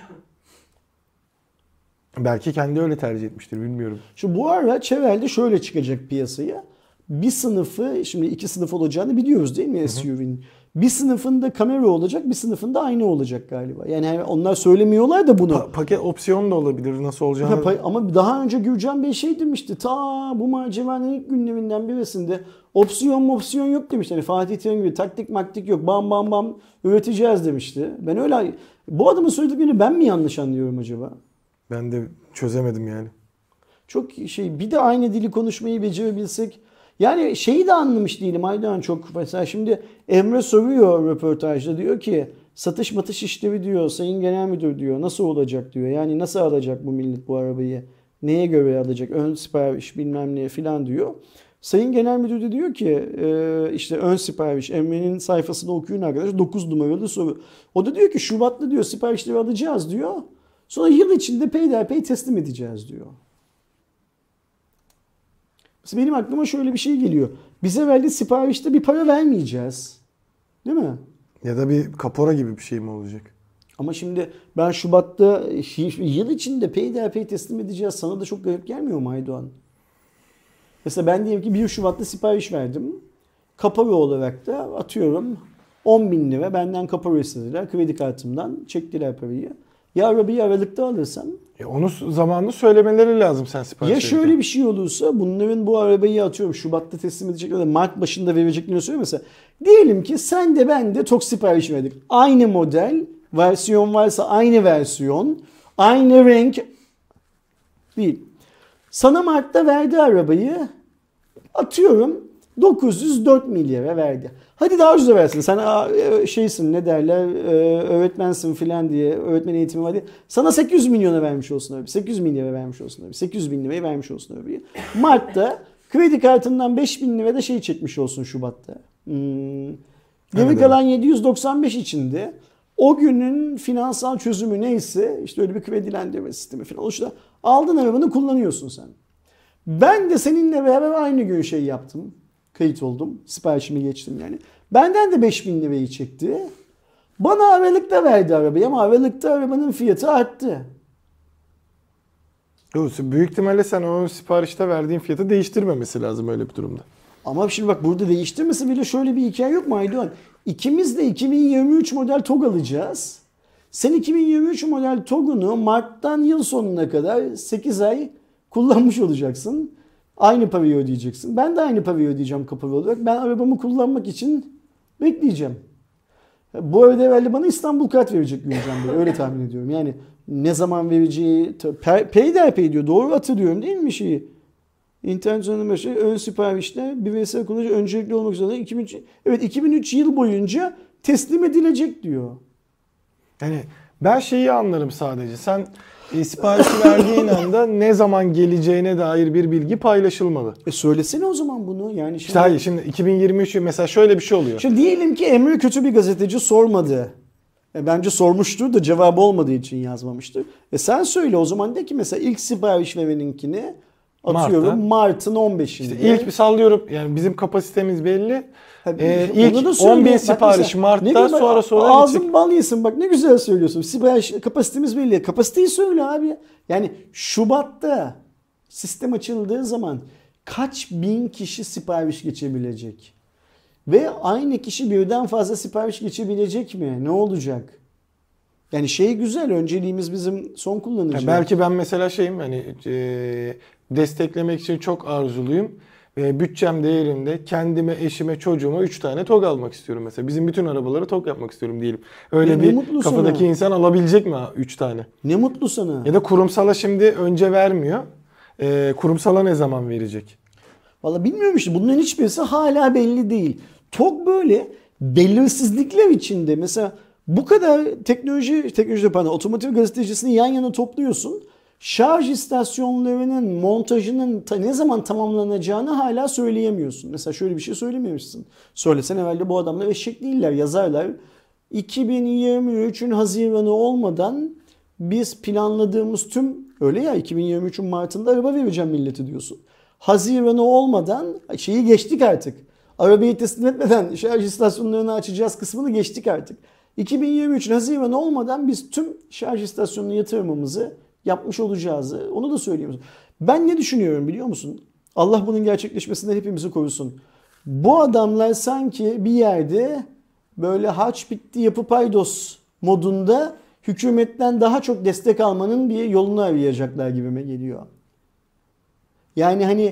Belki kendi öyle tercih etmiştir, bilmiyorum. Şu bu araç herhalde şöyle çıkacak piyasaya. Bir sınıfı, şimdi iki sınıf olacağını biliyoruz değil mi SUV'nin? Bir sınıfında kamera olacak, bir sınıfında ayna olacak galiba. Yani onlar söylemiyorlar da bunu. Paket opsiyon da olabilir, nasıl olacağını. Ama daha önce Gürcan Bey şey demişti. Ta bu maceranın ilk günlerinden birisinde opsiyon yok demişti. Hani Fatih Terim gibi taktik maktik yok. Bam bam bam üreteceğiz demişti. Ben öyle, bu adamın söylediklerini ben mi yanlış anlıyorum acaba? Ben de çözemedim yani. Çok bir de aynı dili konuşmayı becerebilsek. Yani şeyi de anlamış değilim Aydoğan çok. Mesela şimdi Emre soruyor röportajda, diyor ki satış matış işlevi diyor Sayın Genel Müdür diyor, nasıl olacak diyor. Yani nasıl alacak bu millet bu arabayı? Neye göre alacak? Ön sipariş bilmem ne filan diyor. Sayın Genel Müdür de diyor ki işte ön sipariş, Emre'nin sayfasını okuyun arkadaşlar, 9 numaralı soru. O da diyor ki Şubat'ta diyor siparişleri alacağız diyor. Sonra yıl içinde peyderpey teslim edeceğiz diyor. Mesela benim aklıma şöyle bir şey geliyor. Bize verdiği siparişte bir para vermeyeceğiz. Değil mi? Ya da bir kapora gibi bir şey mi olacak? Ama şimdi ben Şubat'ta yıl içinde peyderpey teslim edeceğiz. Sana da çok garip gelmiyor mu Aydoğan? Mesela ben diyelim ki 1 Şubat'ta sipariş verdim. Kapora olarak da atıyorum 10.000 lira benden kapora istediler. Kredi kartımdan çektiler parayı. Ya arabayı Aralık'ta alırsam? Onu zamanını söylemeleri lazım sen sipariş Ya verirken. şöyle bir şey olursa bunların bu arabayı atıyorum Şubat'ta teslim edecekler de Mart başında vereceklerini söylüyor mesela. Diyelim ki sen de ben de TOG sipariş verdik. Aynı model, versiyon varsa aynı versiyon, aynı renk değil. Sana Mart'ta verdi arabayı, atıyorum 904 milyara verdi. Hadi daha ucuza versin. Sen şeysin ne derler öğretmensin filan diye, öğretmen eğitimi var diye. Sana 800 milyona vermiş olsun arabayı. 800 milyara vermiş olsun arabayı. 800 bin liraya vermiş olsun arabayı. Mart'ta kredi kartından 5.000 lira da şey çekmiş olsun Şubat'ta. Geri kalan 795 içinde o günün finansal çözümü neyse işte öyle bir kredilendirme sistemi falan oluştu. Aldın arabanı kullanıyorsun sen. Ben de seninle beraber aynı gün şey yaptım. Kayıt oldum. Siparişimi geçtim yani. Benden de 5.000 lirayı çekti. Bana Aralık'ta verdi arabayı ama Aralık'ta arabanın fiyatı arttı. Büyük ihtimalle sen o siparişte verdiğin fiyatı değiştirmemesi lazım öyle bir durumda. Ama şimdi bak burada değiştirmesi bile şöyle bir hikaye yok mu Aydoğan? İkimiz de 2023 model TOG alacağız. Sen 2023 model TOG'unu Mart'tan yıl sonuna kadar 8 ay kullanmış olacaksın. Aynı parayı ödeyeceksin. Ben de aynı parayı ödeyeceğim kapalı olarak. Ben arabamı kullanmak için bekleyeceğim. Bu arada evvelde bana İstanbul kart verecek Gülcan Bey. Öyle tahmin ediyorum. Yani ne zaman vereceği peyderpey diyor. Doğru hatırlıyorum değil mi şeyi? İnternet üzerinden başlayan ön siparişte bireysel kullanıcı öncelikli olmak üzere 2003 yıl boyunca teslim edilecek diyor. Yani ben şeyi anlarım sadece. Sen siparişi verdiğin anda ne zaman geleceğine dair bir bilgi paylaşılmalı. Söylesene o zaman bunu. Yani şimdi, İşte hayır, şimdi 2023 mesela şöyle bir şey oluyor. Şimdi diyelim ki Emre kötü bir gazeteci sormadı. Bence sormuştur da cevabı olmadığı için yazmamıştır. Sen söyle o zaman, de ki mesela ilk sipariş vereninkini atıyorum Mart'ın 15'inde. İşte ilk bir sallıyorum, yani bizim kapasitemiz belli. İlk 10.000 sipariş Mart'ta, sonra ağzın bal yesin, bak ne güzel söylüyorsun. Sipariş kapasitemiz belli. Kapasiteyi söyle abi. Yani Şubat'ta sistem açıldığı zaman kaç bin kişi sipariş geçebilecek? Ve aynı kişi birden fazla sipariş geçebilecek mi? Ne olacak? Yani şey güzel, önceliğimiz bizim son kullanıcı. Belki ben mesela hani desteklemek için çok arzuluyum. Bütçem değerinde kendime, eşime, çocuğuma 3 tane TOG almak istiyorum mesela. Bizim bütün arabaları TOG yapmak istiyorum diyelim. Öyle bir kafadaki sana. İnsan alabilecek mi 3 tane? Ne mutlu sana. Ya da kurumsala şimdi önce vermiyor. Kurumsala ne zaman verecek? Valla bilmiyorum işte, bunların hiçbirisi hala belli değil. TOG böyle belirsizlikler içinde. Mesela bu kadar otomotiv gazetecisini yan yana topluyorsun. Şarj istasyonlarının montajının ne zaman tamamlanacağını hala söyleyemiyorsun. Mesela şöyle bir şey söylememişsin. Söylesen evvelde bu adamlar eşek değiller, yazarlar. 2023'ün Haziran'ı olmadan biz planladığımız tüm, öyle ya 2023'ün Mart'ında araba vereceğim milleti diyorsun. Haziran'ı olmadan şeyi geçtik artık. Arabayı teslim etmeden şarj istasyonlarını açacağız kısmını geçtik artık. 2023'ün Haziran'ı olmadan biz tüm şarj istasyonunu yatırımımızı yapmış olacağız. Onu da söyleyeyim. Ben ne düşünüyorum biliyor musun? Allah bunun gerçekleşmesinden hepimizi korusun. Bu adamlar sanki bir yerde böyle harç bitti yapı paydos modunda hükümetten daha çok destek almanın bir yolunu arayacaklar gibime geliyor. Yani hani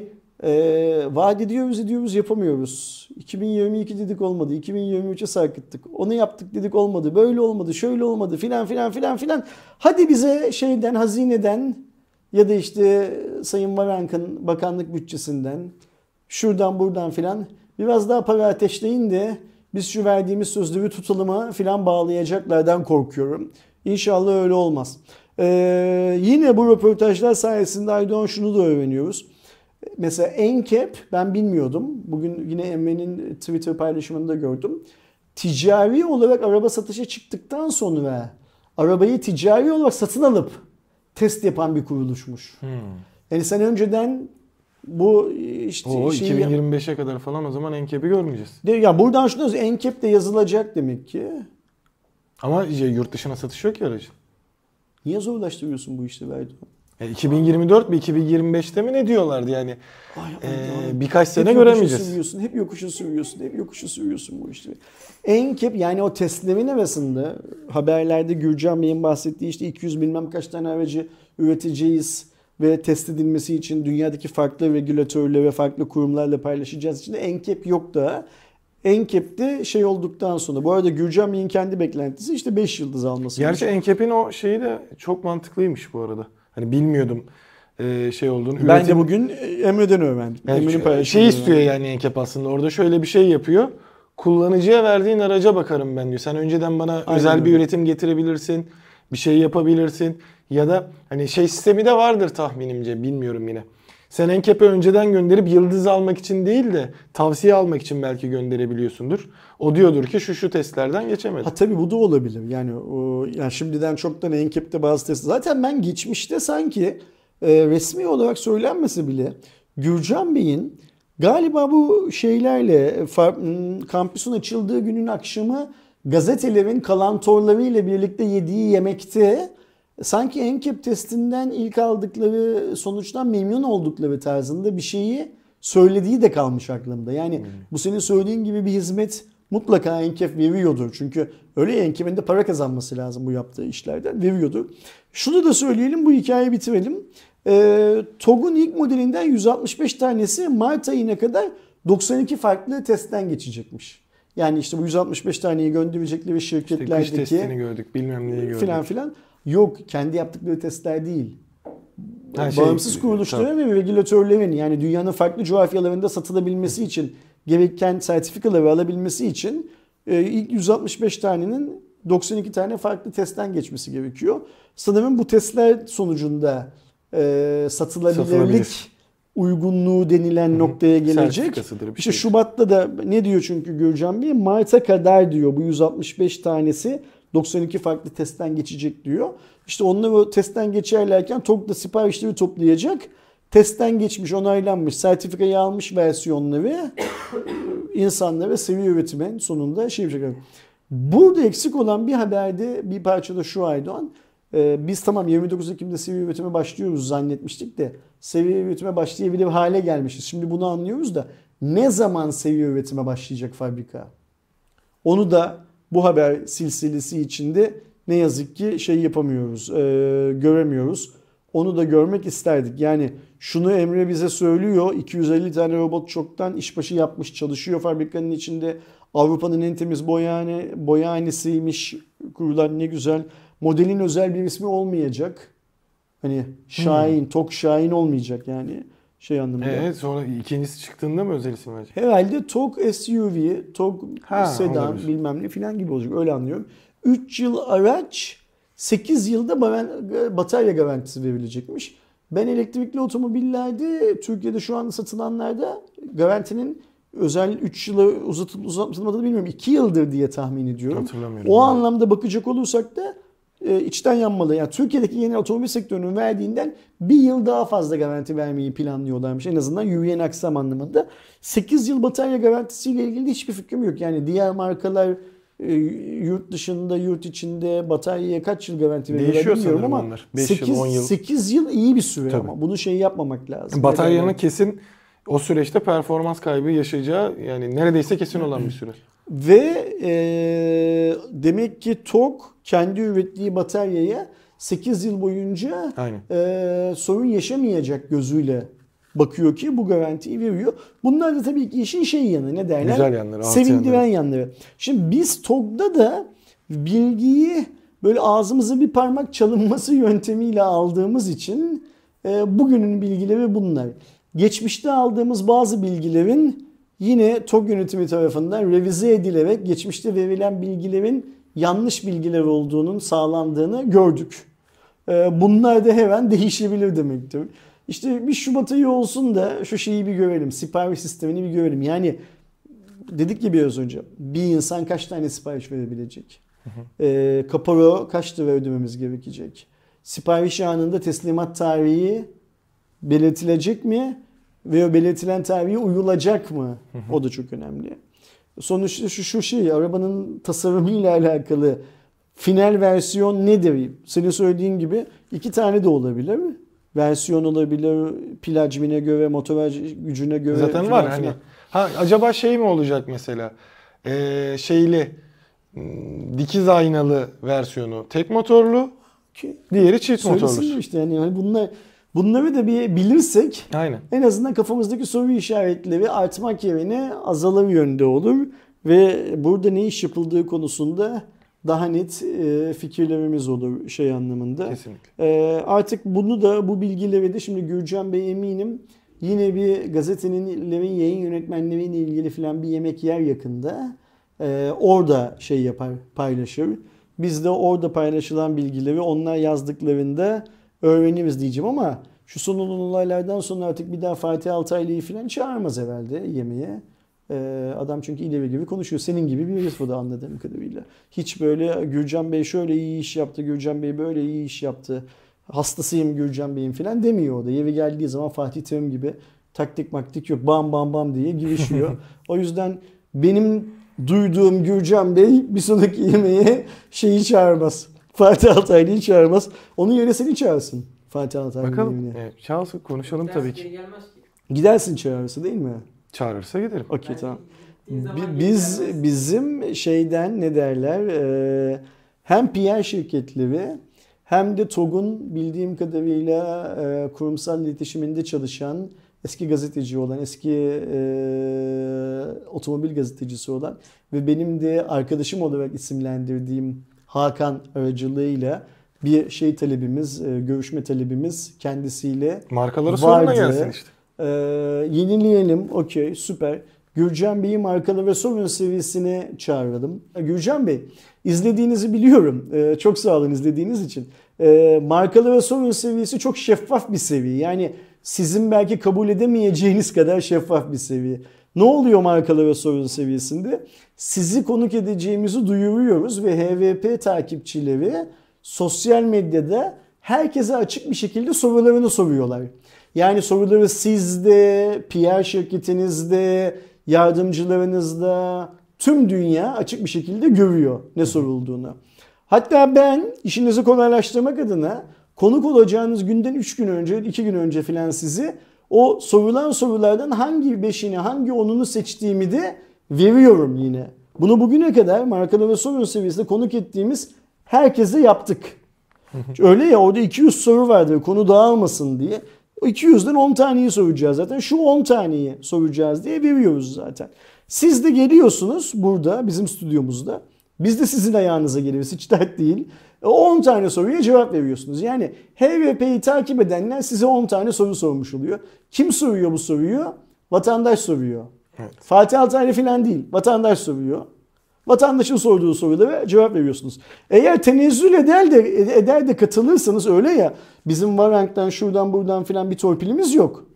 vaat ediyoruz yapamıyoruz. 2022 dedik olmadı. 2023'e sarkıttık. Onu yaptık dedik olmadı. Böyle olmadı, şöyle olmadı filan. Hadi bize şeyden, hazineden ya da işte Sayın Varank'ın bakanlık bütçesinden şuradan buradan filan biraz daha para ateşleyin de biz şu verdiğimiz sözleri tutalıma filan bağlayacaklardan korkuyorum. İnşallah öyle olmaz. Yine bu röportajlar sayesinde Aydoğan şunu da öğreniyoruz. Mesela NCAP ben bilmiyordum. Bugün yine Emre'nin Twitter paylaşımında gördüm. Ticari olarak araba satışa çıktıktan sonra arabayı ticari olarak satın alıp test yapan bir kuruluşmuş. Yani sen önceden bu işte 2025'e kadar falan o zaman NCAP'i görmeyeceğiz. Ya buradan şunu diyoruz, NCAP de yazılacak demek ki. Ama yurt dışına satış yok ya aracın. Niye zorlaştırıyorsun bu işi Erdoğan? 2024 mi 2025'te mi ne diyorlardı yani? Birkaç sene göremeyeceğiz. Hep yokuşu sürüyorsun bu işte. NCAP yani o testlerin arasında haberlerde Gürcan Bey'in bahsettiği işte 200 bilmem kaç tane aracı üreteceğiz ve test edilmesi için dünyadaki farklı regülatörle ve farklı kurumlarla paylaşacağız için de NCAP yok da. NCAP'te şey olduktan sonra, bu arada Gürcan Bey'in kendi beklentisi işte 5 yıldız alması. Gerçi NCAP'in o şeyi de çok mantıklıymış bu arada. Hani bilmiyordum şey olduğunu. Ben de bugün Emre'den öğrendim. Yani şey istiyor yani NCAP aslında. Orada şöyle bir şey yapıyor. Kullanıcıya verdiğin araca bakarım ben diyor. Sen önceden bana özel bir üretim getirebilirsin. Bir şey yapabilirsin. Ya da hani şey sistemi de vardır tahminimce. Bilmiyorum yine. Sen NCAP'e önceden gönderip yıldız almak için değil de tavsiye almak için belki gönderebiliyorsundur. O diyordur ki şu testlerden geçemedi. Tabii bu da olabilir. Yani şimdiden çoktan NCAP'te bazı testler. Zaten ben geçmişte sanki resmi olarak söylenmese bile Gürcan Bey'in galiba bu şeylerle kampüsün açıldığı günün akşamı gazetelerin kalantorlarıyla birlikte yediği yemekte sanki NCAP testinden ilk aldıkları sonuçtan memnun oldukları tarzında bir şeyi söylediği de kalmış aklımda. Yani bu senin söylediğin gibi bir hizmet mutlaka NCAP veriyordur. Çünkü öyle NCAP'in de para kazanması lazım bu yaptığı işlerden. Veriyordur. Şunu da söyleyelim, bu hikayeyi bitirelim. TOG'un ilk modelinden 165 tanesi Mart ayına kadar 92 farklı testten geçecekmiş. Yani işte bu 165 taneyi gönderecekleri şirketlerdeki... İşte kış testini gördük, bilmem neyi gördük. Filan filan. Yok, kendi yaptıkları testler değil. Her Bağımsız kuruluşların ve regülatörlerin, yani dünyanın farklı coğrafyalarında satılabilmesi için, gereken sertifikaları alabilmesi için ilk 165 tanenin 92 tane farklı testten geçmesi gerekiyor. Sanırım bu testler sonucunda satılabilirlik uygunluğu denilen noktaya gelecek. İşte Şubat'ta da ne diyor çünkü Gürcan Bey? Mart'a kadar diyor bu 165 tanesi 92 farklı testten geçecek diyor. İşte onlar o testten geçerlerken TOG da siparişleri toplayacak. Testten geçmiş, onaylanmış, sertifikayı almış versiyonları insanlara seviye üretime sonunda şey yapacak. Burada eksik olan bir haberde bir parçada şu Aydoğan. Biz tamam 29 Ekim'de seviye üretime başlıyoruz zannetmiştik de seviye üretime başlayabilir hale gelmişiz. Şimdi bunu anlıyoruz da ne zaman seviye üretime başlayacak fabrika? Onu da bu haber silsilesi içinde ne yazık ki şey yapamıyoruz, göremiyoruz. Onu da görmek isterdik. Yani şunu Emre bize söylüyor. 250 tane robot çoktan işbaşı yapmış, çalışıyor fabrikanın içinde. Avrupa'nın en temiz boyahanesiymiş. Kurulan ne güzel. Modelin özel bir ismi olmayacak. Hani Şahin, TOG Şahin olmayacak yani şey anlamında. Evet, sonra ikincisi çıktığında mı özel isim verecek? Herhalde TOG SUV, TOG sedan olabilir. bilmem ne filan gibi olacak, öyle anlıyorum. 3 yıl araç, 8 yılda batarya garantisi verilecekmiş. Ben elektrikli otomobillerde Türkiye'de şu an satılanlarda garantinin özel 3 yıla uzatılmadığını bilmiyorum. 2 yıldır diye tahmin ediyorum. Hatırlamıyorum. O anlamda bakacak olursak da içten yanmalı. Yani Türkiye'deki yeni otomobil sektörünün verdiğinden bir yıl daha fazla garanti vermeyi planlıyorlarmış. En azından yürüyen aksam anlamında. 8 yıl batarya garantisiyle ilgili de hiçbir fikrim yok. Yani diğer markalar yurt dışında, yurt içinde bataryaya kaç yıl garanti veriyorlar bilmiyorum ama onlar. 5 yıl, 10 yıl. 8 yıl iyi bir süre. Tabii. Ama bunu şey yapmamak lazım. Bataryanın kesin o süreçte performans kaybı yaşayacağı, yani neredeyse kesin olan bir süre. Ve demek ki TOG kendi ürettiği bataryaya 8 yıl boyunca sorun yaşamayacak gözüyle bakıyor ki bu garantiyi veriyor. Bunlar da tabii ki işin şey yanı, ne derler? Güzel yanları, sevindiren yanları. Şimdi biz TOG'da da bilgiyi böyle ağzımıza bir parmak çalınması yöntemiyle aldığımız için bugünün bilgileri bunlar. Geçmişte aldığımız bazı bilgilerin yine TOG yönetimi tarafından revize edilerek geçmişte verilen bilgilerin yanlış bilgiler olduğunun sağlandığını gördük. Bunlar da her an değişebilir demektir. İşte bir Şubat ayı olsun da şu şeyi bir görelim. Sipariş sistemini bir görelim. Yani dedik ya biraz önce, bir insan kaç tane sipariş verebilecek? Kapora kaç lira ödememiz gerekecek? Sipariş anında teslimat tarihi belirtilecek mi? Ve o belirtilen tarihe uyulacak mı? O da çok önemli. Sonuçta şu şey, arabanın tasarımıyla alakalı final versiyon nedir? Senin söylediğin gibi 2 tane de olabilir. Versiyon olabilir, pil hacmine göre, motor gücüne göre. Zaten var hani. Acaba şey mi olacak mesela? Dikiz aynalı versiyonu tek motorlu, diğeri çift motorlu. Söylesin işte yani bunları da bir bilirsek en azından kafamızdaki soru işaretleri artmak yerine azalır yönde olur ve burada ne iş yapıldığı konusunda daha net fikirlerimiz olur şey anlamında. Kesinlikle. Artık bunu da, bu bilgileri de şimdi Gürcan Bey eminim yine bir gazetenin yayın yönetmenleriyle ilgili falan bir yemek yer yakında. Orada şey yapar, paylaşır. Biz de orada paylaşılan bilgileri onlar yazdıklarında öğreniriz diyeceğim ama şu son olan olaylardan sonra artık bir daha Fatih Altaylı'yı falan çağırmaz herhalde yemeğe. Adam çünkü ileri gibi konuşuyor. Senin gibi bir herif o da anladığım kadarıyla. Hiç böyle Gürcan Bey şöyle iyi iş yaptı, Gürcan Bey böyle iyi iş yaptı, hastasıyım Gürcan Bey'in falan demiyor o da. Yeri geldiği zaman Fatih Terim gibi taktik maktik yok, bam bam bam diye girişiyor. O yüzden benim duyduğum Gürcan Bey bir sonraki yemeğe şeyi çağırmaz. Fatih Altaylı'yı çağırmaz. Onun yerine seni çağırsın. Fatih Altaylı'nın Bakalım. yemeğine. Çalsın, konuşalım tabii ki. Gidersin çağırırsa değil mi? Çağırırsa giderim. Okey, tamam. Bizim şeyden ne derler, hem PR şirketleri hem de TOG'un bildiğim kadarıyla kurumsal iletişiminde çalışan, eski gazeteci olan, eski otomobil gazetecisi olan ve benim de arkadaşım olarak isimlendirdiğim Hakan aracılığıyla bir şey talebimiz, görüşme talebimiz kendisiyle Markaları soruna vardı. gelsin işte. Yenileyelim. Okey, süper. Gürcan Bey'i markalı ve sorun seviyesine çağıralım. Gürcan Bey, izlediğinizi biliyorum. Çok sağ olun izlediğiniz için. Markalı ve sorun seviyesi çok şeffaf bir seviye. Yani sizin belki kabul edemeyeceğiniz kadar şeffaf bir seviye. Ne oluyor markalı ve sorun seviyesinde? Sizi konuk edeceğimizi duyuruyoruz ve HVP takipçileri sosyal medyada herkese açık bir şekilde sorularını soruyorlar. Yani soruları sizde, PR şirketinizde, yardımcılarınızda, tüm dünya açık bir şekilde görüyor ne sorulduğunu. Hatta ben işinizi kolaylaştırmak adına konuk olacağınız günden 3 gün önce, 2 gün önce filan sizi o sorulan sorulardan hangi 5'ini, hangi 10'unu seçtiğimi de veriyorum yine. Bunu bugüne kadar markalı ve sorun seviyesinde konuk ettiğimiz herkese yaptık. Öyle ya, orada 200 soru vardı konu dağılmasın diye. O 200'den 10 taneyi soracağız zaten. Şu 10 taneyi soracağız diye veriyoruz zaten. Siz de geliyorsunuz burada bizim stüdyomuzda. Biz de sizin ayağınıza geliyoruz. Hiç dert değil. 10 tane soruya cevap veriyorsunuz. Yani HVP'yi takip edenler size 10 tane soru sormuş oluyor. Kim soruyor bu soruyu? Vatandaş soruyor. Evet. Fatih Altaylı falan değil. Vatandaş soruyor. Vatandaşın sorduğu sorulara cevap veriyorsunuz. Eğer tenezzül eder de katılırsanız, öyle ya, bizim Varank'tan şuradan buradan filan bir torpilimiz yok.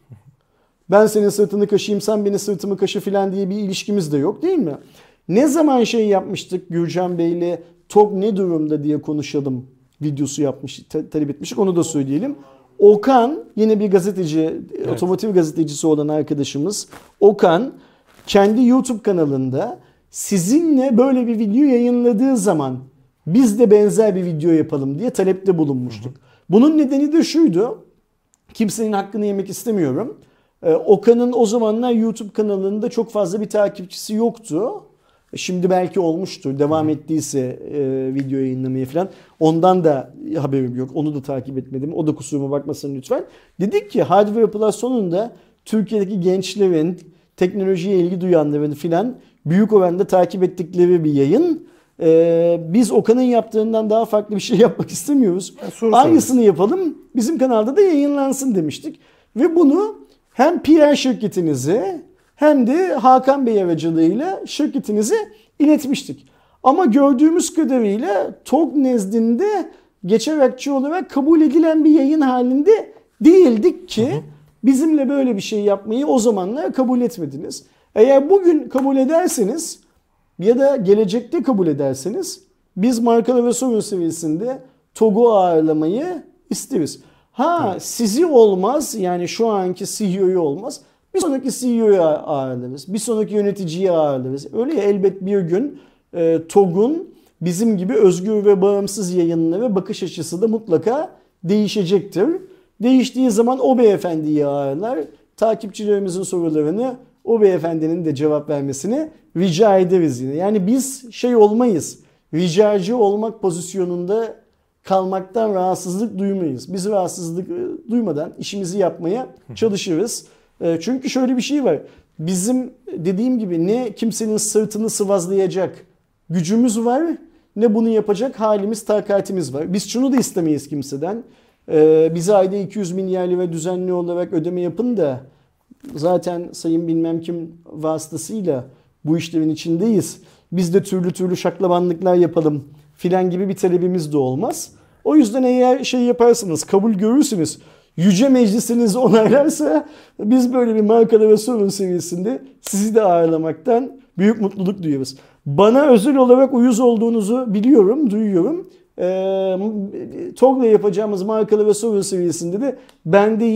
Ben senin sırtını kaşıyım, sen benim sırtımı kaşı filan diye bir ilişkimiz de yok, değil mi? Ne zaman şey yapmıştık Gürcan Bey'le, TOG ne durumda diye konuşalım videosu talep etmiştik, onu da söyleyelim. Okan, yine bir gazeteci, evet, otomotiv gazetecisi olan arkadaşımız Okan kendi YouTube kanalında sizinle böyle bir video yayınladığı zaman biz de benzer bir video yapalım diye talepte bulunmuştuk. Bunun nedeni de şuydu. Kimsenin hakkını yemek istemiyorum. Okan'ın o zamanlar YouTube kanalında çok fazla bir takipçisi yoktu. Şimdi belki olmuştur. Devam ettiyse video yayınlamaya falan. Ondan da haberim yok. Onu da takip etmedim. O da kusuruma bakmasın lütfen. Dedik ki Hardware Plus sonunda Türkiye'deki gençlerin, teknolojiye ilgi duyanların filan büyük oranda takip ettikleri bir yayın. Biz Okan'ın yaptığından daha farklı bir şey yapmak istemiyoruz. Aynısını yapalım. Bizim kanalda da yayınlansın demiştik. Ve bunu hem PR şirketinize hem de Hakan Bey aracılığıyla şirketinize iletmiştik. Ama gördüğümüz kadarıyla TOG nezdinde geçerekçi olarak kabul edilen bir yayın halinde değildik ki bizimle böyle bir şey yapmayı o zamanlar kabul etmediniz. Eğer bugün kabul ederseniz ya da gelecekte kabul ederseniz biz markalı ve sorun seviyesinde TOG'u ağırlamayı isteriz. Evet. Sizi olmaz, yani şu anki CEO'yu olmaz. Bir sonraki CEO'yu ağırlarız. Bir sonraki yöneticiyi ağırlarız. Öyle ya, elbet bir gün TOG'un bizim gibi özgür ve bağımsız yayınları bakış açısı da mutlaka değişecektir. Değiştiği zaman o beyefendiyi ağırlar. Takipçilerimizin sorularını o beyefendinin de cevap vermesini rica ederiz yine. Yani biz şey olmayız. Ricacı olmak pozisyonunda kalmaktan rahatsızlık duymayız. Biz rahatsızlık duymadan işimizi yapmaya çalışırız. Çünkü şöyle bir şey var. Bizim dediğim gibi ne kimsenin sırtını sıvazlayacak gücümüz var, ne bunu yapacak halimiz, takatimiz var. Biz şunu da istemeyiz kimseden. Bize ayda 200 milyar lira düzenli olarak ödeme yapın da zaten sayın bilmem kim vasıtasıyla bu işlerin içindeyiz. Biz de türlü türlü şaklabanlıklar yapalım filan gibi bir talebimiz de olmaz. O yüzden eğer şey yaparsınız, kabul görürsünüz, yüce meclisiniz onaylarsa biz böyle bir markalı ve sorun seviyesinde sizi de ağırlamaktan büyük mutluluk duyuyoruz. Bana özel olarak uyuz olduğunuzu biliyorum, duyuyorum. TOG'la yapacağımız markalı ve sorun seviyesinde de ben değil,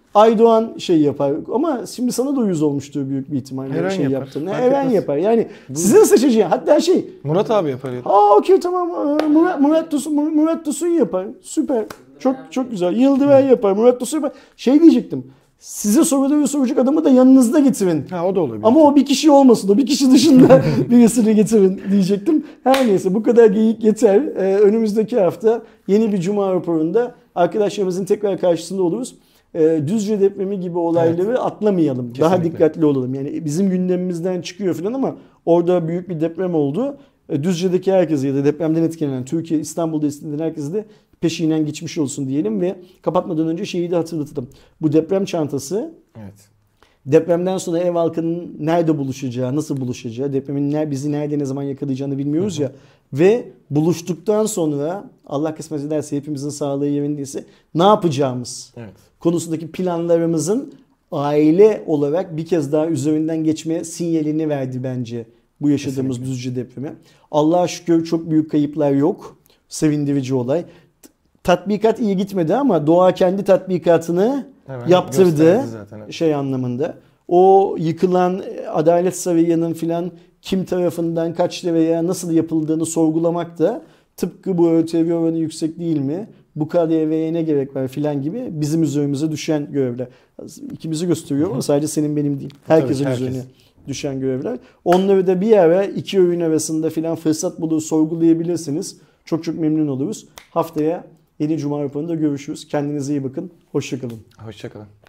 Aydoğan şey yapar ama şimdi sana da uyuz olmuştur büyük bir ihtimalle Eren şey yapar. yaptığında. Fark Eren etmez. yapar. Yani sizin seçeceğiniz hatta şey Murat abi yapar ya. okey tamam Murat Tosun yapar. Süper. Çok güzel. Yıldıray yapar. Murat Tosun yapar. Şey diyecektim. Size soruları soracak adamı da yanınızda getirin. Ha o da olabilir. Ama o bir kişi olmasın. O bir kişi dışında birisini getirin diyecektim. Her neyse bu kadar geyik yeter. Önümüzdeki hafta yeni bir Cuma raporunda arkadaşlarımızın tekrar karşısında oluruz. Düzce depremi gibi olayları atlamayalım. Kesinlikle. Daha dikkatli olalım. Yani bizim gündemimizden çıkıyor falan ama orada büyük bir deprem oldu. Düzce'deki herkese ya da depremden etkilenen Türkiye, İstanbul'da etkilenen herkese de peşinden geçmiş olsun diyelim ve kapatmadan önce şeyi de hatırlatalım. Bu deprem çantası Evet. depremden sonra ev halkının nerede buluşacağı, nasıl buluşacağı, depremin bizi nerede ne zaman yakalayacağını bilmiyoruz ya. Ve buluştuktan sonra Allah kısmet ederse hepimizin sağlığı yerindeyse ne yapacağımız Evet. konusundaki planlarımızın aile olarak bir kez daha üzerinden geçme sinyalini verdi bence bu yaşadığımız Düzce depremi. Allah'a şükür çok büyük kayıplar yok. Sevindirici olay. Tatbikat iyi gitmedi ama doğa kendi tatbikatını Hemen yaptırdı gösterdi zaten, evet. şey anlamında. O yıkılan Adalet Sarayı'nın filan kim tarafından kaç liraya nasıl yapıldığını sorgulamak da tıpkı bu ÖTV oranı yüksek değil mi? Bu KDV'ye ne gerek var filan gibi bizim üzerimize düşen görevler. İkimizi gösteriyor ama sadece senin benim değil. Herkesin Tabii ki, üzerine düşen görevler. Onları da bir ara iki öğün arasında filan fırsat bulur sorgulayabilirsiniz. Çok memnun oluruz. Haftaya yeni Cuma raporunda görüşürüz. Kendinize iyi bakın. Hoşça kalın. Hoşça kalın.